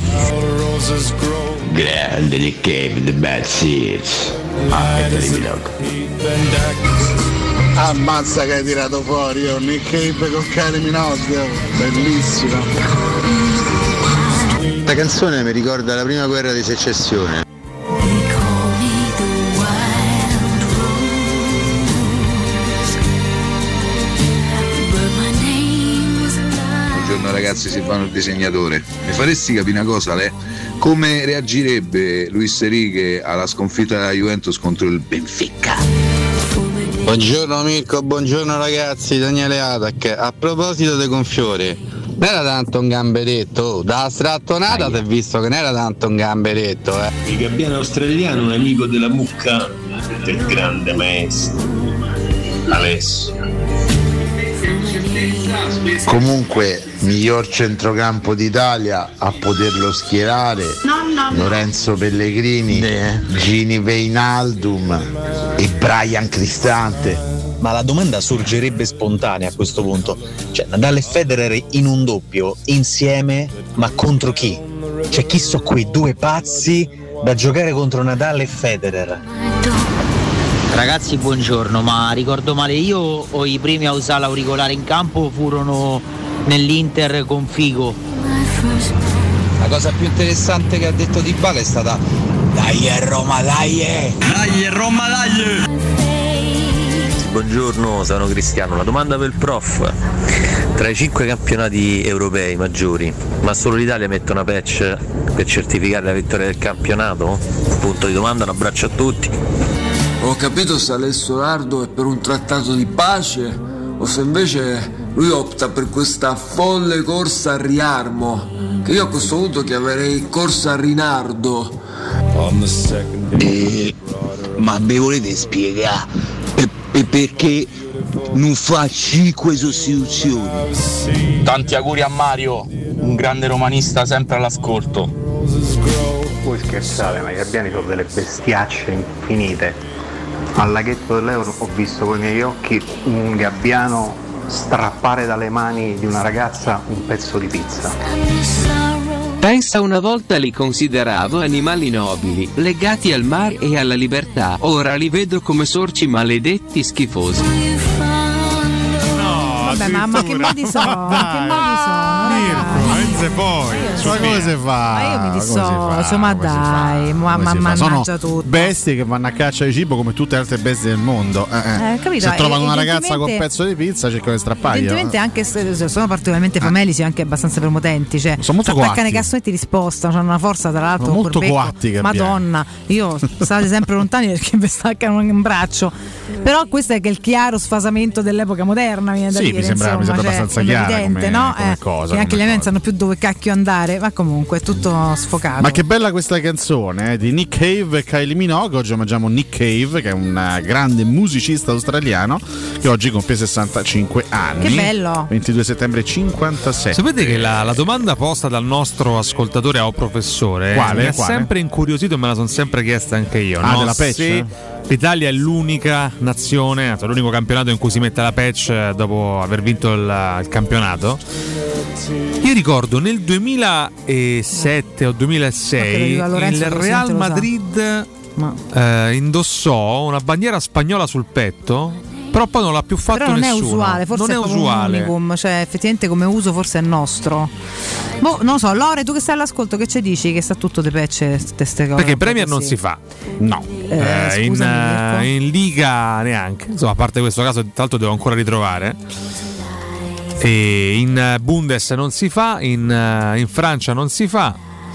Grande Nick Cave, The Bad Seeds. Ah, e Kylie Minogue. Ammazza che hai tirato fuori, oh, Nick Cave con Kylie Minogue, bellissima. Questa canzone mi ricorda la prima guerra di secessione. Buongiorno ragazzi, Silvano il disegnatore. Mi faresti capire una cosa, Le? Come reagirebbe Luis Enrique alla sconfitta della Juventus contro il Benfica? Buongiorno Mirko, buongiorno ragazzi, Daniele Atac. A proposito di gonfiore, non era tanto un gamberetto, oh, da strattonata ti ho visto che non era tanto un gamberetto, eh. Il gabbiano australiano è un amico della mucca del grande maestro Alessio. Comunque, miglior centrocampo d'Italia a poterlo schierare, No, no, no. Lorenzo Pellegrini, Gini Wijnaldum e Brian Cristante. Ma la domanda sorgerebbe spontanea a questo punto. Cioè, Nadal e Federer in un doppio, insieme, ma contro chi? Cioè, chi sono quei due pazzi da giocare contro Nadal e Federer? Ragazzi, buongiorno, ma ricordo male io o i primi a usare l'auricolare in campo furono nell'Inter con Figo? La cosa più interessante che ha detto Dybala è stata: dai Roma, dai! Dai Roma, dai! Buongiorno, sono Cristiano. La domanda per il prof: tra i cinque campionati europei maggiori, ma solo l'Italia mette una patch per certificare la vittoria del campionato? Punto di domanda, un abbraccio a tutti. Ho capito se Alessio Nardo è per un trattato di pace o se invece lui opta per questa folle corsa a Riarmo, che io a questo punto chiamerei corsa a Rinardo. Eh, ma mi volete spiegare per, per perché non fa cinque sostituzioni? Tanti auguri a Mario, un grande romanista sempre all'ascolto. Voi scherzate, ma i gabbiani sono delle bestiacce infinite. Al laghetto dell'Euro ho visto con i miei occhi un gabbiano strappare dalle mani di una ragazza un pezzo di pizza. Pensa, una volta li consideravo animali nobili, legati al mare e alla libertà. Ora li vedo come sorci maledetti schifosi. Vabbè, ma, ma che modi sono? Che modi sono? Poi ma come si fa? Ma io mi Come si fa? dissocio, ma dai, ma Come si ma fa? Sono mannaggia tutto. bestie che vanno a caccia di cibo come tutte le altre bestie del mondo. Eh, eh. Eh, capito? Se trovano una ragazza con un Evidentemente- pezzo di pizza cercano di strappargli. Evidentemente anche se sono particolarmente famelici, anche abbastanza prepotenti, cioè Sono molto attaccano coatti. i cassonetti, li spostano, hanno una forza tra l'altro Sono un molto corbecco. coatti i gabbiani. Madonna, io state sempre lontani perché mi staccano un braccio. Però questo è che il chiaro sfasamento dell'epoca moderna, viene da Sì, dire, mi sembra- mi insomma, sembra cioè, abbastanza è chiara evidente, come- no? come Eh, cosa, che anche come gli eventi sanno più dove cacchio andare, ma comunque è tutto sfocato. Ma che bella questa canzone eh, di Nick Cave e Kylie Minogue. Oggi omaggiamo Nick Cave, che è un eh, grande musicista australiano che oggi compie sessantacinque anni. Che bello. ventidue settembre cinquantasette. Sapete che la, la domanda posta dal nostro ascoltatore o professore Quale? mi ha Quale? sempre incuriosito e me la sono sempre chiesta anche io. Ah, no? della patch? Se l'Italia è l'unica nazione, cioè l'unico campionato in cui si mette la patch dopo aver vinto il, il campionato. Io ricordo nel duemilasette o duemilasei Ma credo che Lorenzo il lo Real sente, lo sa. Madrid Ma- eh, indossò una bandiera spagnola sul petto, però poi non l'ha più fatto Però non nessuno. è usuale, forse non è, è proprio usuale. un unicum, cioè effettivamente come uso forse è nostro. Boh, non lo so, Lore, tu che stai all'ascolto, che ci dici? Che sta tutto de pecce queste cose? Perché un po' Premier non così. si fa, no. Eh, Eh, in, scusami, Mirko. eh, in Liga neanche. Insomma, a parte questo caso, tra l'altro devo ancora ritrovare. E in eh, Bundes non si fa, in, eh, in Francia non si fa.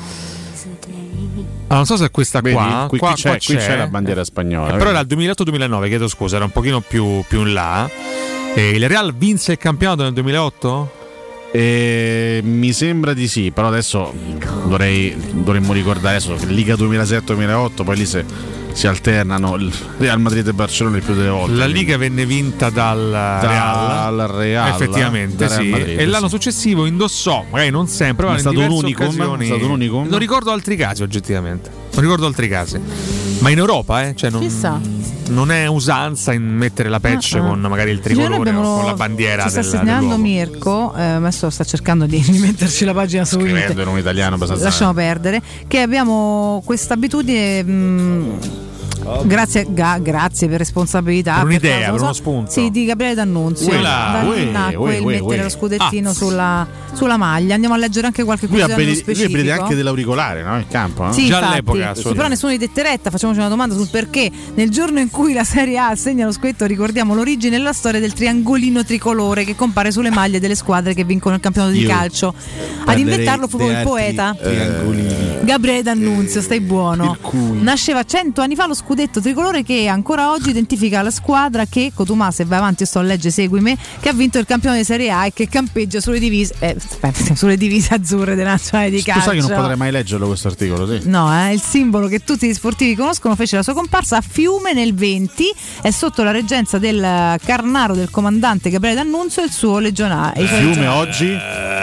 Ah, non so se è questa Vedi? qua. Qui, qua, qui c'è, qua qui c'è la bandiera spagnola. Eh, però era il duemilaotto duemilanove, chiedo scusa, era un pochino più, più in là. E il Real vinse il campionato nel duemilaotto? Eh, mi sembra di sì, però adesso dovrei, dovremmo ricordare adesso che Liga duemilasette duemilaotto, poi lì se si alternano il Real Madrid e Barcellona il più delle volte. La Liga venne vinta dal Real, Dal Real, effettivamente dal Real sì. Madrid, e l'anno sì. successivo indossò, magari non sempre, ma Ma è in stato un diverse unicum? occasioni. È stato un unicum? Non ricordo altri casi oggettivamente. Non ricordo altri casi. Ma in Europa, eh? Cioè non... Chissà. non è usanza in mettere la patch Ah, ah. con magari il Sì, noi tricolore o abbiamo- con la bandiera ci sta del, segnalando dell'uomo. Mirko, eh, adesso sta cercando di rimetterci la pagina su Scrivendo internet. in un italiano abbastanza. Lasciamo perdere, che abbiamo questa abitudine mh, grazie, ga- grazie per responsabilità, Per un'idea, cosa, per so- uno spunto. sì, di Gabriele D'Annunzio. Uela, Dargli uè, il nacque uè, il uè, mettere uè. lo scudettino Ah. sulla, sulla maglia. Andiamo a leggere anche qualche Lui cosa nello abberi- lui specifico. abrite anche dell'auricolare, no? In campo, no? Sì, Già infatti, all'epoca, sì, assolutamente. però nessuno di dette retta. Facciamoci una domanda sul perché nel giorno in cui la Serie A assegna lo scudetto ricordiamo l'origine e la storia del triangolino tricolore che compare sulle maglie delle squadre che vincono il campionato di Io calcio. Ad parlerei inventarlo fu di proprio il altri poeta triangolini. Gabriele D'Annunzio, stai buono. Nasceva cento anni fa lo scudetto tricolore che ancora oggi identifica la squadra che, Cotumà, se vai avanti io sto a leggere, seguimi, che ha vinto il campione di Serie A e che campeggia sulle divise, eh, aspetta, sulle divise azzurre della nazionale di Tu calcio. sai che non potrei mai leggerlo questo articolo, sì. No, è il simbolo che tutti gli sportivi conoscono, fece la sua comparsa a Fiume nel venti, è sotto la reggenza del Carnaro del comandante Gabriele D'Annunzio e il suo legionale. i suoi Fiume legionari. oggi?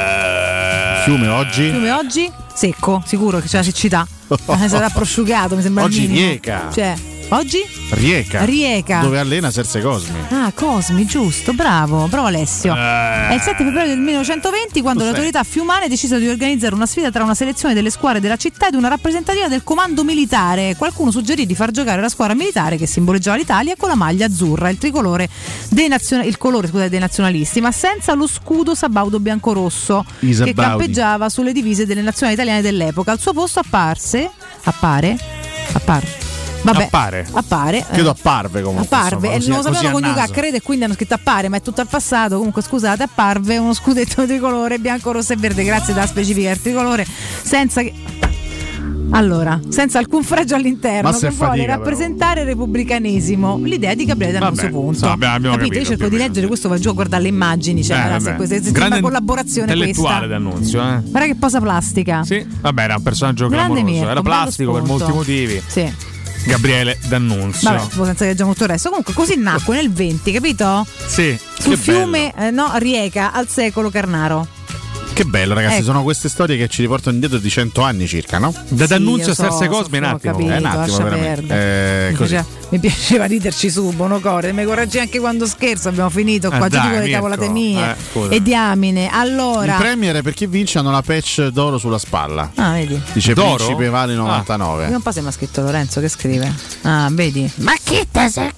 Fiume oggi? Fiume oggi? Secco, sicuro che c'è la siccità. Eh, sarà prosciugato, mi sembra il Oggi minimo. Rieca. Cioè, oggi? Rieca. Rieca. Dove allena Serse Cosmi. Ah, Cosmi, giusto, bravo, bravo Alessio. È il sette febbraio del millenovecentoventi quando le Cos'è? autorità fiumane decisero di organizzare una sfida tra una selezione delle squadre della città ed una rappresentativa del comando militare. Qualcuno suggerì di far giocare la squadra militare che simboleggiava l'Italia con la maglia azzurra, il tricolore dei naziona- il colore scusate, dei nazionalisti, ma senza lo scudo sabaudo biancorosso I che Sabaudi. campeggiava sulle divise delle nazionali italiane dell'epoca. Al suo posto apparse, appare, appare. Vabbè, Appare. appare. Credo eh. apparve comunque. Apparve, insomma, e così- non lo così sapevano a coniugare, naso. credo, e quindi hanno scritto appare, ma è tutto al passato. Comunque scusate, apparve uno scudetto tricolore bianco, rosso e verde, grazie dalla specifica del tricolore, senza che... Allora, senza alcun fregio all'interno, Ma se che vuole fatica, rappresentare il repubblicanismo. L'idea di Gabriele D'Annunzio, Vabbè, punto. insomma, abbiamo- abbiamo Capito? Io capito, cerco di leggere, questo va giù a guardare le immagini, cioè, Eh, guarda, se vabbè. questa se Grande sembra collaborazione intellettuale questa. D'Annunzio, eh. Guarda che posa plastica. Sì, vabbè, era un personaggio Grande clamoroso, Mirko, era bello plastico per spunto. molti motivi. Sì. Gabriele D'Annunzio. Vabbè, tipo, senza che leggiamo tutto il resto. Comunque così nacque nel venti, capito? Sì, Sul che fiume eh, no, Rieca al secolo Carnaro. Che bello, ragazzi, Ecco. sono queste storie che ci riportano indietro di cento anni circa, no? Da Sì, D'Annunzio io a Serse so, Cosmi, so, un ho attimo. capito, È un attimo, lascia veramente. perdere. Eh, mi, così. piaceva, mi piaceva riderci su, Bonocore. Mi correggi anche quando scherzo. Abbiamo finito Eh, qua. dai, Ci dico le Mirko. cavolate mie. Eh, scusa. e diamine. Allora, Il Premier per chi vince hanno la patch d'oro sulla spalla. ah, vedi. Dice D'oro? Principe vale novantanove. Vediamo un po' se mi ha scritto Lorenzo che scrive. Ah, vedi. Ma chi te sei?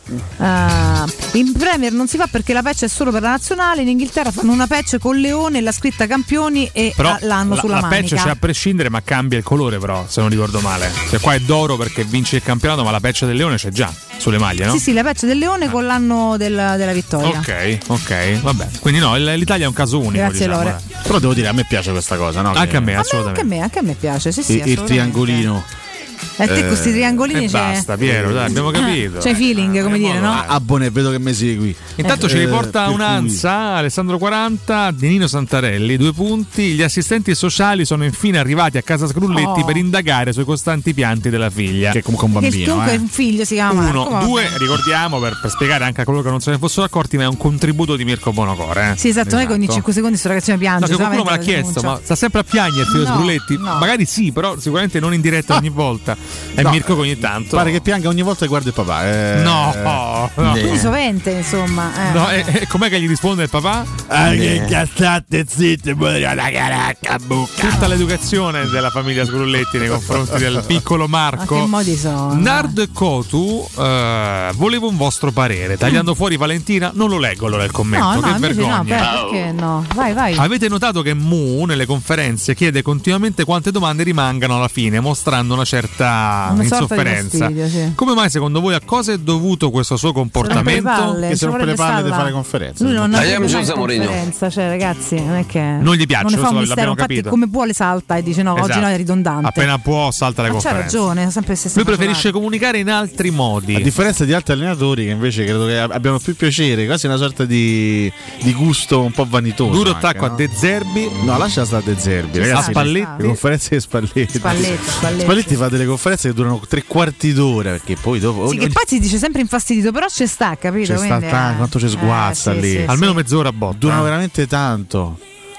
Ah, in Premier non si fa perché la patch è solo per la nazionale. In Inghilterra fanno una patch con Leone e la scritta campioni e Però ah, l'hanno la, sulla la manica. patch c'è a prescindere, ma cambia il colore, però, se non ricordo male. Cioè, qua è d'oro perché vince il campionato, ma la patch del leone c'è già sulle maglie, no? Sì, sì, la patch del Leone con l'anno del- della vittoria. Ok, ok, vabbè. Quindi no, il- l'Italia è un caso unico. Grazie, diciamo, Lore. eh. Però devo dire, a me piace questa cosa, no? Anche Che- a me, Anche assolutamente. a me, anche a me piace, sì, sì, il, il assolutamente. triangolino. E te con questi triangolini E c'è. basta, Piero, dai, abbiamo capito. C'hai feeling, come dire, no? Ah, buone, vedo che mi segui. Intanto ci Eh, riporta per un'ansa Alessandro quaranta di Nino Santarelli, due punti. Gli assistenti sociali sono infine arrivati a casa Sgrulletti Oh. per indagare sui costanti pianti della figlia. Che è comunque un Che bambino, comunque eh. è un figlio, si chiama Marco. Uno, vabbè. due, ricordiamo per, per spiegare anche a coloro che non se ne fossero accorti, ma è un contributo di Mirko Bonocore. Eh. Sì, esatto, non è che ogni Esatto. cinque secondi sto ragazzino piange. No, che qualcuno me l'ha solamente chiesto, denuncia. ma sta sempre a piangerti lo No, Sgrulletti? no. Magari sì, però sicuramente non in diretta ogni volta. È No, Mirko che ogni tanto. Pare che pianga ogni volta che guarda il papà. eh. No, no. Quindi sovente, insomma. Eh. No, e, e com'è che gli risponde il papà? Ah, che cazzate zitte, la caracca bucca. Tutta l'educazione della famiglia Sgrulletti nei confronti del piccolo Ma Marco. che modi sono? Nardo e Cotu, eh, volevo un vostro parere. Tagliando fuori Valentina, non lo leggo allora il commento. No, no, che invece no, vergogna. per- perché no? Vai, vai. Avete notato che Mu nelle conferenze chiede continuamente quante domande rimangano alla fine, mostrando una certa Una sorta di insofferenza. fastidio, sì. Come mai secondo voi a cosa è dovuto questo suo comportamento? palle, Che ci si rompe le vorrebbe palle di starla. fare conferenze. Lui non ha Tagliamo mai Giuseppe Mourinho. conferenza, cioè ragazzi, non è che Non gli piace, non ne fa questo un l'abbiamo mistero, infatti capito. come vuole salta e dice no, oggi Esatto. no è ridondante. Appena può salta le Ma c'ha conferenze. ragione, è sempre le stesse Lui cose. preferisce comunicare in altri modi. A differenza di altri allenatori che invece credo che abbiano più piacere, quasi una sorta di, di gusto un po' vanitoso. Duro anche, attacco no? a De Zerbi. No, lascia stare De Zerbi, Ci ragazzi. sta, Spalletti. ci sta. Le conferenze di Spalletti. Spalletti, Spalletti. Spalletti fa delle conferenze che durano tre quarti d'ora perché poi dopo Sì, che poi si dice sempre infastidito, però ci sta, capito? c'è sta Quindi, tanto, eh, quanto ci sguazza eh, sì, lì. sì, Almeno sì. mezz'ora a botta. durano eh. veramente tanto.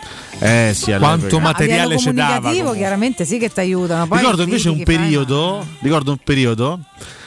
Eh sì, Quanto all'epoca. No, a materiale livello ci dava. comunicativo comunque. chiaramente sì che ti aiutano. Poi Ricordo invece un critichi, fai, periodo, ricordo un periodo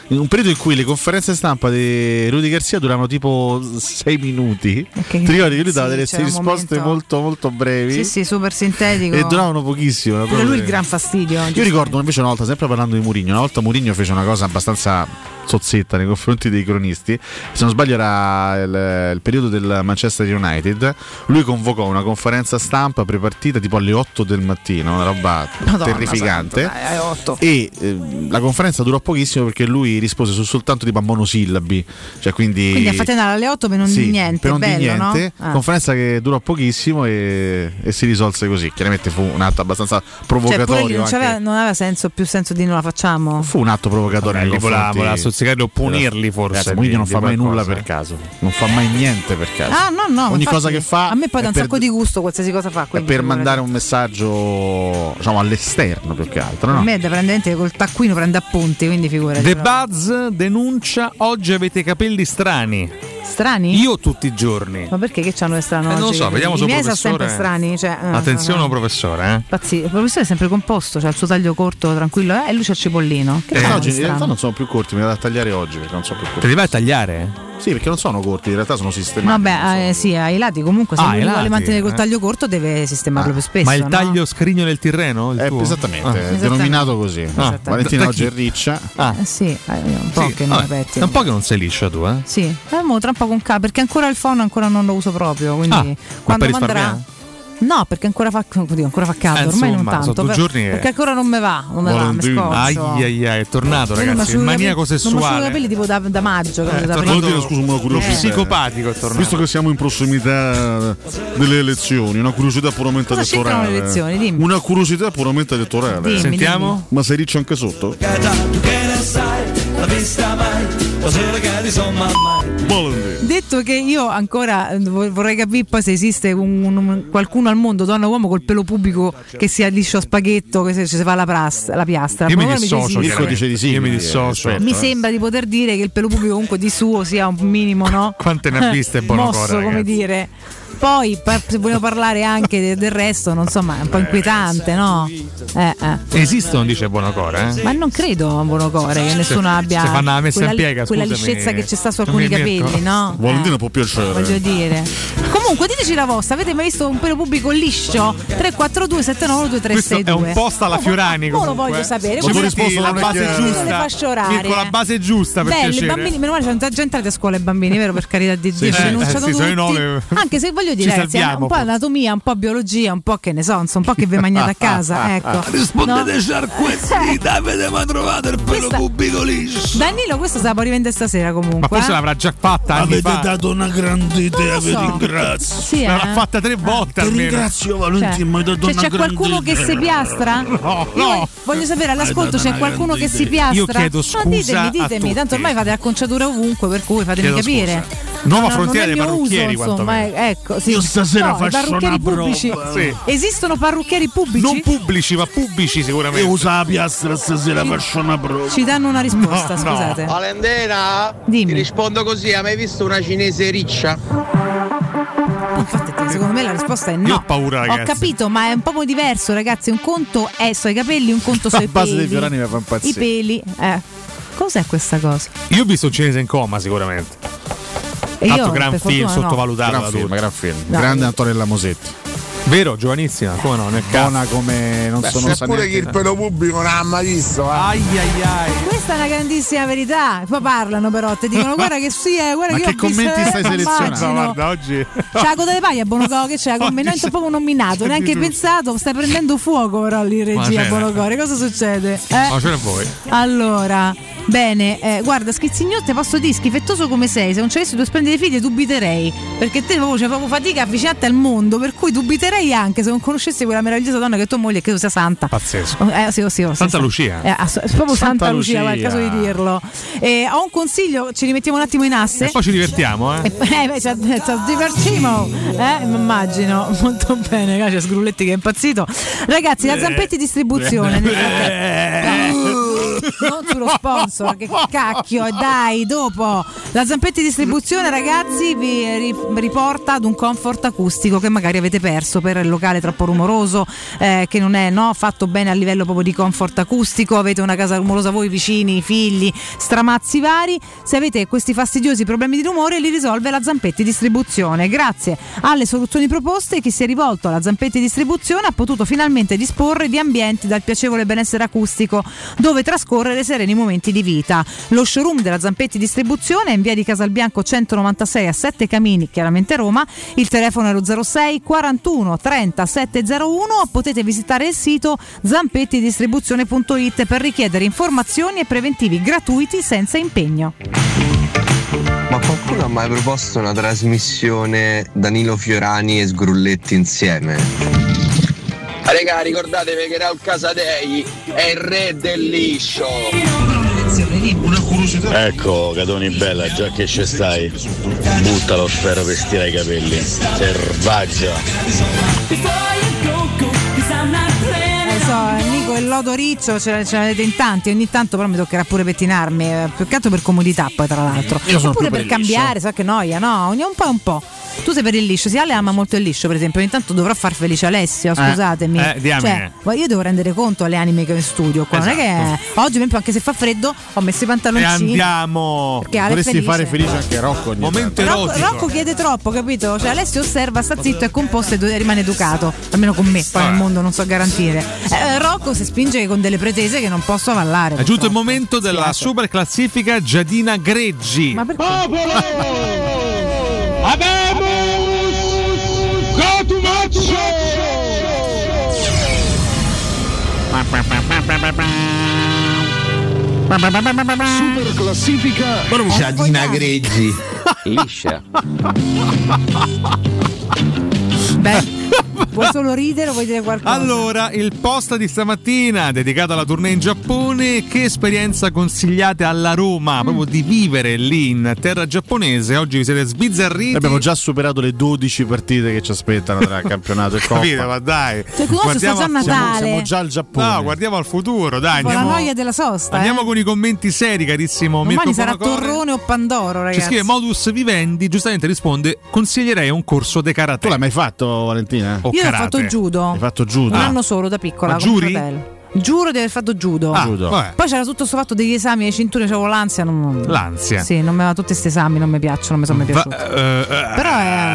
in un periodo in cui le conferenze stampa di Rudy Garcia duravano tipo sei minuti. Che Ti ricordi che lui dava sì, delle c'era un risposte momento- molto molto brevi? Sì, sì, super sintetico. E duravano pochissimo. Pure proprio- lui il gran fastidio. Io ricordo invece una volta, sempre parlando di Mourinho, una volta Mourinho fece una cosa abbastanza sozzetta nei confronti dei cronisti. Se non sbaglio era il, il periodo del Manchester United. Lui convocò una conferenza stampa prepartita tipo alle otto del mattino, una roba Madonna terrificante. santa, dai, alle otto. E eh, la conferenza durò pochissimo perché lui rispose su soltanto tipo a monosillabi. Cioè quindi, Quindi ha fatto andare alle otto per non sì, di niente. per non bello, di niente. no? Ah. Conferenza che durò pochissimo e, e si risolse così. Chiaramente fu un atto abbastanza Cioè, provocatorio. pure lì non, anche- c'aveva- non aveva senso più senso di non la facciamo. Fu un atto provocatorio. Vabbè, nei lì voleva- confronti- voleva stuzzicarli o punirli, forse, Ragazzi, di- Mourinho non di fa mai qualcosa. nulla per caso, non fa mai niente per caso. Ah, no, no. Ogni infatti, cosa che fa a me poi dà è un per- sacco di gusto qualsiasi cosa fa. è quindi per figurati. mandare un messaggio, diciamo, all'esterno più che altro. A No? me praticamente col taccuino prende appunti, quindi figurati. The però. Buzz denuncia: oggi avete capelli strani. Strani? Io tutti i giorni. Ma perché che c'hanno le strane Eh, non lo oggi? so, vediamo I se il miei sono professore- sempre strani. Cioè, eh, Attenzione, no, no. professore. Eh. Pazzi, il professore è sempre composto, cioè il suo taglio corto, tranquillo, eh, e lui c'ha il cipollino. Che Eh, fanno oggi di in realtà strano? non sono più corti, mi vado a tagliare oggi perché non sono più corti. Te li vai a tagliare? Sì, perché non sono corti, in realtà sono sistemati. Vabbè, eh, sì, ai lati comunque se Ah, lui ai vuole lati, mantenere col eh. taglio corto deve sistemarlo più spesso. Ma il no? taglio scrigno nel Tirreno? Il Eh, tuo? esattamente, Ah. è Esattamente. denominato così. Ah, Valentina da oggi chi? è riccia. Ah. Eh, sì, eh, un po' Sì, che non vabbè, petti. è un po' che non sei liscia tu, eh? Sì, eh, mo tra un po' con calma, perché ancora il phone ancora non lo uso proprio, quindi Ah, ma quando per andrà. risparmiare? No, perché ancora fa, oddio, ancora fa caldo, Eh, ormai insomma, non tanto. sono due per- giorni che- Perché ancora non me va, non me va, mi scoccio. Ai ai ai, è tornato, Io non mi ragazzi. asciugo Il i maniaco capelli- Non mi asciugo i sessuale. capelli tipo da, da maggio, capito? è da tornato- periodo. Scusa, una curiosità. Psicopatico è tornato. Visto che siamo in prossimità delle elezioni, una curiosità puramente Cosa c'entrano elettorale. le elezioni? Dimmi. Una curiosità puramente elettorale. Dimmi, Sentiamo? dimmi. Ma sei riccio anche sotto? Che ne sai, l'ha vista mai, lo solo che ti sono mai. Detto che io ancora eh, vor- vorrei capire poi se esiste un- un- qualcuno al mondo, donna o uomo, col pelo pubblico che sia liscio a spaghetto, che se, ci si fa la, pras- la piastra. Io mi Però dissocio, esiste. Mirko dice di sì. Io mi quindi, dissocio. eh, Mi aspetta, eh. sembra di poter dire che il pelo pubblico comunque di suo sia un minimo, no? Quante ne ha viste Bonocore, mosso, come ragazzi? dire. Poi per- se vogliamo parlare anche de- del resto, non so, ma è un po' inquietante, no? Eh, eh. Esistono, dice Bonocore, eh? Ma non credo a buonocore che nessuno abbia se fanno la messa in quella, piega, quella scusami. liscezza che c'è sta su alcuni Mirko. capelli, no? Valentina può piacere. Voglio dire. Comunque diteci la vostra, avete mai visto un pelo pubblico liscio? tre quattro due sette nove due tre Questo sei è due. un post alla Fiorani. Ma lo comunque. voglio sapere. Ci Come metti la- la come base la- come le giusta. faccio orare. Mirko, la base giusta per Belli, piacere. bambini, meno male sono già entrati a scuola i bambini, vero? Per carità di Dio, Sì, ci eh, denunciano sì, sono i tutti. nove. Anche se voglio Ci dire, ragazzi, salviamo, un po' anatomia, un po' biologia, un po' che ne so, insomma, un po' che vi mangiate a casa, ecco. Rispondete No? sciarquetti, Davide, ma trovate il pelo Questa- pubblico liscio. Danilo, questo se la può rivendere stasera comunque. Ma forse eh? l'avrà già fatta anni Avete fa. dato una grande idea, vi so. ringrazio. Sì, eh. L'avrà fatta tre volte Ti almeno. ringrazio Valentina, Cioè, mi hai dato cioè, una c'è grande qualcuno che idea. si piastra? No, Io no. voglio, voglio sapere all'ascolto dato c'è una qualcuno grande che si idea. piastra? Io chiedo No, scusa ditemi, a ditemi, tutti. tanto ormai fate acconciature ovunque, per cui fatemi Chiedo capire. scusa. Nuova No, no, frontiera non è dei il mio parrucchieri, uso, insomma, quantomeno. eh, ecco, sì. Io stasera No, i faccio parrucchieri una prova. pubblici. Sì. Esistono parrucchieri pubblici? Non pubblici, ma pubblici sicuramente. Io uso la piastra stasera, faccio una prova. Ci danno una risposta, No, no. scusate. Valentina, Dimmi. ti rispondo così, hai mai visto una cinese riccia? Infatti, secondo me la risposta è no. Io ho paura, Ho ragazzi. capito, ma è un po' diverso, ragazzi. Un conto è sui capelli, un conto La sui base peli. dei Fiorani mi fa I impazzire. peli, eh. Cos'è questa cosa? Io ho visto un cinese in coma sicuramente. E Tanto io, gran per film fortuna, no. sottovalutato Gran da film, tutti. gran film. Dai. Grande Antonella Mosetti. Vero, giovanissima, come no? Nel Buona come non sono C'è pure chi il pelo pubblico non ha mai visto, eh. Ai ai ai. Questa è una grandissima verità. Poi parlano però, ti dicono guarda che sì, eh, guarda Ma che che io ho visto, commenti eh, stai selezionando? immagino. Guarda, oggi. C'è la coda delle paglie a Bonocore, che c'è? Come non è proprio nominato, neanche pensato, stai prendendo fuoco però lì in Ma regia a c'è. Bonocore. Cosa succede? Eh? Ma ce ne vuoi? Allora, bene, eh, guarda, schizzignotte, posso dire, schifettoso come sei, se non ci avessi due splendide figlie dubiterei, perché te proprio c'è proprio fatica a avvicinarti al mondo, per cui dubiterei anche se non conoscessi quella meravigliosa donna che è tua moglie, credo sia Santa. Pazzesco. Eh, sì, sì, sì, Santa sì. Lucia. Eh, ass- proprio Santa, Santa Lucia, ma è il Lucia. caso di dirlo. Eh, ho un consiglio, ci rimettiamo un attimo in asse. E poi ci divertiamo, eh. Eh, beh, ci ci divertimo, eh, immagino molto bene. C'è Sgrulletti che è impazzito. Ragazzi, la Zampetti distribuzione. nel frattempo- non sullo sponsor, che cacchio, e dai, dopo la Zampetti Distribuzione, ragazzi, vi ri- riporta ad un comfort acustico che magari avete perso per il locale troppo rumoroso, eh, che non è no, fatto bene a livello proprio di comfort acustico, avete una casa rumorosa voi, vicini, figli, stramazzi vari. Se avete questi fastidiosi problemi di rumore li risolve la Zampetti Distribuzione. Grazie alle soluzioni proposte, chi si è rivolto alla Zampetti Distribuzione ha potuto finalmente disporre di ambienti dal piacevole benessere acustico dove trascorrere sereni momenti di vita. Lo showroom della Zampetti Distribuzione è in via di Casalbianco centonovantasei a Sette Camini, chiaramente Roma. Il telefono è lo zero sei quarantuno trenta settecentouno. Potete visitare il sito zampettidistribuzione punto it per richiedere informazioni e preventivi gratuiti senza impegno. Ma qualcuno ha mai proposto una trasmissione Danilo Fiorani e Sgrulletti insieme? Raga, ricordatevi che Raul Casadei è il re del liscio. Ecco, Catoni bella, già che ci stai, butta lo sfero per stirare i capelli. Selvaggia. Eh, so, Nico, il lodo riccio ce, ce l'avete in tanti, ogni tanto però mi toccherà pure pettinarmi, eh, più che altro per comodità poi tra l'altro. Io sono oppure più per per il cambiare, so che noia, no? Ogni un po' un po'. Tu sei per il liscio, si Ale ama molto il liscio, per esempio, ogni tanto dovrò far felice Alessio, scusatemi. Eh, cioè, io devo rendere conto alle anime che ho in studio qua. Esatto. Non è che oggi, per esempio, anche se fa freddo, ho messo i E pantaloncini. andiamo. Perché Ale è Dovresti felice. fare felice anche Rocco ogni Momento tanto. Rocco, erotico. Rocco chiede troppo, capito? Cioè Alessio osserva, sta zitto, è composto e do- rimane educato, almeno con me, poi nel mondo non so garantire. Eh, Rocco si spinge con delle pretese che non posso avallare. È giunto il purtroppo. momento della super classifica Giadina Greggi. Ma perché? Super classifica Giadina Greggi. Liscia. Beh, vuoi solo ridere o vuoi dire qualcosa? Allora, il post di stamattina dedicato alla tournée in Giappone. Che esperienza consigliate alla Roma? Proprio di vivere lì in terra giapponese. Oggi vi siete sbizzarriti. Abbiamo già superato le dodici partite che ci aspettano tra il campionato e Capito, Coppa. ma dai. Cioè, conosco sta già Natale. Siamo, siamo già al Giappone. No, guardiamo al futuro, dai. Con la Andiamo, noia della sosta. andiamo eh. con i commenti seri, carissimo Domani Mirko sarà Bonacore. Torrone o Pandoro, ragazzi. Ci scrive Modus Vivendi, giustamente risponde: consiglierei un corso de karate. Tu l'hai mai fatto, Valentina? O Io ho karate. fatto judo. Hai fatto judo? Un anno solo da piccola. Ma con mio giuri? fratello. Giuro di aver fatto judo. Ah, Judo. vabbè. Poi c'era tutto questo fatto degli esami, le cinture, c'avevo l'ansia. Non... L'ansia. Sì, non mi va tutti questi esami, non mi piacciono, non mi sono mai Va- piaciuti. eh, eh, Però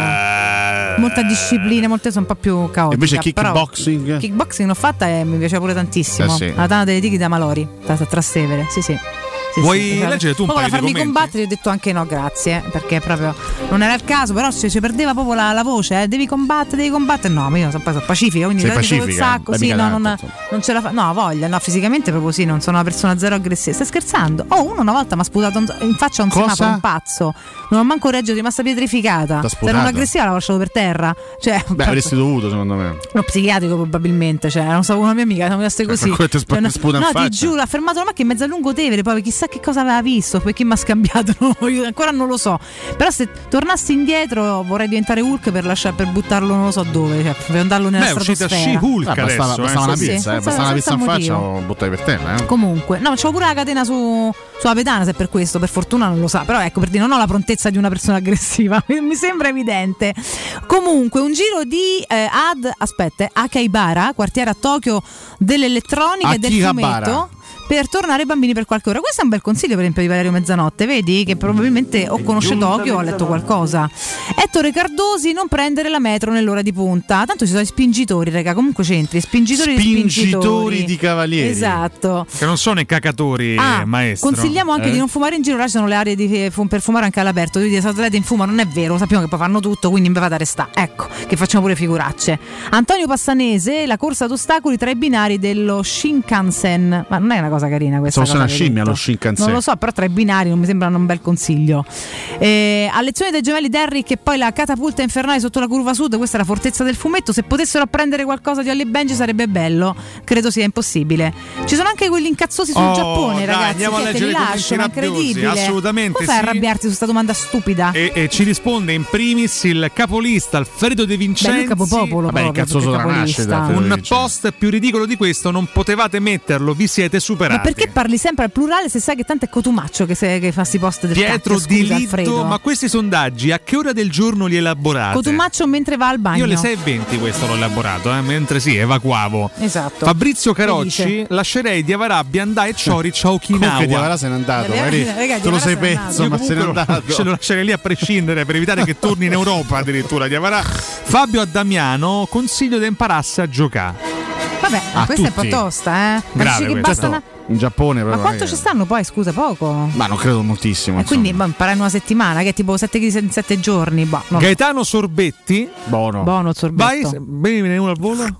è molta disciplina, molte sono un po' più caotiche. Invece però kickboxing? Kickboxing l'ho fatta e mi piaceva pure tantissimo. Eh sì. La Tana delle Tigri da Malori, tra Trastevere, sì sì. Sì, Vuoi sì, esatto. leggere tu un Poi paio di farmi commenti? combattere, io ho detto anche no, grazie, perché proprio non era il caso, però ci, ci perdeva proprio la, la voce, eh. devi combattere, devi combattere. No, ma io sono, sono pacifica, quindi Sei la dicevo il pacifica? sacco, Beh, sì, mica no, tanto, non, insomma. non ce la fa. No, voglia, no, fisicamente proprio sì, non sono una persona zero aggressiva. Stai scherzando? Oh, uno una volta mi ha sputato un- in faccia un Cosa? semaforo, un pazzo. Non ho manco reggio, è rimasta pietrificata. T'ha Se sputato? non aggressiva l'avevo lasciato per terra. Cioè, Beh, avresti dovuto, secondo me. uno psichiatrico probabilmente, cioè non so, una mia amica, siamo rimaste così. per cui ti sp- Cioè, ti sputa in no, ti faccia. giuro, ha fermato la macchina in mezzo a Lungotevere, poi chissà che cosa aveva visto, poi chi mi ha scambiato, no, io ancora non lo so. Però se tornassi indietro vorrei diventare Hulk per lasciare per buttarlo non lo so dove, cioè per mandarlo nella Beh, è uscita stratosfera. She-Hulk Ah, bastava, adesso. bastava eh, una sì, pizza, sì, eh, senza- bastava una pizza in senza faccia motivo. o buttavi per terra. Eh. Comunque, no, c'ho pure la catena su sulla pedana, se per questo, per fortuna non lo sa, però ecco, per dire, non ho la prontezza di una persona aggressiva, mi sembra evidente. Comunque, un giro di eh, ad, aspetta, Akihabara, quartiere a Tokyo dell'elettronica e del Akihabara. fumetto, per tornare bambini per qualche ora. Questo è un bel consiglio, per esempio, di Valerio Mezzanotte, vedi che probabilmente o conosce Tokyo o ha letto qualcosa. Ettore Cardosi, non prendere la metro nell'ora di punta. Tanto ci sono i spingitori, raga, comunque c'entri, spingitori di Spingitori spingitori di cavalieri. Esatto. Che non sono i cacatori, Ah, maestro. consigliamo anche Eh? di non fumare in giro, là ci sono le aree di, fu- per fumare anche all'aperto. Quindi se atleti in fumo non è vero, sappiamo che poi fanno tutto, quindi mi fate restare. Ecco, che facciamo pure figuracce. Antonio Passanese, la corsa ad ostacoli tra i binari dello Shinkansen. Ma non è una cosa carina questa. Stavo cosa una che hai scimmia detto. lo Shinkansen. Non lo so, però tra i binari non mi sembrano un bel consiglio. Eh, a lezione dei gemelli Derrick e poi la catapulta infernale sotto la curva sud, questa è la fortezza del fumetto. Se potessero apprendere qualcosa di Ollie Benji sarebbe bello, credo sia impossibile. Ci sono anche quelli incazzosi sul Oh, Giappone, dai, ragazzi, andiamo a che te leggere li i commenti lascio, ma rabbiosi, incredibile. assolutamente Come fai sì. a arrabbiarti su questa domanda stupida? E, e ci risponde in primis il capolista Alfredo De Vincenzi. Beh, lui capopopolo Vabbè, proprio, incazzoso perché dalla capolista. nascita, Alfredo De Un Vincenzi. post più ridicolo di questo non potevate metterlo, vi siete superati. Ma perché parli sempre al plurale se sai che tanto è Cotumaccio che, se, che fa sti post del Pietro cacchio, Di scusa, Litto, Alfredo. ma questi sondaggi a che ora del giorno li elaborate? Cotumaccio mentre va al bagno. Io alle sei e venti questo l'ho elaborato, eh, mentre sì, evacuavo. Esatto. Fabrizio Carocci, Felice. lascerei Diavarà, Biandà e Cioric a Okinawa. Comunque Diavarà se n'è andato, Raga, magari raga, te lo Diavarà sei se n'è perso, Io ma se n'è comunque lo, andato. ce lo lascerei lì a prescindere per evitare che torni in Europa addirittura Diavarà. Fabio Addamiano, consiglio di impararsi a giocare. Vabbè, A questa è tutti. un po' tosta, eh. Grave Dici che questo. basta una- In Giappone Ma proprio. quanto ci stanno poi, scusa, poco? Ma non credo moltissimo. E quindi boh, imparare in una settimana, che è tipo sette, sette giorni. Boh, no. Gaetano Sorbetti. Buono. Buono il sorbetto. Vai, bevine uno al volo.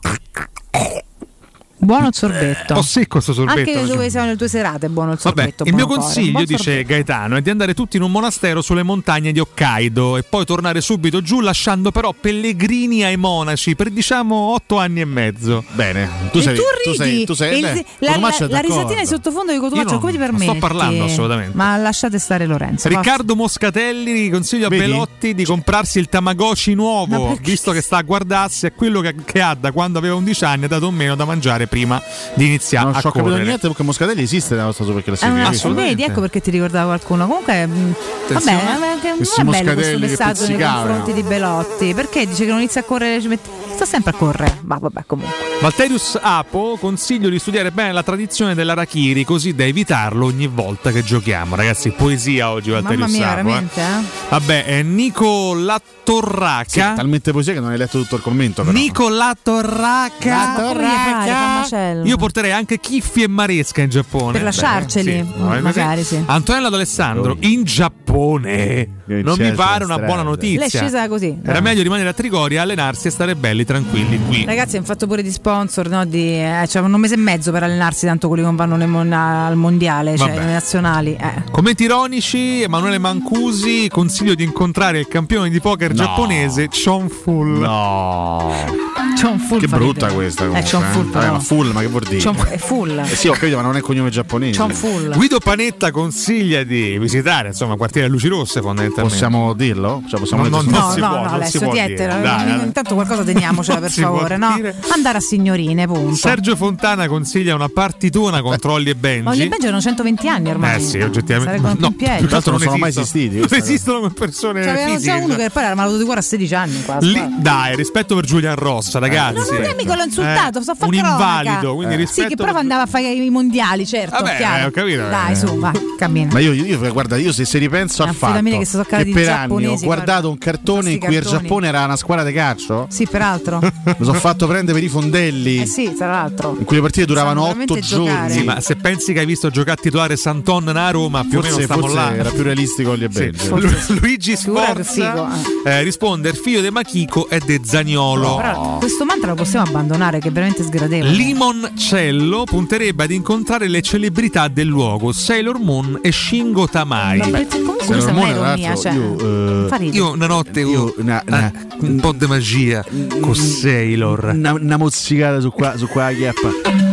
Buono il sorbetto. Ho secco sto sorbetto. Anche diciamo. dove siamo nelle tue serate è buono il Vabbè, sorbetto. il mio buono cuore. consiglio, Buon dice sorbetto. Gaetano, è di andare tutti in un monastero sulle montagne di Hokkaido e poi tornare subito giù, lasciando però pellegrini ai monaci per diciamo otto anni e mezzo. Bene, tu E sei tu tu sei ridi. tu sei E il- beh, la, Cotumaccio la, è la d'accordo. risatina di sottofondo di Cotumaccio, Io no, come ti non sto permetti? parlando assolutamente. Ma lasciate stare Lorenzo. Riccardo Moscatelli consiglio a Vedi? Belotti di comprarsi il Tamagotchi Ma nuovo, perché? visto che sta a guardarsi a quello che, che ha da quando aveva undici anni, ha dato un meno da mangiare prima di iniziare Non a ci ho capito correre. niente perché Moscatelli esiste nella nostra super Ah, classifica. assolutamente. vedi, ecco perché ti ricordava qualcuno. Comunque, mh, vabbè, Attenzione. ma che- Questi non è bello questo moscatelli che messaggio nei pizzicavano. confronti di Belotti. Perché dice che non inizia a correre? Ci mette- Sta sempre a correre. Ma vabbè, comunque. Valterius Apo, consiglio di studiare bene la tradizione dell'arachiri così da evitarlo ogni volta che giochiamo. Ragazzi, poesia oggi Valterius Mamma mia, Apo. veramente, eh. eh? Vabbè, eh, Nico Lattorraca. Sì, talmente poesia che non hai letto tutto il commento però. Nico Lattorraca. Come gli pare, fa macello. Io porterei anche Chiffi e Maresca in Giappone. Per lasciarceli, Beh, mm, magari sì. Antonella D'Alessandro in Giappone. Non mi pare una buona notizia. Lei è scesa così. Era meglio rimanere a Trigoria, allenarsi e stare belli tranquilli qui. Ragazzi, hanno fatto pure di sponsor, no? Di, eh, cioè, un mese e mezzo per allenarsi, tanto quelli che non vanno nei mon- al mondiale, cioè Vabbè. nei nazionali. Eh. Commenti ironici, Emanuele Mancusi, consiglio di incontrare il campione di poker No. giapponese Chon Full. No. C'è un full Che fa brutta ridere. questa Eh, comunque. c'è un full, Vabbè, però. ma full, ma che vuol dire? C'è un- è full. Eh sì, ho capito, ma non è cognome giapponese. C'è un full. Guido Panetta consiglia di visitare, insomma, quartiere Luci Rosse fondamentalmente. Possiamo dirlo? Cioè, possiamo No, leggere- non No, si no, può, no, non si Alessio, può tiette, dire. eh, Dai, dai. intanto qualcosa teniamocela Non per si può favore, no? dire. Andare a signorine, punto. Sergio Fontana consiglia una partitona contro Ollie e Benji. Ma ogni Benji hanno centoventi anni ormai. Eh sì, oggettivamente. Sarebbe No, in piedi. più che Tra l'altro non sono mai esistono. esistiti. Non questa cosa. esistono come persone Cioè, avevano fisiche. già uno che poi era malato di cuore a sedici anni. Qua, Lì, qua. dai, rispetto per Giulian Rossa, ragazzi. No, non è mica l'ho insultato, Eh, sto a fare un cronaca. invalido, quindi Eh. rispetto Sì, che però andava a fare i mondiali, certo. Vabbè, chiaro. ho capito, Dai, eh. su, va, cammina. Ma io, io, guarda, io se, se ripenso al fatto Anfetamine che sono toccate che di per anni ho giapponesi, guardato guarda. un cartone in Questi cui il cartoni. Giappone era una squadra di calcio, Sì, peraltro. mi sono fatto prendere per i fondelli, Eh sì, tra l'altro. in cui le partite duravano Sanno otto veramente giocare. giorni. Sì, ma se pensi che hai visto giocare titolare Santon a Roma, più o meno Forse, stiamo forse là. era più realistico gli e Sì. Benji. Lu- Luigi Figura che Sforza figo, eh, risponde: il figlio di Machico è de Zaniolo. Però questo mantra lo possiamo abbandonare, che è veramente sgradevole. Limoncello punterebbe ad incontrare le celebrità del luogo, Sailor Moon e Shingo Tamai. Ma perché comunque Sailor questa non Moon, è tra ironia, l'altro, cioè, io, eh, non fa ridere. Io una notte Io ho una- una- un po' di magia con Sailor. Una, una mozzicata su qua, su qua chiappa.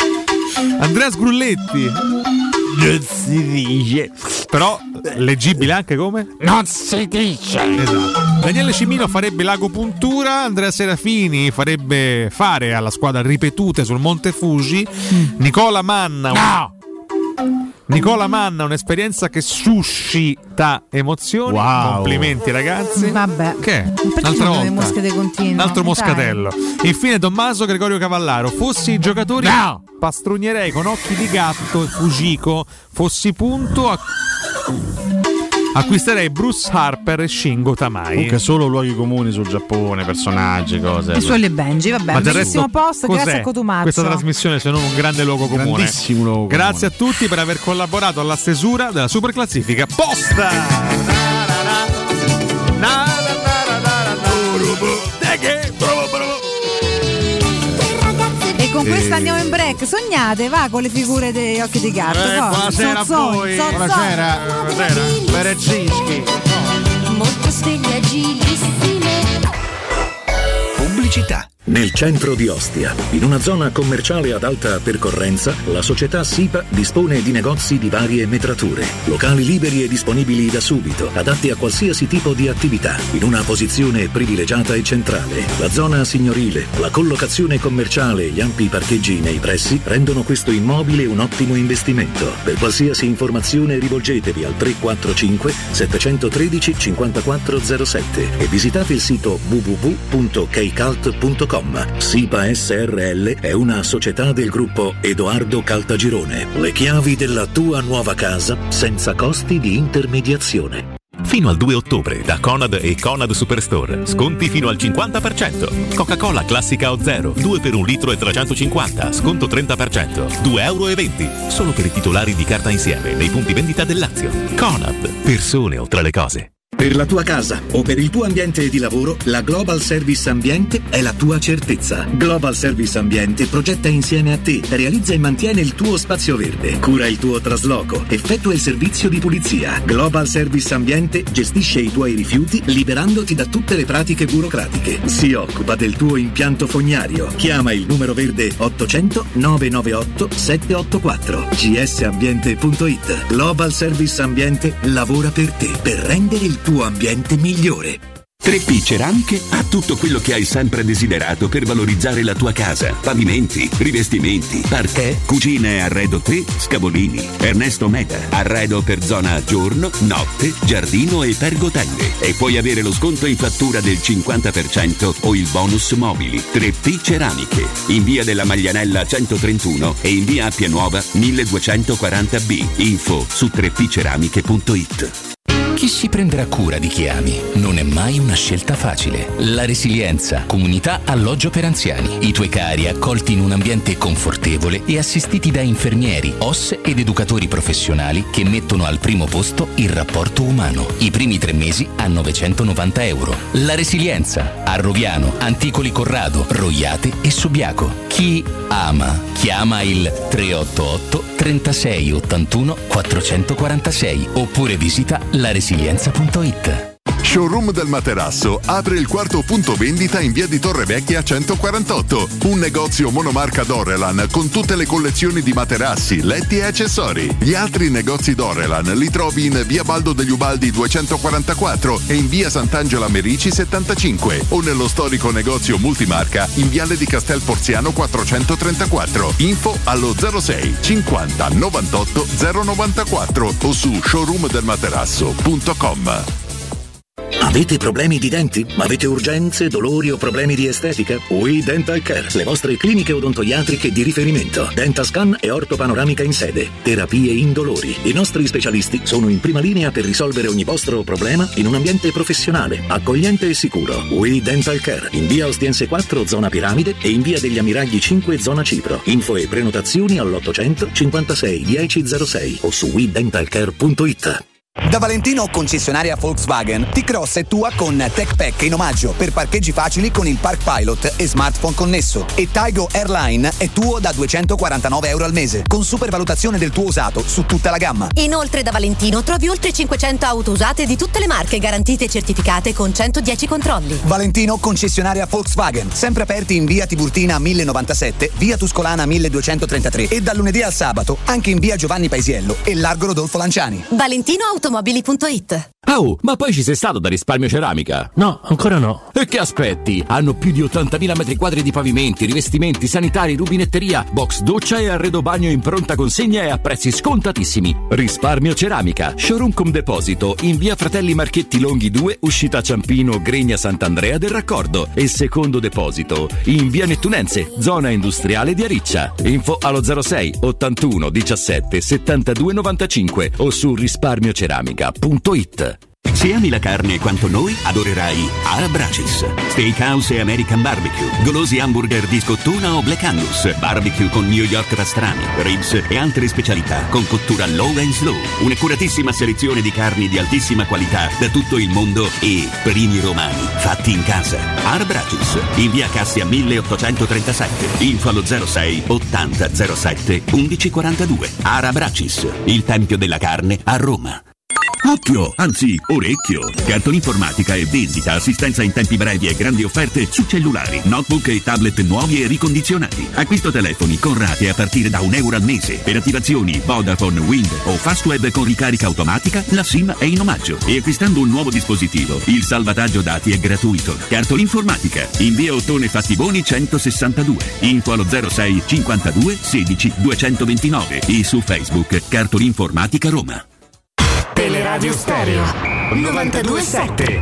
Andrea Sgrulletti. Non si dice. Però leggibile anche come? Non si dice. Esatto. Daniele Cimino farebbe l'agopuntura, Andrea Serafini farebbe fare alla squadra ripetute sul Monte Fuji, Nicola Manna No! Nicola Manna, un'esperienza che suscita emozioni. Wow. Complimenti ragazzi. Vabbè. Che? Ma perché Un'altra sono delle volta. mosche di continuo? Un altro Dai. moscatello. Infine Tommaso Gregorio Cavallaro. Fossi i giocatori No! pastrugnerei con occhi di gatto e Fujiko. Fossi punto a... acquisterei Bruce Harper e Shingo Tamai. Comunque solo luoghi comuni sul Giappone, personaggi, cose. E su Ollie e Benji, vabbè, Ma un del bellissimo resto, post, cos'è grazie a Cotumaccio. questa trasmissione se non un grande luogo comune? Grandissimo luogo comune. Grazie a tutti per aver collaborato alla stesura della super classifica posta. E con Eh. questa andiamo in break. Sognate, va con le figure degli occhi di gatto. Eh, va. buonasera a Sozzoni, voi. sozzoni. Buonasera, buonasera. Berezinski. Molto sveglie agilissime. Pubblicità. Nel centro di Ostia, in una zona commerciale ad alta percorrenza, la società SIPA dispone di negozi di varie metrature, locali liberi e disponibili da subito, adatti a qualsiasi tipo di attività, in una posizione privilegiata e centrale. La zona signorile, la collocazione commerciale e gli ampi parcheggi nei pressi rendono questo immobile un ottimo investimento. Per qualsiasi informazione rivolgetevi al tre quattro cinque sette uno tre cinque quattro zero sette e visitate il sito w w w punto keicalt punto com. SIPA S R L è una società del gruppo Edoardo Caltagirone. Le chiavi della tua nuova casa senza costi di intermediazione. Fino al due ottobre da Conad e Conad Superstore. Sconti fino al cinquanta per cento. Coca-Cola classica o zero, due per un litro e trecentocinquanta, sconto trenta per cento, due euro e venti. Solo per i titolari di carta insieme nei punti vendita del Lazio. Conad, persone oltre le cose. Per la tua casa o per il tuo ambiente di lavoro, la Global Service Ambiente è la tua certezza. Global Service Ambiente progetta insieme a te, realizza e mantiene il tuo spazio verde, cura il tuo trasloco, effettua il servizio di pulizia. Global Service Ambiente gestisce i tuoi rifiuti liberandoti da tutte le pratiche burocratiche. Si occupa del tuo impianto fognario. Chiama il numero verde ottocento nove nove otto sette otto quattro g s ambiente punto i t. Global Service Ambiente lavora per te, per rendere il tuo ambiente migliore. tre P Ceramiche ha tutto quello che hai sempre desiderato per valorizzare la tua casa. Pavimenti, rivestimenti, parquet, cucine e arredo tre, Scavolini. Ernesto Meda, arredo per zona giorno, notte, giardino e pergotelle. E puoi avere lo sconto in fattura del cinquanta per cento o il bonus mobili. tre P Ceramiche, in via della Maglianella centotrentuno e in via Appia Nuova milleduecentoquaranta B. Info su tre p ceramiche punto i t. Chi si prenderà cura di chi ami? Non è mai una scelta facile. La Resilienza, comunità alloggio per anziani. I tuoi cari accolti in un ambiente confortevole e assistiti da infermieri, O S ed educatori professionali che mettono al primo posto il rapporto umano. I primi tre mesi a novecentonovanta euro. La Resilienza, a Roviano, Anticoli Corrado, Roiate e Subiaco. Chi ama, chiama il tre otto otto trentasei ottantuno quattrocentoquarantasei oppure visita la resilienza punto i t. Showroom del Materasso apre il quarto punto vendita in via di Torrevecchia centoquarantotto. Un negozio monomarca Dorelan con tutte le collezioni di materassi, letti e accessori. Gli altri negozi Dorelan li trovi in via Baldo degli Ubaldi duecentoquarantaquattro e in via Sant'Angela Merici settantacinque o nello storico negozio multimarca in viale di Castel Porziano quattrocentotrentaquattro. Info allo zero sei cinquanta novantotto zero novantaquattro o su showroom del materasso punto com. Avete problemi di denti? Avete urgenze, dolori o problemi di estetica? We Dental Care, le vostre cliniche odontoiatriche di riferimento. Dentascan e ortopanoramica in sede. Terapie indolori. I nostri specialisti sono in prima linea per risolvere ogni vostro problema in un ambiente professionale, accogliente e sicuro. We Dental Care, in via Ostiense quattro, zona Piramide e in via degli Ammiragli cinque, zona Cipro. Info e prenotazioni all'ottocento cinquantasei dieci zero sei o su we dental care punto i t. Da Valentino, concessionaria Volkswagen, T-Cross è tua con Tech Pack in omaggio per parcheggi facili con il Park Pilot e smartphone connesso. E Taigo Airline è tuo da duecentoquarantanove euro al mese, con supervalutazione del tuo usato su tutta la gamma. Inoltre da Valentino trovi oltre cinquecento auto usate di tutte le marche, garantite e certificate con centodieci controlli. Valentino, concessionaria Volkswagen, sempre aperti in via Tiburtina mille novantasette, via Tuscolana milleduecentotrentatré e dal lunedì al sabato anche in via Giovanni Paisiello e largo Rodolfo Lanciani. Valentino automobili punto i t. Oh, ma poi ci sei stato da Risparmio Ceramica? No, ancora no. E che aspetti? Hanno più di ottantamila metri quadri di pavimenti, rivestimenti, sanitari, rubinetteria, box doccia e arredo bagno in pronta consegna e a prezzi scontatissimi. Risparmio Ceramica, showroom con deposito in via Fratelli Marchetti Longhi due, uscita Ciampino, Gregna Sant'Andrea del Raccordo, e secondo deposito in via Nettunense, zona industriale di Ariccia. Info allo zero sei ottantuno diciassette settantadue novantacinque o su risparmio ceramica punto i t. Se ami la carne quanto noi, adorerai Arabracis. Steakhouse e American Barbecue, golosi hamburger di scottuna o Black Angus, barbecue con New York pastrami, ribs e altre specialità con cottura low and slow. Un'accuratissima selezione di carni di altissima qualità da tutto il mondo e primi romani fatti in casa. Arabracis, in via Cassia milleottocentotrentasette, info allo zero sei ottanta zero sette undici quarantadue. Arabracis, il tempio della carne a Roma. Occhio, anzi orecchio. Cartolinformatica e vendita, assistenza in tempi brevi e grandi offerte su cellulari, notebook e tablet nuovi e ricondizionati. Acquisto telefoni con rate a partire da un euro al mese. Per attivazioni Vodafone, Wind o Fastweb con ricarica automatica, la SIM è in omaggio. E acquistando un nuovo dispositivo, il salvataggio dati è gratuito. Cartolinformatica, in via Ottone Fattiboni centosessantadue. Info allo zero sei cinquantadue sedici duecentoventinove e su Facebook Cartolinformatica Roma. Teleradio Stereo novantadue sette.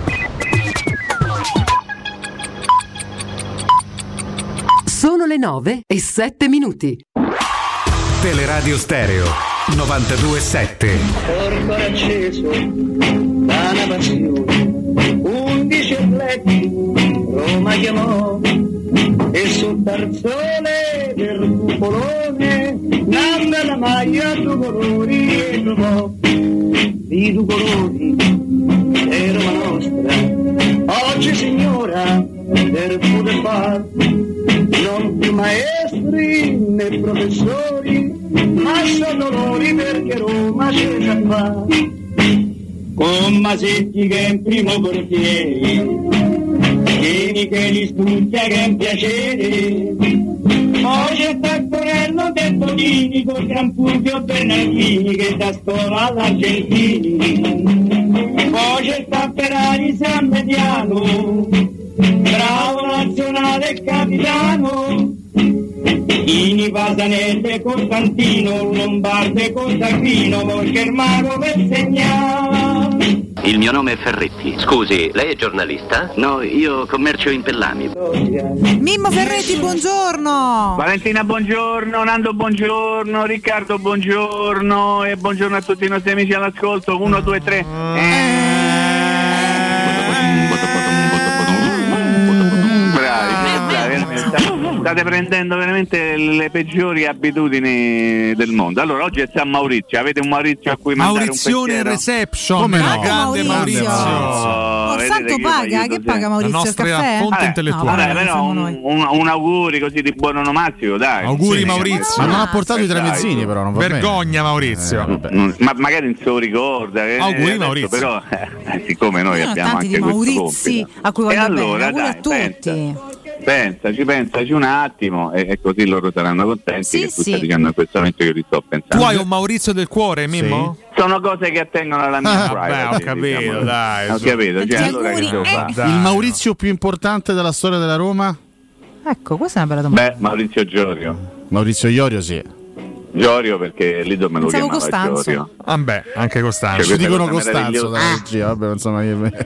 Sono le nove e sette minuti. Teleradio Stereo novantadue sette. Corpo acceso da una passione, undici atleti Roma chiamò e sul tarzone del cupolone nanna la maglia due colori e trovò i due colori è Roma nostra. Oggi signora del poter far non più maestri né professori, ma sono dolori perché Roma ce ne fa. Con Masetti che è in primo portiere, Vieni che li studia che è un piacere. Poi c'è Taccorello del Bonini con Gran Fulvio Bernardini che da scuola all'Argentini. Poi c'è Tapperari San Mediano, bravo nazionale capitano. Ini Pasanelle Costantino, Lombarde Costagrino, Volchermano per segnare. Il mio nome è Ferretti. Scusi, lei è giornalista? No, io commercio in pellami. Mimmo Ferretti, buongiorno. Valentina, buongiorno. Nando, buongiorno. Riccardo, buongiorno. E buongiorno a tutti i nostri amici all'ascolto. Uno, due, tre. Eh. State prendendo veramente le peggiori abitudini del mondo. Allora, oggi è San Maurizio. Avete un Maurizio a cui mandare un pensiero? Maurizione Reception. Come no? Grande Maurizio. Maurizio. Oh, santo paga, che paga Maurizio? La nostra il caffè? fonte Vabbè, intellettuale. No, vabbè, però un, un, un auguri così di buon onomastico, dai. Auguri sì, Maurizio. Ma non ha portato eh, i tramezzini, però non va Vergogna bene. Maurizio. Eh, non, ma magari non se lo ricorda. Eh, auguri adesso, Maurizio. Però, eh, siccome noi Sono abbiamo tanti anche di questo Maurizi compito. a cui voglio E allora, bene. Auguri dai, a tutti. Pensa. Pensaci, pensaci un attimo e, e così loro saranno contenti Sì, che tu sì. stai dicendo in questo momento che io li sto pensando. Tu hai un Maurizio del cuore, Mimmo? Sono cose che attengono alla mia Ah, privacy, beh, ho capito, diciamo. dai, Ho su. capito, cioè, Ti allora che auguri, devo eh. fare? Dai. Il Maurizio più importante della storia della Roma? Ecco, questa è una bella domanda. Beh, Maurizio Giorio. Maurizio Iorio, sì. Giorgio perché lì dove me lo Pensavo chiamava Costanzo. Giorgio. Ah, beh, anche Costanzo. Cioè, Ci questa dicono cosa Costanzo meravigliosa. dalla regia, vabbè, insomma io...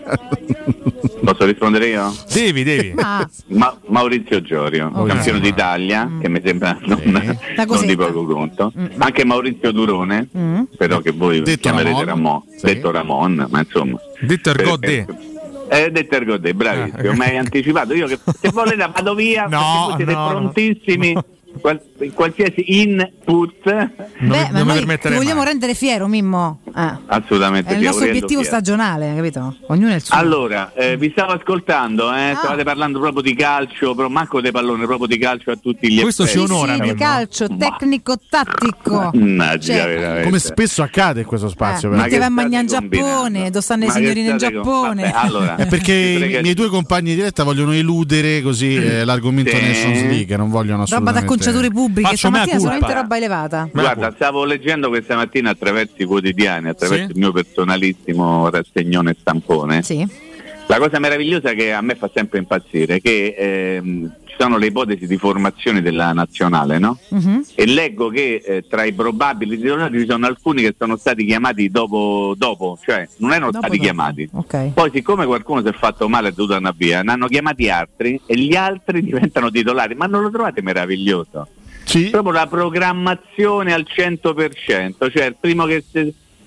Posso rispondere io? Devi, devi. Ma Ma- Maurizio Giorio, Ok. campione d'Italia, che mi sembra non, La non cosetta. di poco conto. Anche Maurizio Durone, Mm. però che voi Detto chiamerete Ramon. Ramon, Sì. detto Ramon, ma insomma. Detto Ergodè. Eh, detto Ergodè, bravissimo, mi hai anticipato. Io che se volete vado via, No, perché voi siete no, no. prontissimi. Qual- qualsiasi input, Non, Beh, mi- ma non mi noi ti permetterei vogliamo mai. rendere fiero, Mimmo. Eh. assolutamente. È il sì, nostro avrei obiettivo detto fiero. stagionale, capito? Ognuno è il suo. Allora, eh, vi stavo ascoltando, eh, Ah. stavate parlando proprio di calcio, però manco dei pallone, proprio di calcio a tutti gli Questo effetti. ci onora, sì, di Mimmo. calcio tecnico-tattico. Mannaggia, Cioè, veramente. Come spesso accade in questo spazio. Eh, però. Ma metteva che a mangiare in state Giappone, combinando? dove stanno i Ma che signorini in state con- Giappone. Vabbè, allora, È perché i miei due compagni di diretta vogliono eludere così eh, l'argomento Sì. Nations League, non vogliono Roba assolutamente. d'acconciature pubbliche, Faccio mea stamattina culpa. solamente roba elevata. Guarda, stavo leggendo questa mattina attraverso i quotidiani, attraverso Sì. il mio personalissimo rassegnone stampone. Sì. La cosa meravigliosa che a me fa sempre impazzire è che ehm, ci sono le ipotesi di formazione della nazionale, no? Mhm. E leggo che eh, tra i probabili titolari ci sono alcuni che sono stati chiamati dopo, dopo cioè non erano Dopo, stati dopo. chiamati. Ok. Poi siccome qualcuno si è fatto male e è dovuto andare via, ne hanno chiamati altri e gli altri diventano titolari. Ma non lo trovate meraviglioso? Sì. Proprio la programmazione al cento per cento, cioè il primo che si,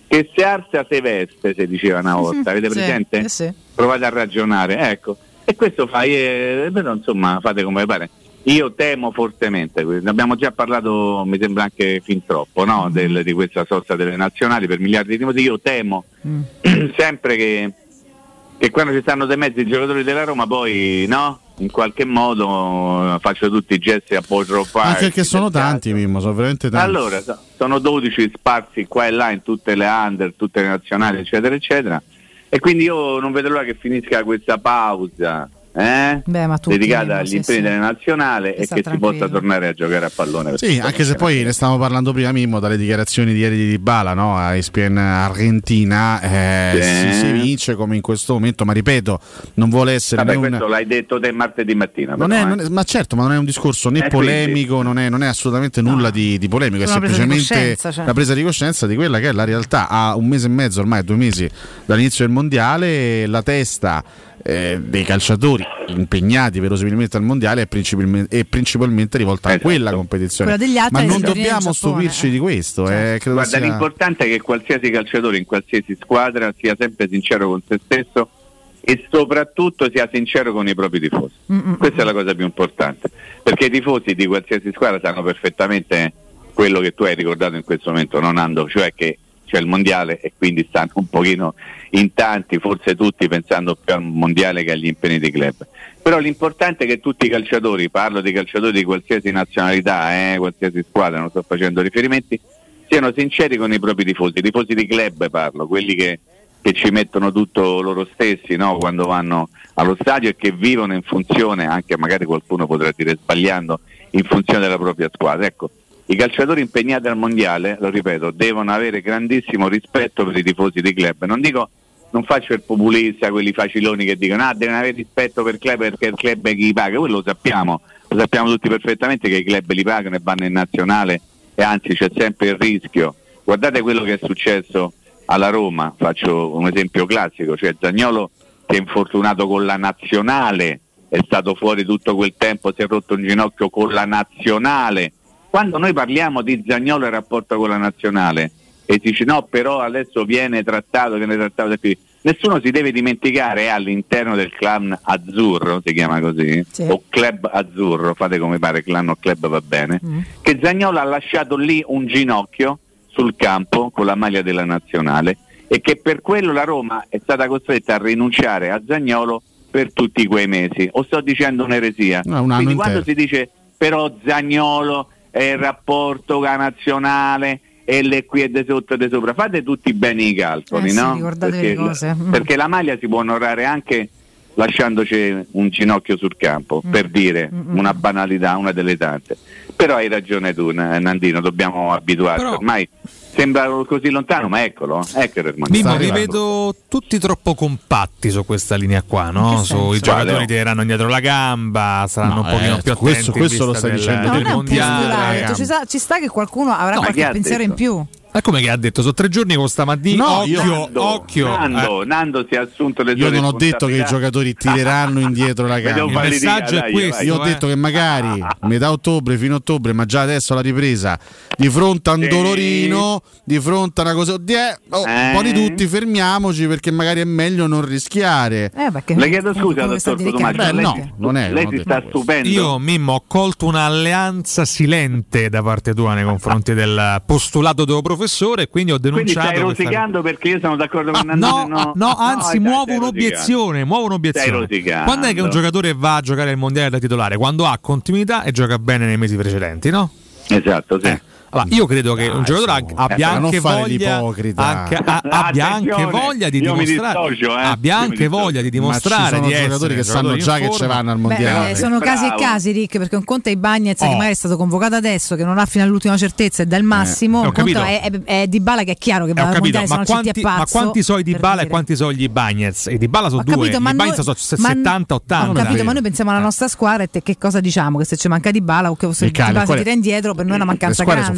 che se arsa se veste, si diceva una volta, avete Sì, presente? eh sì. Provate a ragionare, ecco, e questo fai, eh, però insomma fate come pare. Io temo fortemente, ne abbiamo già parlato, mi sembra anche fin troppo, no? Del, di questa sosta delle nazionali per miliardi di motivi. Io temo Mm. sempre che, che quando ci stanno dei mezzi i giocatori della Roma poi, no? In qualche modo eh, faccio tutti i gesti apostropati. Anche perché sono tanti, Mimmo, sono veramente tanti. Allora, so- sono dodici sparsi qua e là in tutte le under, tutte le nazionali, eccetera, eccetera. E quindi io non vedo l'ora che finisca questa pausa. Eh? Beh, ma tutti, dedicata sì, agli sì, impegni sì. della nazionale e sta che tranquillo. si possa tornare a giocare a pallone. Sì, anche se poi ne stavamo parlando prima, Mimmo, dalle dichiarazioni di ieri di Dybala, no? A E S P N Argentina, eh, Sì. si, si vince come in questo momento, ma ripeto, non vuole essere Vabbè, né un- questo l'hai detto te martedì mattina. non però, è, eh. non è- ma certo, ma non è un discorso né Eh, polemico, non è, non è assolutamente nulla di, di polemico, è Una presa di semplicemente coscienza, cioè. la presa di coscienza di quella che è la realtà. A un mese e mezzo, ormai due mesi dall'inizio del mondiale, la testa eh, dei calciatori impegnati verosimilmente al mondiale è principalmente, è principalmente rivolta a quella competizione. Quella degli altri Ma è non si torna in dobbiamo Giappone, stupirci di questo. eh, credo Guarda, sia- l'importante è che qualsiasi calciatore in qualsiasi squadra sia sempre sincero con se stesso e soprattutto sia sincero con i propri tifosi. Questa è la cosa più importante, perché i tifosi di qualsiasi squadra sanno perfettamente quello che tu hai ricordato in questo momento, non Ando, cioè che c'è il mondiale e quindi stanno un pochino in tanti, forse tutti, pensando più al mondiale che agli impegni dei club. Però l'importante è che tutti i calciatori, parlo di calciatori di qualsiasi nazionalità, eh, qualsiasi squadra, non sto facendo riferimenti, siano sinceri con i propri tifosi, i tifosi di club parlo, quelli che, che ci mettono tutto loro stessi, no? Quando vanno allo stadio e che vivono in funzione, anche magari qualcuno potrà dire sbagliando, in funzione della propria squadra. Ecco, i calciatori impegnati al mondiale, lo ripeto, devono avere grandissimo rispetto per i tifosi di club. Non dico, non faccio il populista, quelli faciloni che dicono ah, devono avere rispetto per il club perché il club è chi li paga. Quello lo sappiamo, lo sappiamo tutti perfettamente che i club li pagano e vanno in nazionale, e anzi c'è sempre il rischio. Guardate quello che è successo alla Roma, faccio un esempio classico, cioè Zaniolo che è infortunato con la nazionale, è stato fuori tutto quel tempo, si è rotto un ginocchio con la nazionale. Quando noi parliamo di Zaniolo e rapporto con la nazionale e si dice no, però adesso viene trattato, viene trattato da qui, nessuno si deve dimenticare, è all'interno del clan azzurro, si chiama così, Sì. o club azzurro, fate come pare, clan o club va bene, Mm. che Zaniolo ha lasciato lì un ginocchio sul campo con la maglia della nazionale e che per quello la Roma è stata costretta a rinunciare a Zaniolo per tutti quei mesi. O sto dicendo un'eresia? No, un anno Quindi intero. quando si dice però Zaniolo è il rapporto con la nazionale e le qui e de sotto e de sopra, fate tutti bene i calcoli, Eh sì, no? ricordatevi Perché, le cose. Mm. perché la maglia si può onorare anche lasciandoci un ginocchio sul campo, Mm. per dire una banalità, una delle tante. Però hai ragione tu, Nandino, dobbiamo abituarci. Però- Ormai sembra così lontano, ma eccolo, eccolo il Mimmo, mondiale. li vedo tutti troppo compatti su questa linea qua, no? che Sui senso? giocatori Quale? tireranno dietro la gamba, saranno No, un pochino eh, più attenti questo- in questo lo vista stai del, dicendo del tu. Non è un mondiale. postulato, ci, sa- ci sta che qualcuno avrà No, ma chi qualche ha pensiero detto? in più. Ma come che ha detto? Sono tre giorni con stamattina. No, occhio, io- Nando, occhio. Nando, Eh, Nando si è assunto le sue Io non ho detto che i responsabilità. giocatori tireranno indietro la Vediamo gamba. il farli messaggio dire, è dai, questo. vai. Io ho eh. detto che magari metà ottobre fino a ottobre, ma già adesso alla ripresa, di fronte a un Sì. dolorino, di fronte a una cosa, oddio, eh, oh, Eh. un po' di tutti, fermiamoci perché magari è meglio non rischiare. Eh, perché Le chiedo scusa, come sta dottor di Riccardo? Cotumaccio, Beh, lei, no, non è- lei non ho si sta detto questo. stupendo. Io, Mimmo, ho colto un'alleanza silente da parte tua nei confronti del postulato del professore e quindi ho Quindi denunciato. stai questa- rosicando perché io sono d'accordo con Ah, Nandino? no, no, anzi, dai, muovo stai un'obiezione. Muovo Stai un'obiezione. rosicando. Quando è che un giocatore va a giocare il mondiale da titolare? Quando ha continuità e gioca bene nei mesi precedenti, no? rosicando. Esatto, sì. Allora, io credo che un giocatore su. abbia Eh, ma non anche fare voglia, l'ipocrita. anche, a- abbia anche Attenzione, voglia di io mi dimostrare, dissocio, eh. abbia Io mi anche dissocio. voglia di Ma ci dimostrare sono di essere giocatori che un sanno giocatore già in che ci forma. vanno al Beh, mondiale. eh, sono casi e Bravo. casi, Rick, perché un conto è Bagnez Oh. che magari è stato convocato adesso, che non ha fino all'ultima certezza e dà il massimo. Eh, ho un conto capito. è, è, è Dybala che è chiaro che Eh, va ho al capito, mondiale, se ma no ci quanti, ti ma appazzo, quanti so i per Dybala e dire. quanti so gli Bagnez? I Dybala sono Ho due, capito, i ma Bagnez noi- sono ma- settanta ottanta. Ho capito, ma noi pensiamo alla nostra squadra e te che cosa diciamo? Che se ci manca Dybala o che se Il cane, Dybala si qual è? tira indietro per noi è una Le mancanza squadre grande.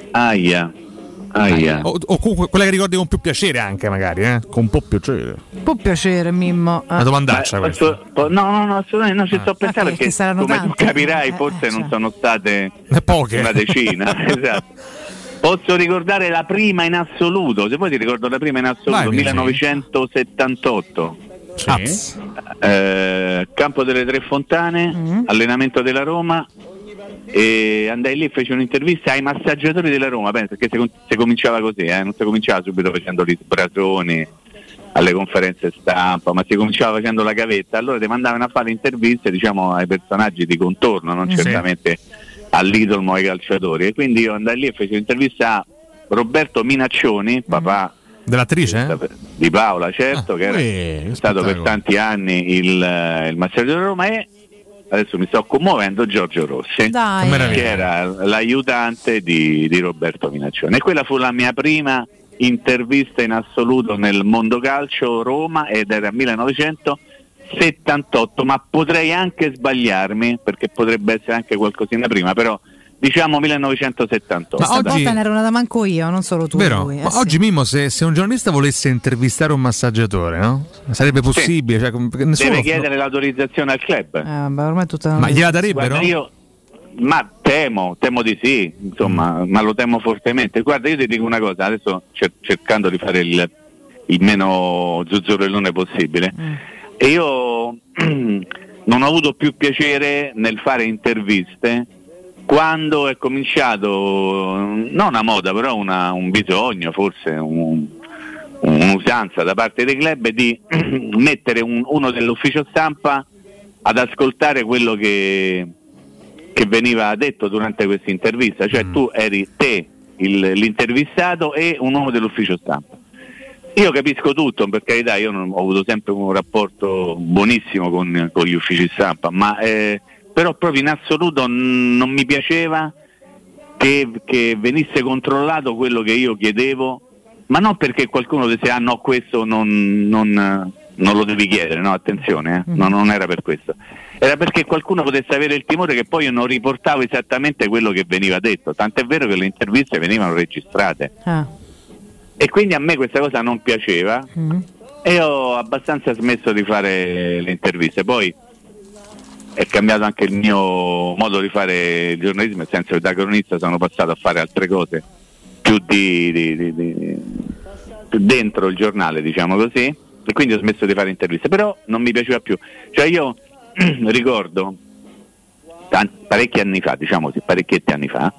Aia. Aia. O, o comunque quella che ricordi con più piacere anche magari, eh? Con un po' piacere. Può piacere, Mimmo. Una domandaccia Ma, questa. posso- no, no, no, assolutamente non ci sto pensando perché perché, saranno come tante. tu capirai, Eh, forse eh, non cioè. sono state poche. una decina. Esatto. Posso ricordare la prima in assoluto, se vuoi ti ricordo la prima in assoluto, Vai, millenovecentosettantotto. Sì. Eh, Campo delle Tre Fontane, Mm. allenamento della Roma, e andai lì e feci un'intervista ai massaggiatori della Roma, penso, perché si, si cominciava così, eh? non si cominciava subito facendo gli sbrasoni alle conferenze stampa, ma si cominciava facendo la gavetta. Allora ti mandavano a fare interviste, diciamo, ai personaggi di contorno, non Sì. certamente all'idolmo, ai calciatori. E quindi io andai lì e feci un'intervista a Roberto Minaccioni, papà dell'attrice? Eh? di Paola, certo, Ah, che era uè, che stato per spettacolo. tanti anni il, eh, il massaggiatore della Roma, e adesso mi sto commuovendo, Giorgio Rossi, Dai. Che meraviglia. che era l'aiutante di, di Roberto Minaccioni. E quella fu la mia prima intervista in assoluto nel mondo calcio, Roma, ed era millenovecentosettantotto, ma potrei anche sbagliarmi perché potrebbe essere anche qualcosina prima, però diciamo millenovecentosettantotto. Questa oggi- volta ne ero nata manco io, non solo tu. Vero? Lui, eh, Ma sì. oggi Mimmo, se, se un giornalista volesse intervistare un massaggiatore, no? Sarebbe possibile? Cioè, com- perché nessuno Deve lo- chiedere l'autorizzazione al club. Eh, vabbè, ormai è tutta... Ma gliela darebbero? Guarda, io, ma temo, temo di sì, insomma, ma lo temo fortemente. Guarda, io ti dico una cosa, adesso cer- cercando di fare il, il meno zuzzurellone possibile, e io non ho avuto più piacere nel fare interviste quando è cominciato, non una moda, però una, un bisogno, forse un, un'usanza da parte dei club di mettere un- uno dell'ufficio stampa ad ascoltare quello che, che veniva detto durante questa intervista, cioè tu eri te il- l'intervistato e un uomo dell'ufficio stampa. Io capisco tutto, per carità, io non, ho avuto sempre un rapporto buonissimo con, con gli uffici stampa, ma eh, però proprio in assoluto n- non mi piaceva che, che venisse controllato quello che io chiedevo, ma non perché qualcuno dicesse ah no, questo non, non, non lo devi chiedere, no, attenzione, eh? no, non era per questo, era perché qualcuno potesse avere il timore che poi io non riportavo esattamente quello che veniva detto, tant'è vero che le interviste venivano registrate. Ah. E quindi a me questa cosa non piaceva e ho abbastanza smesso di fare le interviste. Poi è cambiato anche il mio modo di fare il giornalismo, nel senso che da cronista sono passato a fare altre cose più di, di, di, di più dentro il giornale, diciamo così, e quindi ho smesso di fare interviste, però non mi piaceva più. Cioè io ricordo tanti, parecchi anni fa, diciamo così, parecchietti anni fa,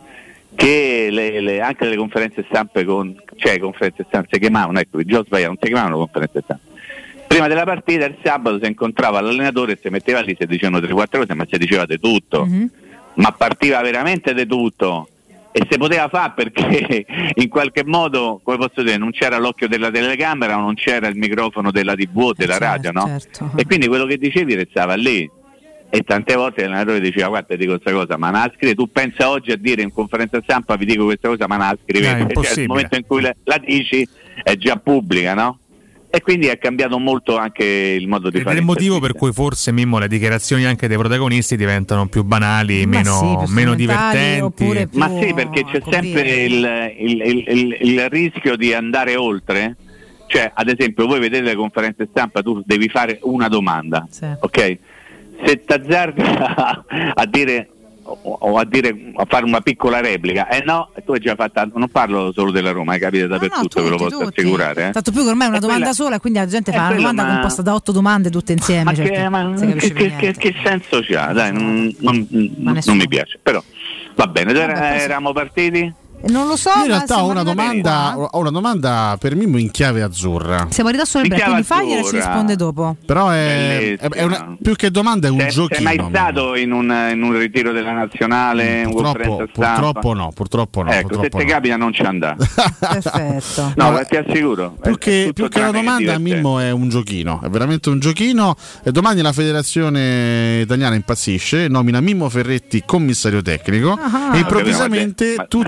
che le, le, anche le conferenze stampe con, cioè conferenze stampe si chiamavano, ecco, i Giò sbagliato, non si chiamavano conferenze stampe. Prima della partita il sabato si incontrava l'allenatore e si metteva lì, si dicevano tre quattro cose, ma si diceva di tutto, Mm-hmm. ma partiva veramente di tutto e si poteva fare perché in qualche modo, come posso dire, non c'era l'occhio della telecamera, non c'era il microfono della tivù o della radio, no? certo. E quindi quello che dicevi restava lì. E tante volte l'allenatore diceva guarda, ti dico questa cosa, ma non la scrivi, tu pensa oggi a dire in conferenza stampa vi dico questa cosa, ma non la scrivete, No, è cioè, nel impossibile. momento in cui la, la dici è già pubblica, no? E quindi è cambiato molto anche il modo di Ed è fare il motivo per interviste. cui forse Mimmo le dichiarazioni anche dei protagonisti diventano più banali, Ma meno, sì, più meno strumentali, divertenti. oppure più Ma sì, perché c'è sempre il, il, il, il, il rischio di andare oltre, cioè ad esempio voi vedete le conferenze stampa, tu devi fare una domanda, Sì. ok? Se t'azzardi a, a dire o, o a dire a fare una piccola replica, eh no, tu hai già fatta, non parlo solo della Roma, capita dappertutto, no, ve lo tutti, posso tutti. assicurare. Eh? Tanto più che ormai è una E domanda quella- sola, quindi la gente è fa una quello, domanda ma- composta da otto domande tutte insieme. Ma, cioè, che, ma non si che, capisce più che, che, niente. che senso c'ha? Dai, non, non- non nessuno. mi piace, però va bene, Vabbè, era- poi sì. eravamo partiti? Non lo so, Io in ma realtà ho siamo una arrivati domanda, qua. ho una domanda per Mimmo in chiave azzurra. Siamo a ridosso del In break, quindi chiave fagliela e ci azzurra. risponde dopo. Però è, è- è una, più che domanda è un Sei, giochino. sei mai Mimmo. stato in un, in un ritiro della nazionale, un Purtroppo, conferenza stampa? purtroppo no, purtroppo no. Ecco, purtroppo se ti no. capita non ci andare. Perfetto. No, No, ma ti assicuro. Più è- è che, tutto più che una tranne domanda, divertente. Mimmo, è un giochino, è veramente un giochino. E domani la federazione italiana impazzisce, nomina Mimmo Ferretti commissario tecnico Ah. e improvvisamente Ma- tutti. ma-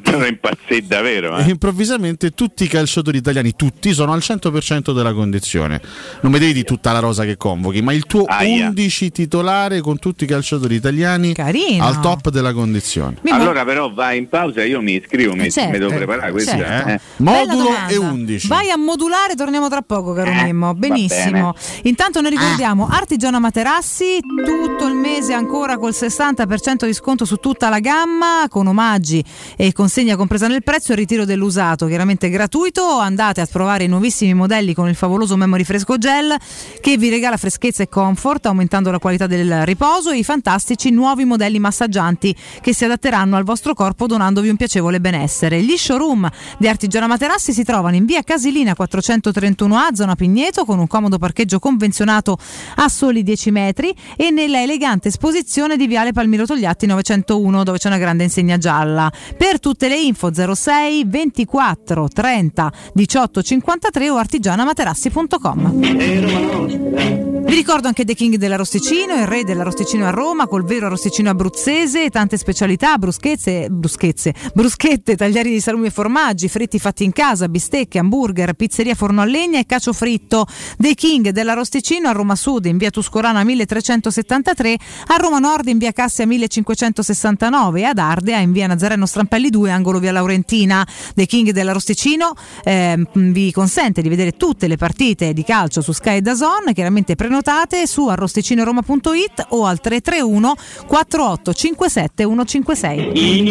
impazzire davvero. Eh? E improvvisamente tutti i calciatori italiani, tutti, sono al cento per cento della condizione. Non mi devi di tutta la rosa che convochi, ma il tuo Aia. undici titolare con tutti i calciatori italiani Carino. al top della condizione. Allora però vai in pausa, io mi iscrivo, mi, certo, mi devo preparare questo. certo. Eh. Modulo e undici. Vai a modulare, torniamo tra poco, caro Eh, Mimmo. Benissimo. Intanto noi ricordiamo Artigiana Materassi, tutto il mese ancora col sessanta per cento di sconto su tutta la gamma, con omaggi e consegna compresa nel prezzo e ritiro dell'usato, chiaramente gratuito. Andate a provare i nuovissimi modelli con il favoloso Memory Fresco Gel che vi regala freschezza e comfort, aumentando la qualità del riposo, e i fantastici nuovi modelli massaggianti che si adatteranno al vostro corpo donandovi un piacevole benessere. Gli showroom di Artigiana Materassi si trovano in via Casilina quattrocentotrentuno A, zona Pigneto, con un comodo parcheggio convenzionato a soli dieci metri, e nella elegante esposizione di viale Palmiro Togliatti novecentouno, dove c'è una grande insegna gialla. Per tutte le info zero sei ventiquattro trenta diciotto cinquantatré o artigianamaterassi punto com. Vi ricordo anche The King dell'Arrosticino, il re dell'Arrosticino a Roma, col vero arrosticino abruzzese, tante specialità, bruschezze, bruschezze, bruschette, tagliari di salumi e formaggi, fritti fatti in casa, bistecche, hamburger, pizzeria forno a legna e cacio fritto. The King dell'Arrosticino a Roma Sud in via Tuscolana milletrecentosettantatré, a Roma Nord in via Cassia millecinquecentosessantanove e ad Ardea in via Nazareno Strampelli due, angolo via Laurentina. The King dell'Arrosticino eh, vi consente di vedere tutte le partite di calcio su Sky e DAZN, chiaramente prenotate su arrosticinoroma punto it o al tre tre uno quattro otto cinque sette uno cinque sei.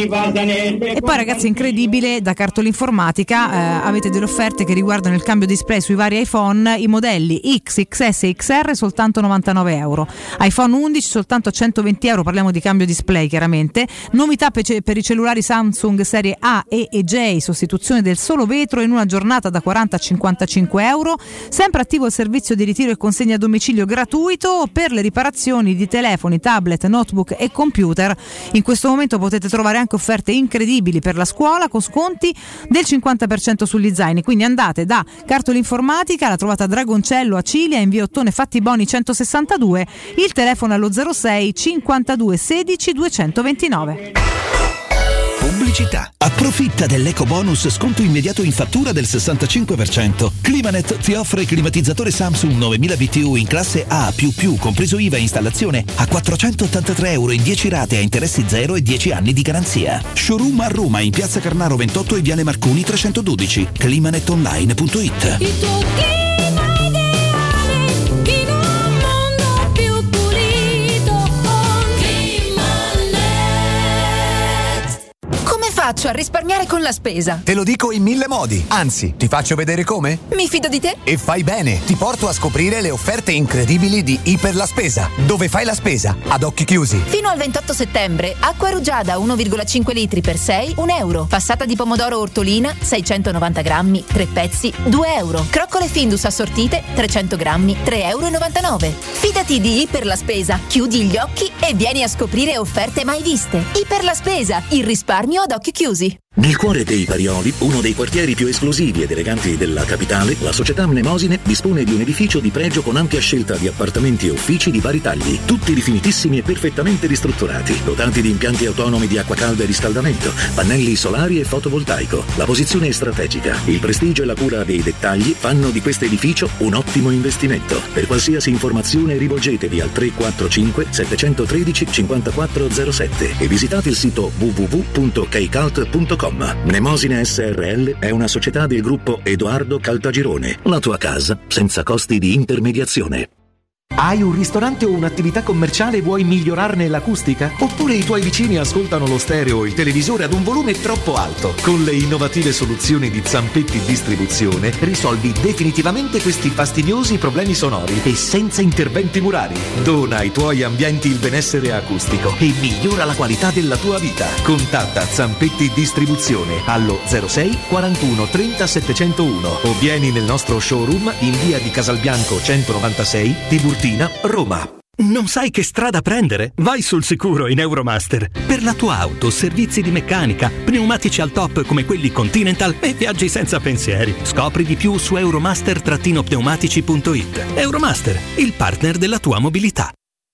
E poi ragazzi, incredibile, da Cartolinformatica eh, avete delle offerte che riguardano il cambio display sui vari iPhone, i modelli X, X S e X R soltanto novantanove euro, iPhone undici soltanto centoventi euro, parliamo di cambio display chiaramente. Novità per, per i cellulari Samsung serie A, E e J, sostituzione del solo vetro in una giornata da quaranta a cinquantacinque euro, sempre attivo il servizio di ritiro e consegna a domicilio gratuito per le riparazioni di telefoni, tablet, notebook e computer. In questo momento potete trovare anche offerte incredibili per la scuola con sconti del cinquanta per cento sugli zaini, quindi andate da Cartolinformatica, la trovate a Dragoncello a Cilia in via Ottone Fattiboni centosessantadue, il telefono è allo zero sei cinquantadue sedici duecentoventinove. Pubblicità. Approfitta dell'eco bonus sconto immediato in fattura del sessantacinque per cento. Climanet ti offre climatizzatore Samsung novemila B T U in classe A più più, compreso I V A e installazione, a quattrocentottantatré euro in dieci rate a interessi zero e dieci anni di garanzia. Showroom a Roma in piazza Carnaro ventotto e viale Marconi trecentododici. climanetonline punto it. Faccio a risparmiare con la spesa? Te lo dico in mille modi. Anzi, ti faccio vedere come? Mi fido di te? E fai bene. Ti porto a scoprire le offerte incredibili di Iper la Spesa. Dove fai la spesa? Ad occhi chiusi. Fino al ventotto settembre, acqua rugiada uno virgola cinque litri per sei, un euro. Passata di pomodoro ortolina, seicentonovanta grammi, tre pezzi, due euro. Croccole Findus assortite, trecento grammi, tre euro e novantanove. Fidati di Iper la Spesa. Chiudi gli occhi e vieni a scoprire offerte mai viste. Iper la Spesa, il risparmio ad occhi chiusi. Nel cuore dei Parioli, uno dei quartieri più esclusivi ed eleganti della capitale, la società Mnemosine dispone di un edificio di pregio con ampia scelta di appartamenti e uffici di vari tagli, tutti rifinitissimi e perfettamente ristrutturati, dotati di impianti autonomi di acqua calda e riscaldamento, pannelli solari e fotovoltaico. La posizione è strategica, il prestigio e la cura dei dettagli fanno di questo edificio un ottimo investimento. Per qualsiasi informazione rivolgetevi al tre quattro cinque sette uno tre cinque quattro zero sette e visitate il sito w w w punto keycult punto com. Mnemosine S R L è una società del gruppo Edoardo Caltagirone. La tua casa senza costi di intermediazione. Hai un ristorante o un'attività commerciale e vuoi migliorarne l'acustica? Oppure i tuoi vicini ascoltano lo stereo o il televisore ad un volume troppo alto? Con le innovative soluzioni di Zampetti Distribuzione risolvi definitivamente questi fastidiosi problemi sonori e senza interventi murari. Dona ai tuoi ambienti il benessere acustico e migliora la qualità della tua vita. Contatta Zampetti Distribuzione allo zero sei quarantuno trenta settecentouno o vieni nel nostro showroom in via di Casalbianco centonovantasei, Tiburtina, Roma. Non sai che strada prendere? Vai sul sicuro in Euromaster. Per la tua auto, servizi di meccanica, pneumatici al top come quelli Continental e viaggi senza pensieri. Scopri di più su euromaster pneumatici punto it. Euromaster, il partner della tua mobilità.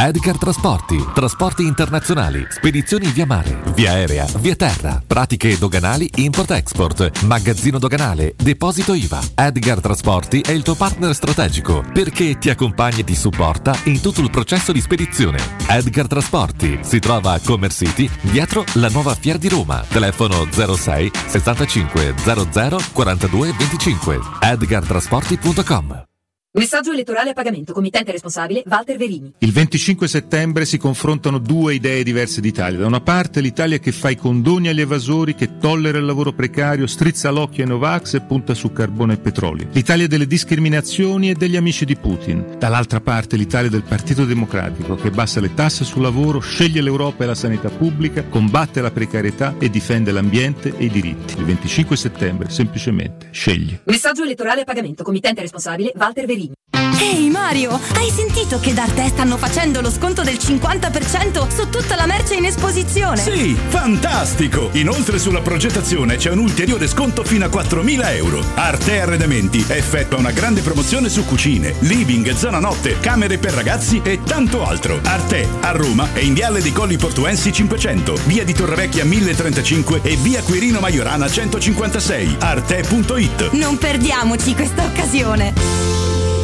Edgar Trasporti, trasporti internazionali, spedizioni via mare, via aerea, via terra, pratiche doganali import-export, magazzino doganale, deposito I V A. Edgar Trasporti è il tuo partner strategico perché ti accompagna e ti supporta in tutto il processo di spedizione. Edgar Trasporti si trova a Commerce City, dietro la nuova Fiera di Roma. Telefono zero sei sessantacinque zero zero quarantadue venticinque. edgar trasporti punto com. Messaggio elettorale a pagamento. Committente responsabile Walter Verini. Il venticinque settembre si confrontano due idee diverse d'Italia. Da una parte l'Italia che fa i condoni agli evasori, che tollera il lavoro precario, strizza l'occhio ai Novax e punta su carbone e petrolio. L'Italia delle discriminazioni e degli amici di Putin. Dall'altra parte l'Italia del Partito Democratico che abbassa le tasse sul lavoro, sceglie l'Europa e la sanità pubblica, combatte la precarietà e difende l'ambiente e i diritti. Il venticinque settembre semplicemente scegli. Messaggio elettorale a pagamento. Committente responsabile Walter Verini. Ehi Mario, hai sentito che da Arte stanno facendo lo sconto del cinquanta per cento su tutta la merce in esposizione? Sì, fantastico! Inoltre sulla progettazione c'è un ulteriore sconto fino a quattromila euro. Arte Arredamenti effettua una grande promozione su cucine, living, zona notte, camere per ragazzi e tanto altro. Arte a Roma è in Viale dei Colli Portuensi cinquecento, via di Torrevecchia mille trentacinque e via Quirino Maiorana centocinquantasei. arte punto it. Non perdiamoci questa occasione!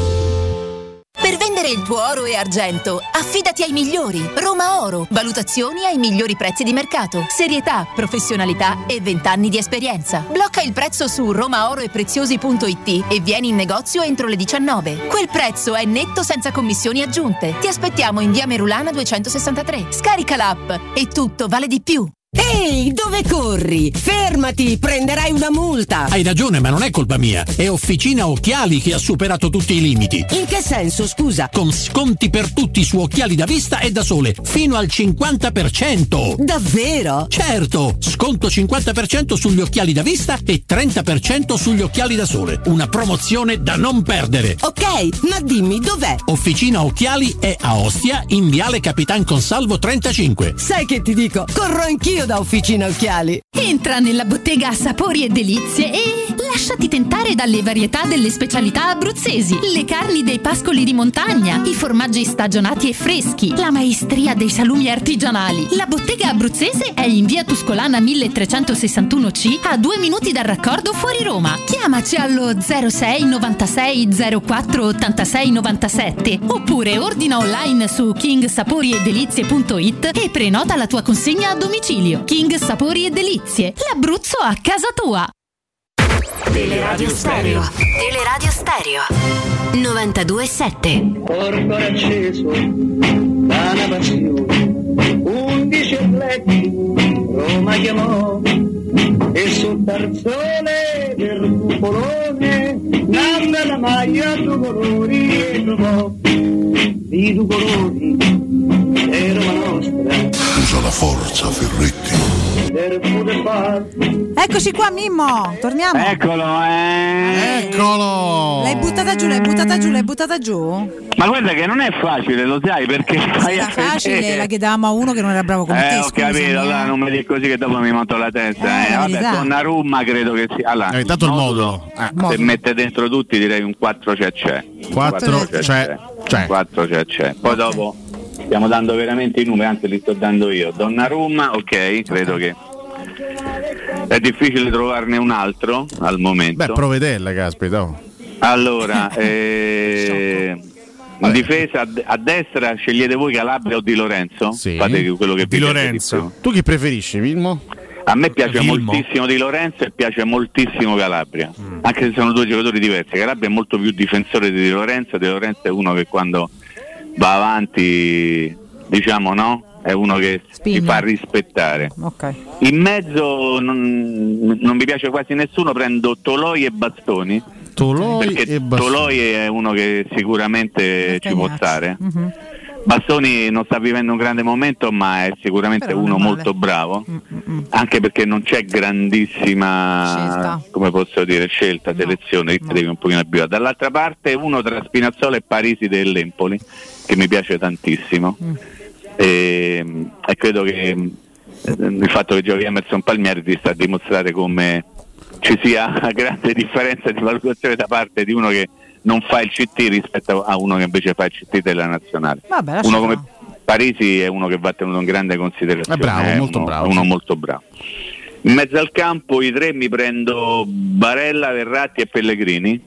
Per vendere il tuo oro e argento, affidati ai migliori. Roma Oro. Valutazioni ai migliori prezzi di mercato. Serietà, professionalità e vent'anni di esperienza. Blocca il prezzo su romaoroepreziosi punto it e vieni in negozio entro le diciannove. Quel prezzo è netto senza commissioni aggiunte. Ti aspettiamo in via Merulana duecentosessantatré. Scarica l'app e tutto vale di più. Ehi, dove corri? Fermati, prenderai una multa. Hai ragione, ma non è colpa mia. È Officina Occhiali che ha superato tutti i limiti. In che senso, scusa? Con sconti per tutti su occhiali da vista e da sole, fino al cinquanta per cento. Davvero? Certo, sconto cinquanta per cento sugli occhiali da vista e trenta per cento sugli occhiali da sole. Una promozione da non perdere. Ok, ma dimmi dov'è? Officina Occhiali è a Ostia, in Viale Capitan Consalvo trentacinque. Sai che ti dico? Corro anch'io da Officina Occhiali. Entra nella bottega Sapori e Delizie e lasciati tentare dalle varietà delle specialità abruzzesi, le carni dei pascoli di montagna, i formaggi stagionati e freschi, la maestria dei salumi artigianali. La bottega abruzzese è in via Tuscolana milletrecentosessantuno C, a due minuti dal raccordo fuori Roma. Chiamaci allo zero sei novantasei zero quattro ottantasei novantasette oppure ordina online su king sapori e delizie punto it e prenota la tua consegna a domicilio. King Sapori e Delizie, l'Abruzzo a casa tua. Teleradio Stereo. Teleradio Stereo novantadue sette. Porto acceso da una passione, undici atleti Roma chiamò e sul tarzone del cupolone nanda la maglia due colori e trovò di due colori è Roma nostra. Usa la forza, Ferretti. Eccoci qua, Mimmo, torniamo. Eccolo, eh. Eccolo. L'hai buttata giù, l'hai buttata giù, l'hai buttata giù? Ma guarda che non è facile, lo sai, perché era facile, la chiedevamo a uno che non era bravo come eh, te. ho scusami, capito, allora eh. non mi dici così che dopo mi monto la testa. Eh, Eh, la vabbè, verità. Donnarumma credo che sia. Allora, Hai dato il modulo. Se Eh. mette dentro tutti direi un quattro c'è c'è. quattro c'è c'è. quattro c'è c'è. Poi dopo stiamo dando veramente i numeri, anzi li sto dando io. Donnarumma, ok, credo che è difficile trovarne un altro al momento. Beh, Provedella, caspita. oh. Allora, eh, in difesa a, a destra scegliete voi Calabria o Di Lorenzo? Sì. Fate quello che Di vi piace Lorenzo. di più. Tu chi preferisci, Vilmo? A me piace Vilmo? moltissimo Di Lorenzo e piace moltissimo Calabria, mm. anche se sono due giocatori diversi. Calabria è molto più difensore di Di Lorenzo, Di Lorenzo è uno che quando va avanti, diciamo, no? È uno che Spigna. si fa rispettare. Ok. In mezzo non, non mi piace quasi nessuno, prendo Toloi e Bastoni. Toloi perché e Bastoni. Toloi è uno che sicuramente ci può stare. Mm-hmm. Bastoni non sta vivendo un grande momento, ma è sicuramente Però uno non è male. molto bravo, Mm-mm. anche perché non c'è grandissima Scelta. come posso dire scelta, selezione, no. Devi un pochino abituare. Dall'altra parte uno tra Spinazzola e Parisi dell'Empoli, che mi piace tantissimo. Mm. E, e credo che eh, il fatto che giochi Emerson Palmieri ti sta a dimostrare come ci sia una grande differenza di valutazione da parte di uno che non fa il C T rispetto a uno che invece fa il C T della nazionale. Vabbè, uno come, Parisi è uno che va tenuto in grande considerazione, è bravo, è molto uno, bravo, uno sì. molto bravo. In mezzo al campo i tre mi prendo Barella, Verratti e Pellegrini.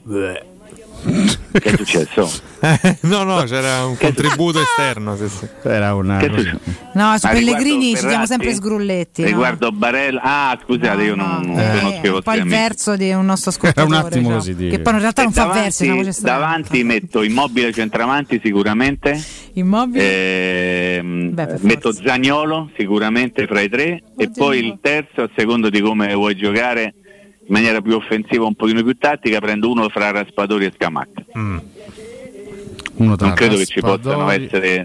Che è successo? Eh, no, no, c'era un contributo esterno. Sì, sì. Era una. No, su Ma Pellegrini ci diamo Verratti? sempre sgrulletti. Riguardo no? Barella, ah scusate, io non, non Eh, conoscevo un po' il amici. verso di un nostro ascoltatore. Era un attimo diciamo. così, Che poi in realtà E non fa davanti, versi, è una voce strana. davanti metto Immobile centravanti sicuramente. Immobile? Ehm, Beh, per metto Zaniolo sicuramente fra i tre. E poi il terzo, a secondo di come vuoi giocare in maniera più offensiva, un pochino più tattica, prendo uno fra Raspadori e Scamacca. Mm. Uno tra Non credo che ci Raspadori. possano essere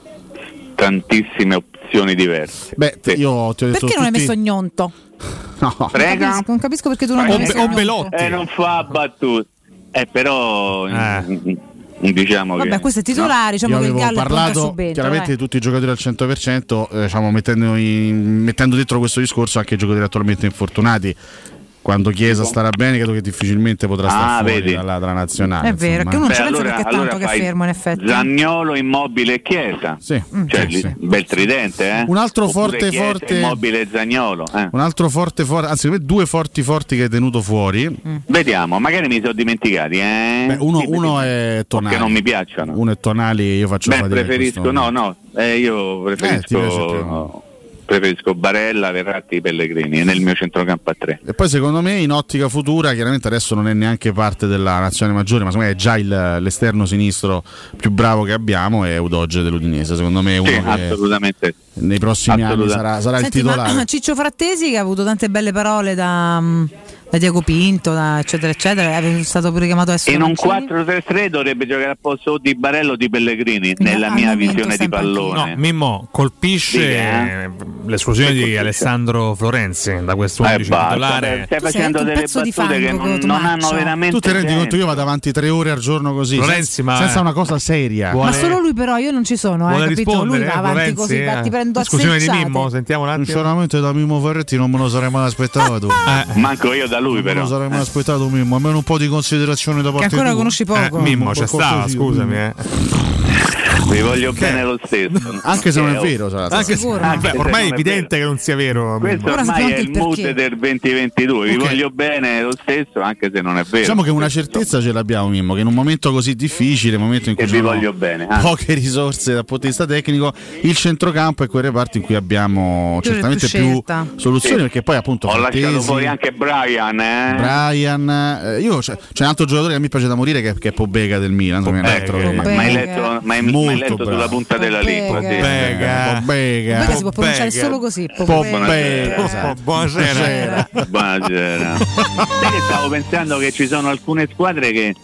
tantissime opzioni diverse. Beh, io ti ho detto Perché non hai tutti- messo Gnonto? No. Non Prega? capisco, non capisco perché tu non hai messo Gnonto. Eh, non fa battute. Eh, però mm, diciamo Vabbè, che questo è titolare, diciamo Io che il avevo Gallo è pronto al parlato subentro. chiaramente eh. di tutti i giocatori al cento per cento, eh, diciamo, mettendo, in- mettendo dentro questo discorso anche i giocatori attualmente infortunati. Quando Chiesa starà bene, credo che difficilmente potrà Ah, stare fuori vedi. dalla, dalla nazionale. È vero, insomma. che uno non Beh, ci pensa allora- perché è tanto allora che è fai fermo in effetti. Zaniolo, Immobile e Chiesa. Sì, Cioè, sì, lì, sì. bel tridente, eh? Un altro Oppure forte Chiesa, forte Immobile e Zaniolo. Eh. Un altro forte forte, anzi per me due forti forti che hai tenuto fuori. Vediamo, magari mi sono dimenticati, eh? Beh, uno, Sì, uno sì. è Tonali. Che non mi piacciono. Uno è Tonali, io faccio Beh, fatica in preferisco, questo no, momento. no, eh, io Eh, ti piace più. preferisco preferisco Barella, Verratti, Pellegrini nel mio centrocampo a tre. E poi secondo me in ottica futura, chiaramente adesso non è neanche parte della nazionale maggiore, ma secondo me è già il- l'esterno sinistro più bravo che abbiamo, è Udoge dell'Udinese. Secondo me è uno Sì, che assolutamente. nei prossimi anni Assolutamente. sarà, sarà il Senti, titolare. ma Ciccio Frattesi che ha avuto tante belle parole da, mm, da Diego Pinto, da eccetera eccetera, è stato pure chiamato a essere In un Mancini. quattro tre tre dovrebbe giocare a posto o di Barella o di Pellegrini, nella al mia momento visione di sempre pallone. No, Mimmo, colpisce Dica, eh, l'esclusione Che di colpisce? Alessandro Florenzi da questo Eh, undici basta, titolare. stai Tu sei facendo anche un delle pezzo di battute che fango, non, tu, non hanno Maccio. veramente Tu ti rendi senso. conto, io vado avanti tre ore al giorno così, Florenzi, senza, ma- senza una cosa seria. Vuole- Ma solo lui però, io non ci sono, eh, Vuole capito? Lui rispondere, va eh, avanti Florenzi, così, va, eh. ti prendo a Esclusione di selciate. Mimmo, sentiamo un attimo. Sinceramente da Mimmo Ferretti non me lo sarei mai aspettato. Eh, Manco io da lui Non me però. lo sarei mai aspettato Mimmo, almeno un po' di considerazione da Che parte ancora tua. conosci poco. eh, Mimmo, c'è qualcosa stava, di- scusami. Eh. Vi voglio bene lo stesso. Anche se non è Eh, vero, sarà stato. Anche se, Sicuro? beh, Anche se ormai è non è evidente che non sia vero. Questo Mimmo. Ora ormai sappiamo è anche il il mood perché. del duemilaventidue. Vi Ok. voglio bene lo stesso, anche se non è vero. Diciamo che una certezza ce l'abbiamo, Mimmo, che in un momento così difficile, momento in cui Che ci vi sono voglio bene, anzi. poche risorse dal punto di vista tecnico, il centrocampo è quel reparto in cui abbiamo Più- certamente più più, scelta. soluzioni, Sì. perché poi appunto Ho lasciato Frattesi, fuori anche Brian, eh? Brian, eh, io c'è, c'è un altro giocatore che a me piace da morire che, che è Pobega del Milan, insomma, un altro Ecco, che- ma Pobega. ma hai letto, ma hai- ma hai Molto letto bravo. sulla punta della lingua? Pobega. Sì. Pobega. Pobega. Perché si può pronunciare Pobega. solo così? Pobega. Esatto. Buonasera. Buonasera. Sai che stavo pensando che ci sono alcune squadre che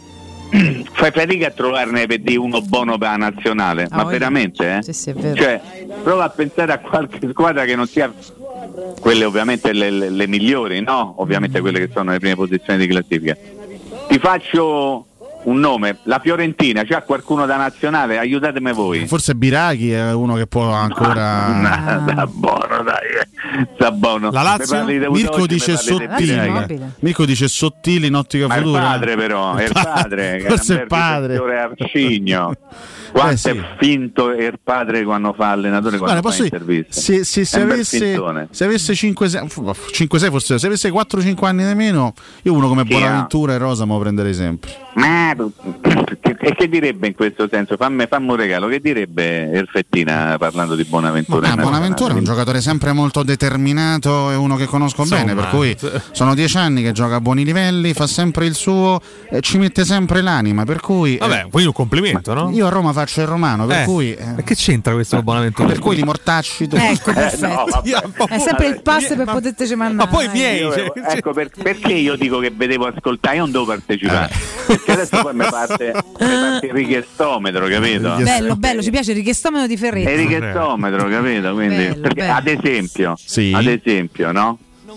fai fatica a trovarne per di uno buono per la nazionale, Ah, ma voglio- veramente, eh? Sì, sì, è vero. Cioè, prova a pensare a qualche squadra che non sia quelle ovviamente le, le- le migliori, no? Ovviamente quelle che sono le prime posizioni di classifica. Ti faccio un nome, la Fiorentina, c'ha qualcuno da nazionale? Aiutatemi voi. Forse Biraghi è uno che può ancora. No, sta buono, dai, sta buono. La Lazio? Mi parli di Mirko Udoge, dice mi parli di sottili. Biraghi. Immobile. Mirko dice sottili in ottica Ma è il futura. padre però, è il padre, che Forse è il padre. Arcigno. Quanto Eh, sì. è finto il padre quando fa allenatore, quando Guarda, fa posso dire, interviste. se, se, se È un bel avesse, fintone. se avesse cinque sei forse, se avesse quattro cinque anni di meno, io uno come Chi Bonaventura e Rosa me lo prenderei sempre. Ma che, che- che direbbe in questo senso? Fammi, fammi un regalo, che direbbe Erfettina parlando di Bonaventura? Ma Bonaventura è un giocatore sempre molto determinato, è uno che conosco Insomma, bene, per cui sono dieci anni che gioca a buoni livelli, fa sempre il suo e ci mette sempre l'anima, per cui Vabbè, quindi un complimento, no? io a Roma faccio il romano, per Eh, cui eh, ma che c'entra questo Bonaventura? per cui li mortacci tu. Ecco, Eh, perfetto. no, vabbè. È sempre il passo per Ma- poterteci Ma mandare. poi i miei, Io, cioè, ecco per- perché io dico che vedevo ascoltare, io non devo partecipare, Eh. perché adesso poi mi parte, mi parte il richiestometro, capito? Bello, bello, ci piace il richiestomeno di È il Ferretti. richiestometro, capito? Quindi, Bello, perché, bello. ad esempio, Sì. ad esempio, no?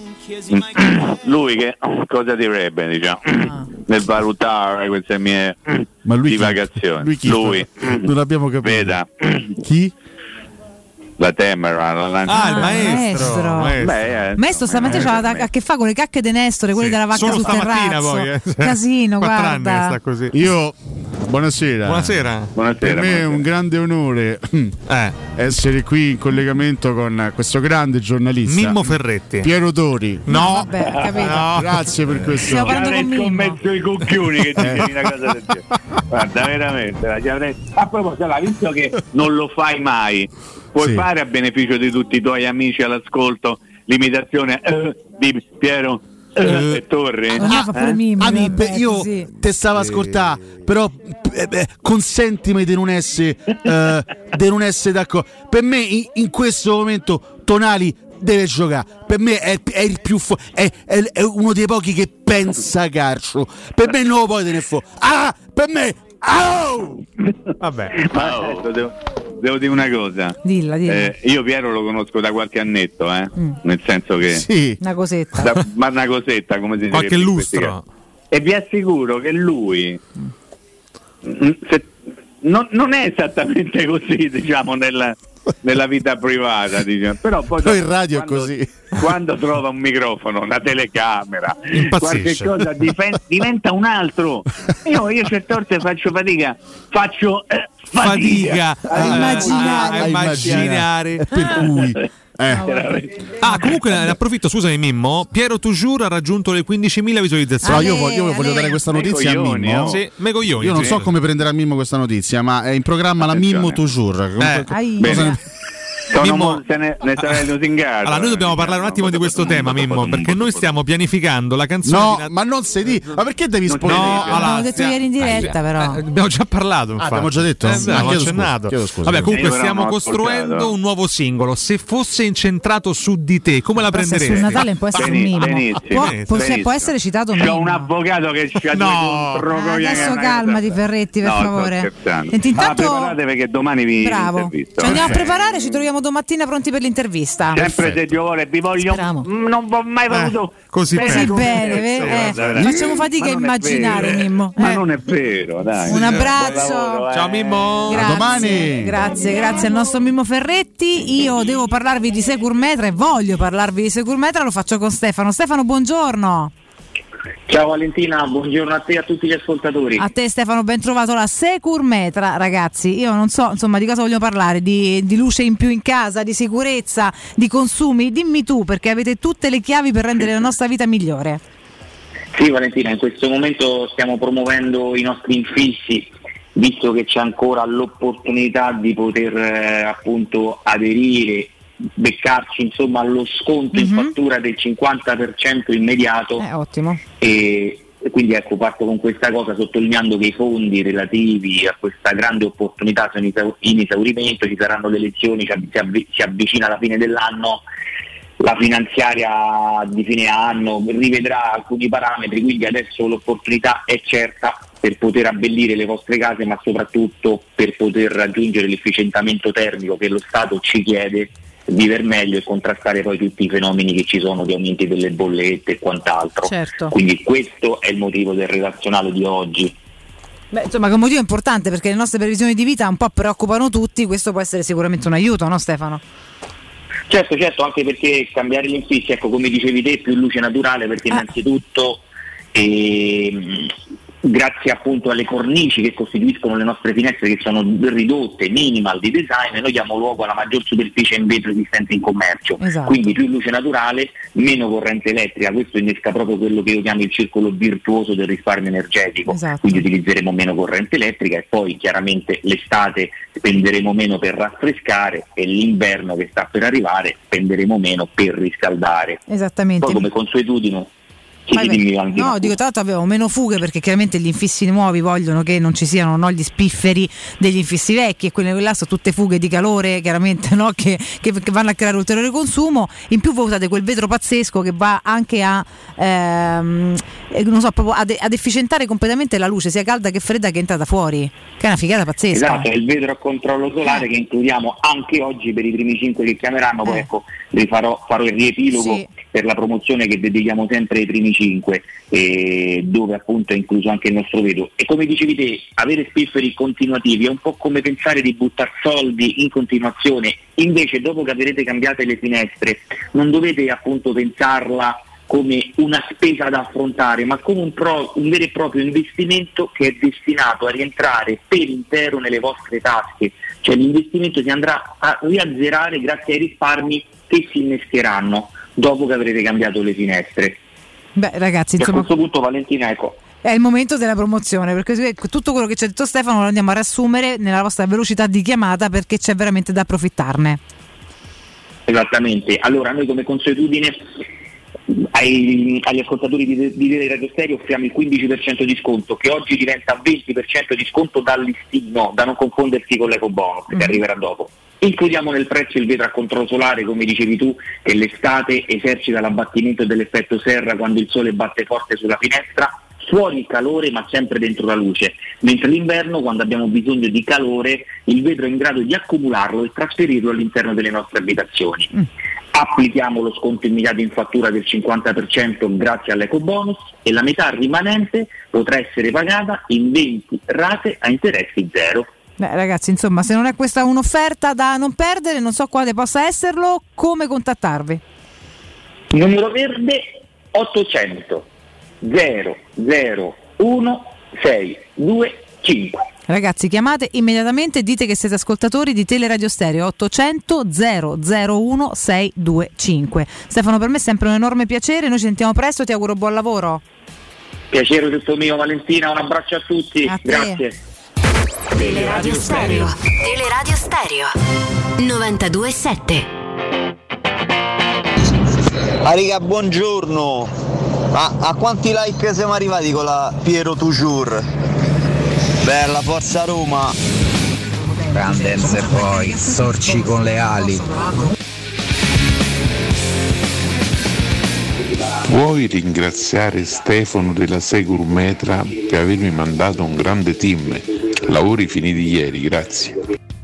Lui che cosa direbbe, diciamo, Ah. nel valutare queste mie Ma lui chi? divagazioni? Lui chi? Lui, Non abbiamo capito. veda, Chi? la Temera, la lancia. Ah, il maestro. maestro. maestro. Beh, eh, Maestro stamattina insomma, c'aveva da- a che fa con le cacche di Nestore, quelle Sì. della vacca Solo sul stamattina terrazzo. poi, eh. Casino, Quattro anni che guarda. sta così. Io buonasera. Buonasera. Buonasera, Per me è buonasera. un grande onore Eh. essere qui in collegamento con questo grande giornalista Mimmo Ferretti. Piero Dori. No, no vabbè, capito. No. Grazie per questo. Stiamo parlando con Mimmo. Scommetto i cocchioni che ti dici una cosa del genere. Guarda, veramente. A proposito, visto che non lo fai mai, puoi sì. fare a beneficio di tutti i tuoi amici all'ascolto l'imitazione eh, di Piero eh, e Torri? Eh? Eh? Ami, io sì. te stavo a ascoltare, però eh, eh, consentimi di non essere eh, di non essere d'accordo. Per me in, in questo momento Tonali deve giocare. Per me è, è il più fo- è, è, è uno dei pochi che pensa calcio. Per me non lo puoi tenere fuori. Ah, per me oh! Vabbè, ma adesso devo, devo dire una cosa. Dilla, dilla. Eh, io Piero lo conosco da qualche annetto, eh? mm. nel senso che sì. una cosetta, da, ma una cosetta, come si dice? Qualche lustro. E vi assicuro che lui mm. se, non, non è esattamente così, diciamo, nella, nella vita privata, diciamo. Però poi Però in radio quando, è così. Quando trova un microfono, una telecamera, impazzisce. qualche cosa difen- diventa un altro. Io, io certe volte faccio fatica, faccio eh, fatica, fatica a immaginare, a immaginare. Per cui eh. Ah, comunque ne approfitto, scusami Mimmo. Piero Toujours ha raggiunto le quindicimila visualizzazioni. No, io, voglio, io voglio dare questa notizia a Mimmo. Oh. Sì, me coglioni, io non sì. so come prenderà Mimmo questa notizia, ma è in programma la Mimmo Toujours. Eh. Cosa Mimmo, se ne, ne sarei lusingato. Allora, noi dobbiamo parlare un attimo di questo tema, Mimmo, perché noi stiamo pianificando la canzone. No, di Nat- ma non sei di. Ma perché devi spoilerare? No, allora, l'abbiamo detto stia- ieri in diretta, eh, però. Eh, abbiamo già parlato, infatti. Ah, abbiamo già detto? Eh, Ah, abbiamo chiedo accennato. scusa, chiedo scusa. Vabbè, comunque Io stiamo non ho costruendo ascoltato. un nuovo singolo. Se fosse incentrato su di te, come la Forse prenderesti? sul Natale può essere un Benissimo, Mimmo. benissimo, Può, benissimo. può- può essere citato C'ho Mimmo. un avvocato che ci ha No. due contro- Eh, adesso calmati Ferretti, per no, favore. sto scherzando. Senti, intanto ah, preparate perché domani vi bravo. intervisto. Ci andiamo a Eh. preparare, ci troviamo domattina pronti per l'intervista. Sempre se Dio vuole, vi voglio. Speriamo. Mm, non ho mai voluto. Così Così bene. bene, ve- eh, guarda, facciamo fatica ma a non è immaginare, vero. Mimmo. Ma Eh. non è vero, dai. Un abbraccio. Buon lavoro, eh. Ciao Mimmo. Grazie, domani. grazie, grazie al nostro Mimmo Ferretti. Io devo parlarvi di Securmetra e voglio parlarvi di Securmetra, lo faccio con Stefano. Stefano, buongiorno. Ciao Valentina, buongiorno a te e a tutti gli ascoltatori. A te Stefano, ben trovato la Securmetra, ragazzi. Io non so insomma di cosa voglio parlare, di, di luce in più in casa, di sicurezza, di consumi. Dimmi tu, perché avete tutte le chiavi per rendere la nostra vita migliore. Sì Valentina, in questo momento stiamo promuovendo i nostri infissi, visto che c'è ancora l'opportunità di poter eh, appunto aderire, beccarci insomma allo sconto Mm-hmm. in fattura del cinquanta per cento immediato. Eh, ottimo. E e quindi ecco, parto con questa cosa sottolineando che i fondi relativi a questa grande opportunità sono in esau- in esaurimento, ci saranno le elezioni, ci avvi- si, avvi- si avvicina la fine dell'anno, la finanziaria di fine anno rivedrà alcuni parametri, quindi adesso l'opportunità è certa per poter abbellire le vostre case, ma soprattutto per poter raggiungere l'efficientamento termico che lo Stato ci chiede, vivere meglio e contrastare poi tutti i fenomeni che ci sono di aumenti delle bollette e quant'altro. Certo. Quindi questo è il motivo del relazionale di oggi. Beh, insomma, che è un motivo importante, perché le nostre previsioni di vita un po' preoccupano tutti, questo può essere sicuramente un aiuto, no Stefano? Certo, certo, anche perché cambiare gli infissi, ecco, come dicevi te, più luce naturale, perché Ah. innanzitutto ehm, grazie appunto alle cornici che costituiscono le nostre finestre, che sono ridotte, minimal di design, noi diamo luogo alla maggior superficie in vetro esistente in commercio. Esatto. Quindi più luce naturale, meno corrente elettrica. Questo innesca proprio quello che io chiamo il circolo virtuoso del risparmio energetico. Esatto. Quindi utilizzeremo meno corrente elettrica e poi chiaramente l'estate spenderemo meno per raffrescare e l'inverno che sta per arrivare spenderemo meno per riscaldare. Esattamente. Poi come consuetudine. Sì, Vai, sì, vai. dimmi, Valentina. No, dico, tra l'altro avevo meno fughe, perché chiaramente gli infissi nuovi vogliono che non ci siano, no, gli spifferi degli infissi vecchi, e quelle là sono tutte fughe di calore, chiaramente, no, che, che, che vanno a creare ulteriore consumo. In più voi usate quel vetro pazzesco che va anche a ehm, eh, non so, proprio ad, ad efficientare completamente la luce, sia calda che fredda, che è entrata fuori, che è una figata pazzesca. Esatto, è il vetro a controllo solare, eh. che includiamo anche oggi per i primi cinque che chiameranno, poi Eh. ecco, rifarò, farò il riepilogo Sì. per la promozione che dedichiamo sempre ai primi cinque, eh, dove appunto è incluso anche il nostro vetro. E come dicevi te, avere spifferi continuativi è un po' come pensare di buttare soldi in continuazione, invece dopo che avrete cambiate le finestre non dovete appunto pensarla come una spesa da affrontare, ma come un, pro, un vero e proprio investimento che è destinato a rientrare per intero nelle vostre tasche, cioè l'investimento si andrà a riazzerare grazie ai risparmi che si innescheranno dopo che avrete cambiato le finestre. Beh ragazzi, e insomma, a questo punto Valentina, ecco, è il momento della promozione, perché tutto quello che ci ha detto Stefano lo andiamo a riassumere nella vostra velocità di chiamata, perché c'è veramente da approfittarne. Esattamente, allora noi come consuetudine ai, agli ascoltatori di, di Teleradio Stereo offriamo il quindici per cento di sconto, che oggi diventa venti per cento di sconto dal listino, da non confondersi con l'ecobonus mm. che arriverà dopo. Includiamo nel prezzo il vetro a controllo solare, come dicevi tu, che l'estate esercita l'abbattimento dell'effetto serra quando il sole batte forte sulla finestra, fuori il calore ma sempre dentro la luce, mentre l'inverno, quando abbiamo bisogno di calore, il vetro è in grado di accumularlo e trasferirlo all'interno delle nostre abitazioni. Mm. Applichiamo lo sconto immediato in fattura del cinquanta per cento grazie all'ecobonus e la metà rimanente potrà essere pagata in venti rate a interessi zero. Beh ragazzi, insomma, se non è questa un'offerta da non perdere, non so quale possa esserlo, come contattarvi? Numero verde ottocento zero zero uno sei due cinque. Ragazzi, chiamate immediatamente e dite che siete ascoltatori di Teleradio Stereo. Ottocento zero zero uno sei due cinque. Stefano, per me è sempre un enorme piacere, noi ci sentiamo presto, ti auguro buon lavoro. Piacere tutto mio Valentina, un abbraccio a tutti, a grazie. Teleradio Stereo. Teleradio Stereo novantadue sette. Ariga, buongiorno. Ma a quanti like siamo arrivati con la Piero Toujours? Bella, forza Roma. Grande poi, sorci con le ali. Vuoi ringraziare Stefano della Securmetra per avermi mandato un grande team? Lavori finiti ieri, grazie.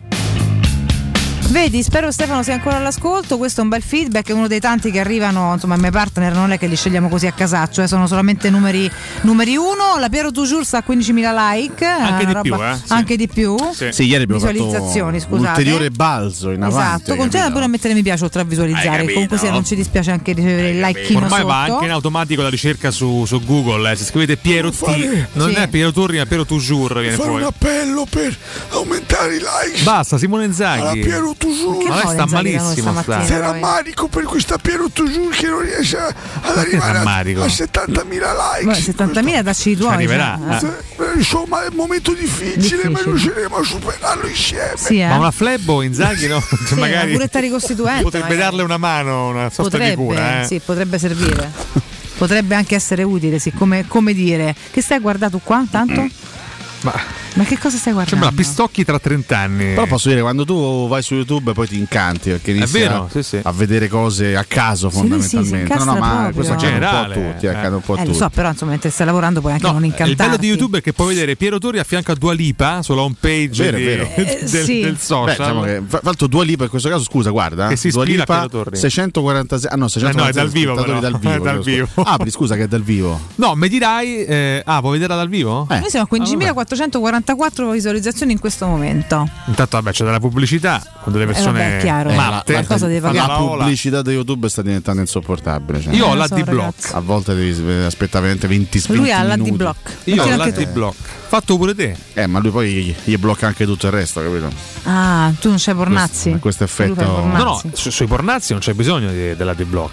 Vedi, spero Stefano sia ancora all'ascolto, questo è un bel feedback, è uno dei tanti che arrivano, insomma, ai miei partner non è che li scegliamo così a casaccio, eh, sono solamente numeri numeri uno. La Piero Toujours sta a quindicimila like, anche di roba, più, eh? Sì. Anche di più. Sì, sì, ieri abbiamo visualizzazioni, fatto scusate. un ulteriore balzo in avanti. Esatto, continua pure a mettere mi piace oltre a visualizzare, comunque se non ci dispiace anche ricevere il like. Ormai sotto. va anche in automatico la ricerca su, su Google, eh. Se scrivete Piero T, non sì. è Piero Turri ma Piero Toujours viene fare fuori. un appello per aumentare i like. Basta, Simone Inzaghi. Alla Piero Toujours. Ma lei sta malissimo, sta. Sei rammarico per questa Piero Toujours che non riesce a, ad arrivare a, a settantamila like. Beh, settantamila dacci i tuoi. Arriverà. Cioè, eh. Insomma, è un momento difficile, difficile, ma riusciremo a superarlo insieme. Sì, eh? Ma una flebo Inzaghi, no? Sì, magari una curetta ricostituente. Potrebbe magari. darle una mano, una sorta potrebbe, di cura. Eh? Sì, potrebbe servire. Potrebbe anche essere utile, sì, come, come dire. Che stai guardando qua, tanto? Ma, Ma che cosa stai guardando? Sembra Pistocchi tra trent'anni. Però posso dire, quando tu vai su YouTube poi ti incanti perché inizi vero, a, sì, sì. a vedere cose a caso Sì, fondamentalmente. sì, si no, no, ma proprio. questo accade un po' a Generale, tutti, accade un po' a Eh, lo tutti. so, però insomma, mentre stai lavorando puoi anche No, non incantarti. il bello di YouTube è che puoi vedere Piero Turri a fianco a Dua Lipa sulla home page Vero, di, vero. del, Eh, sì. del social. Beh, diciamo che, tra l'altro Dua Lipa in questo caso, scusa, guarda, Che si Dua ispira a Lipa, Piero Turri. seicentoquarantasei ah no, seicentoquarantasei Eh no, è dal vivo, spettatori però. dal vivo. È dal scusa. vivo. Ah, scusa che è dal vivo. No, mi dirai eh, ah, vuoi vederla dal vivo? Eh. Noi siamo a quindicimilaquattrocentoquarantaquattro visualizzazioni in questo momento. Intanto vabbè c'è della pubblicità quando le persone vabbè, è chiaro. matte Eh, qualcosa deve fanno pagare. La la ola. pubblicità di YouTube sta diventando insopportabile. Cioè. Io ho Eh, la so, D-Block. ragazzi. A volte devi aspettare veramente venti Lui ha la minuti. D-Block. Io Mettilo ho la anche tu. D-Block. Fatto pure te. Eh, ma lui poi gli blocca anche tutto il resto, capito? Ah, tu non c'hai pornazzi? Questo, questo Tu fai effetto. pornazzi. No, no, su- sui pornazzi non c'è bisogno di- della D-Block.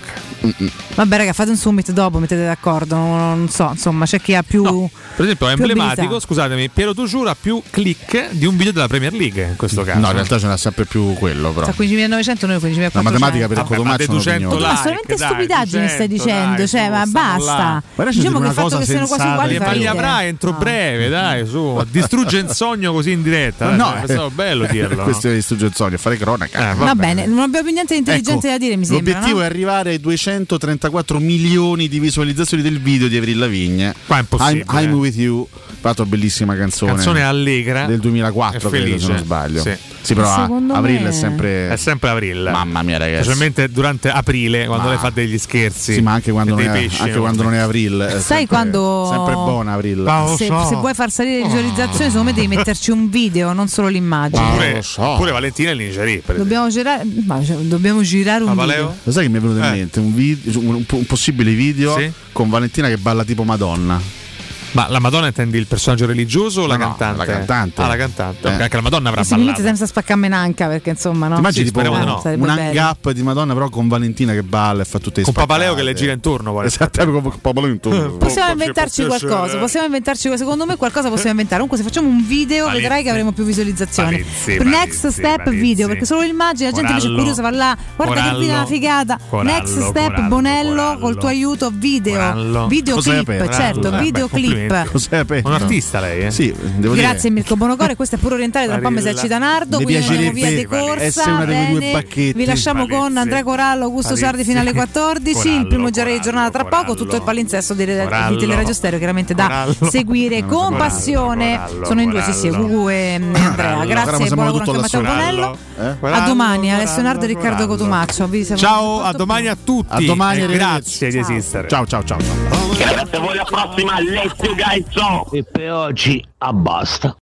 Vabbè raga, fate un summit dopo, mettete d'accordo, non, non so, insomma, c'è chi ha più No, per esempio è più emblematico, abilità. scusatemi, Piero Toujours ha più click di un video della Premier League in questo caso. No, in realtà ce n'ha sempre più quello, però. Sta quindicimilanovecento, noi La quindicimilaquattrocento. matematica per Vabbè, ma Cotomaccio dei non duecento opinione. Ma like, solamente dai, stupidaggini stai duecento, dicendo, dai, cioè, su, ma stiamo basta. là. Guarda, ci Diciamo dico che il una fatto cosa che siano quasi sensata uguali che fa Ma gli ridere. avrà entro breve, dai, su, distrugge il sogno così in diretta. Dai, No, è stato bello dirlo. Questo è distrugge il sogno, fare cronaca. Eh, Va bene, non abbiamo più niente di intelligente Ecco, da dire, mi sembra. l'obiettivo no? è arrivare ai duecentotrentaquattro milioni di visualizzazioni del video di Avril Lavigne. Qua è impossibile. I'm, I'm With You, fatto bellissima canzone. Canzone allegra del duemilaquattro, e credo, felice. se non sbaglio. Sì. Sì, però Secondo Avril me- è sempre È sempre Avril. Mamma mia, ragazzi. Specialmente durante aprile, quando Ma- lei fa degli scherzi. Sì, ma anche quando, e non dei è, pesci, anche quando non è Avril. È Sai sempre, quando- sempre buona Avril. Ma lo Se, so. se vuoi far salire le visualizzazioni, secondo me devi metterci un video, non solo l'immagine. Pure, lo so. pure Valentina e Lingerie, per esempio. Dobbiamo girare, ma, cioè, dobbiamo girare un Papaleo? video. Lo sai che mi è venuto in Eh. mente un video, un, un possibile video sì? con Valentina che balla tipo Madonna. Ma la Madonna intendi il personaggio religioso o no, la no, cantante? La cantante. Ah, la cantante. Eh. Okay, anche la Madonna avrà possibilmente ballato. senza spaccarmenanca, perché insomma, no? Ti immagini sì, tipo no. no, un hang up di Madonna però con Valentina che balla e fa tutte le con spaccate. Papaleo che le gira intorno. Esatto, con Papaleo intorno. Possiamo inventarci qualcosa, possiamo inventarci secondo me qualcosa possiamo inventare. Comunque se facciamo un video Palizzi. vedrai che avremo più visualizzazioni. Palizzi, Next palizzi, step palizzi. video, perché solo l'immagine la gente invece è curiosa, va là, guarda Corallo, che video una figata. Corallo, Next step Corallo, Bonello Corallo, col tuo aiuto video. Corallo. Videoclip, certo, Corallo. videoclip. Cos'è aperto? Un artista lei, eh? Sì, devo Grazie dire. Mirko Bonocore, questo è pure orientale, tra un po' mi esercita Nardo, Mi quindi andiamo via piacerebbe di corsa. essere una dei due Bene. pacchetti. Vi lasciamo Palizzi. con Andrea Corallo, Augusto Palizzi. Sardi fino alle quattordici, Corallo, il primo giorno di Corallo, giornata tra poco, Corallo. tutto il palinsesto di, Corallo. di Teleradio Stereo, chiaramente da Corallo. seguire con Corallo, passione. Corallo, Sono in due, sì sì, Corallo. Gugu e Andrea. Corallo. Grazie Ora e buon lavoro tutto anche a Matteo là Bonello. Eh? A domani, Alessio Nardo e Riccardo Cotumaccio. Vi siamo Ciao, a domani a tutti. A domani, e arrivederci. grazie di esistere. Ciao ciao ciao. ciao. Grazie a voi, alla prossima, let's go guys. E per oggi abbasta.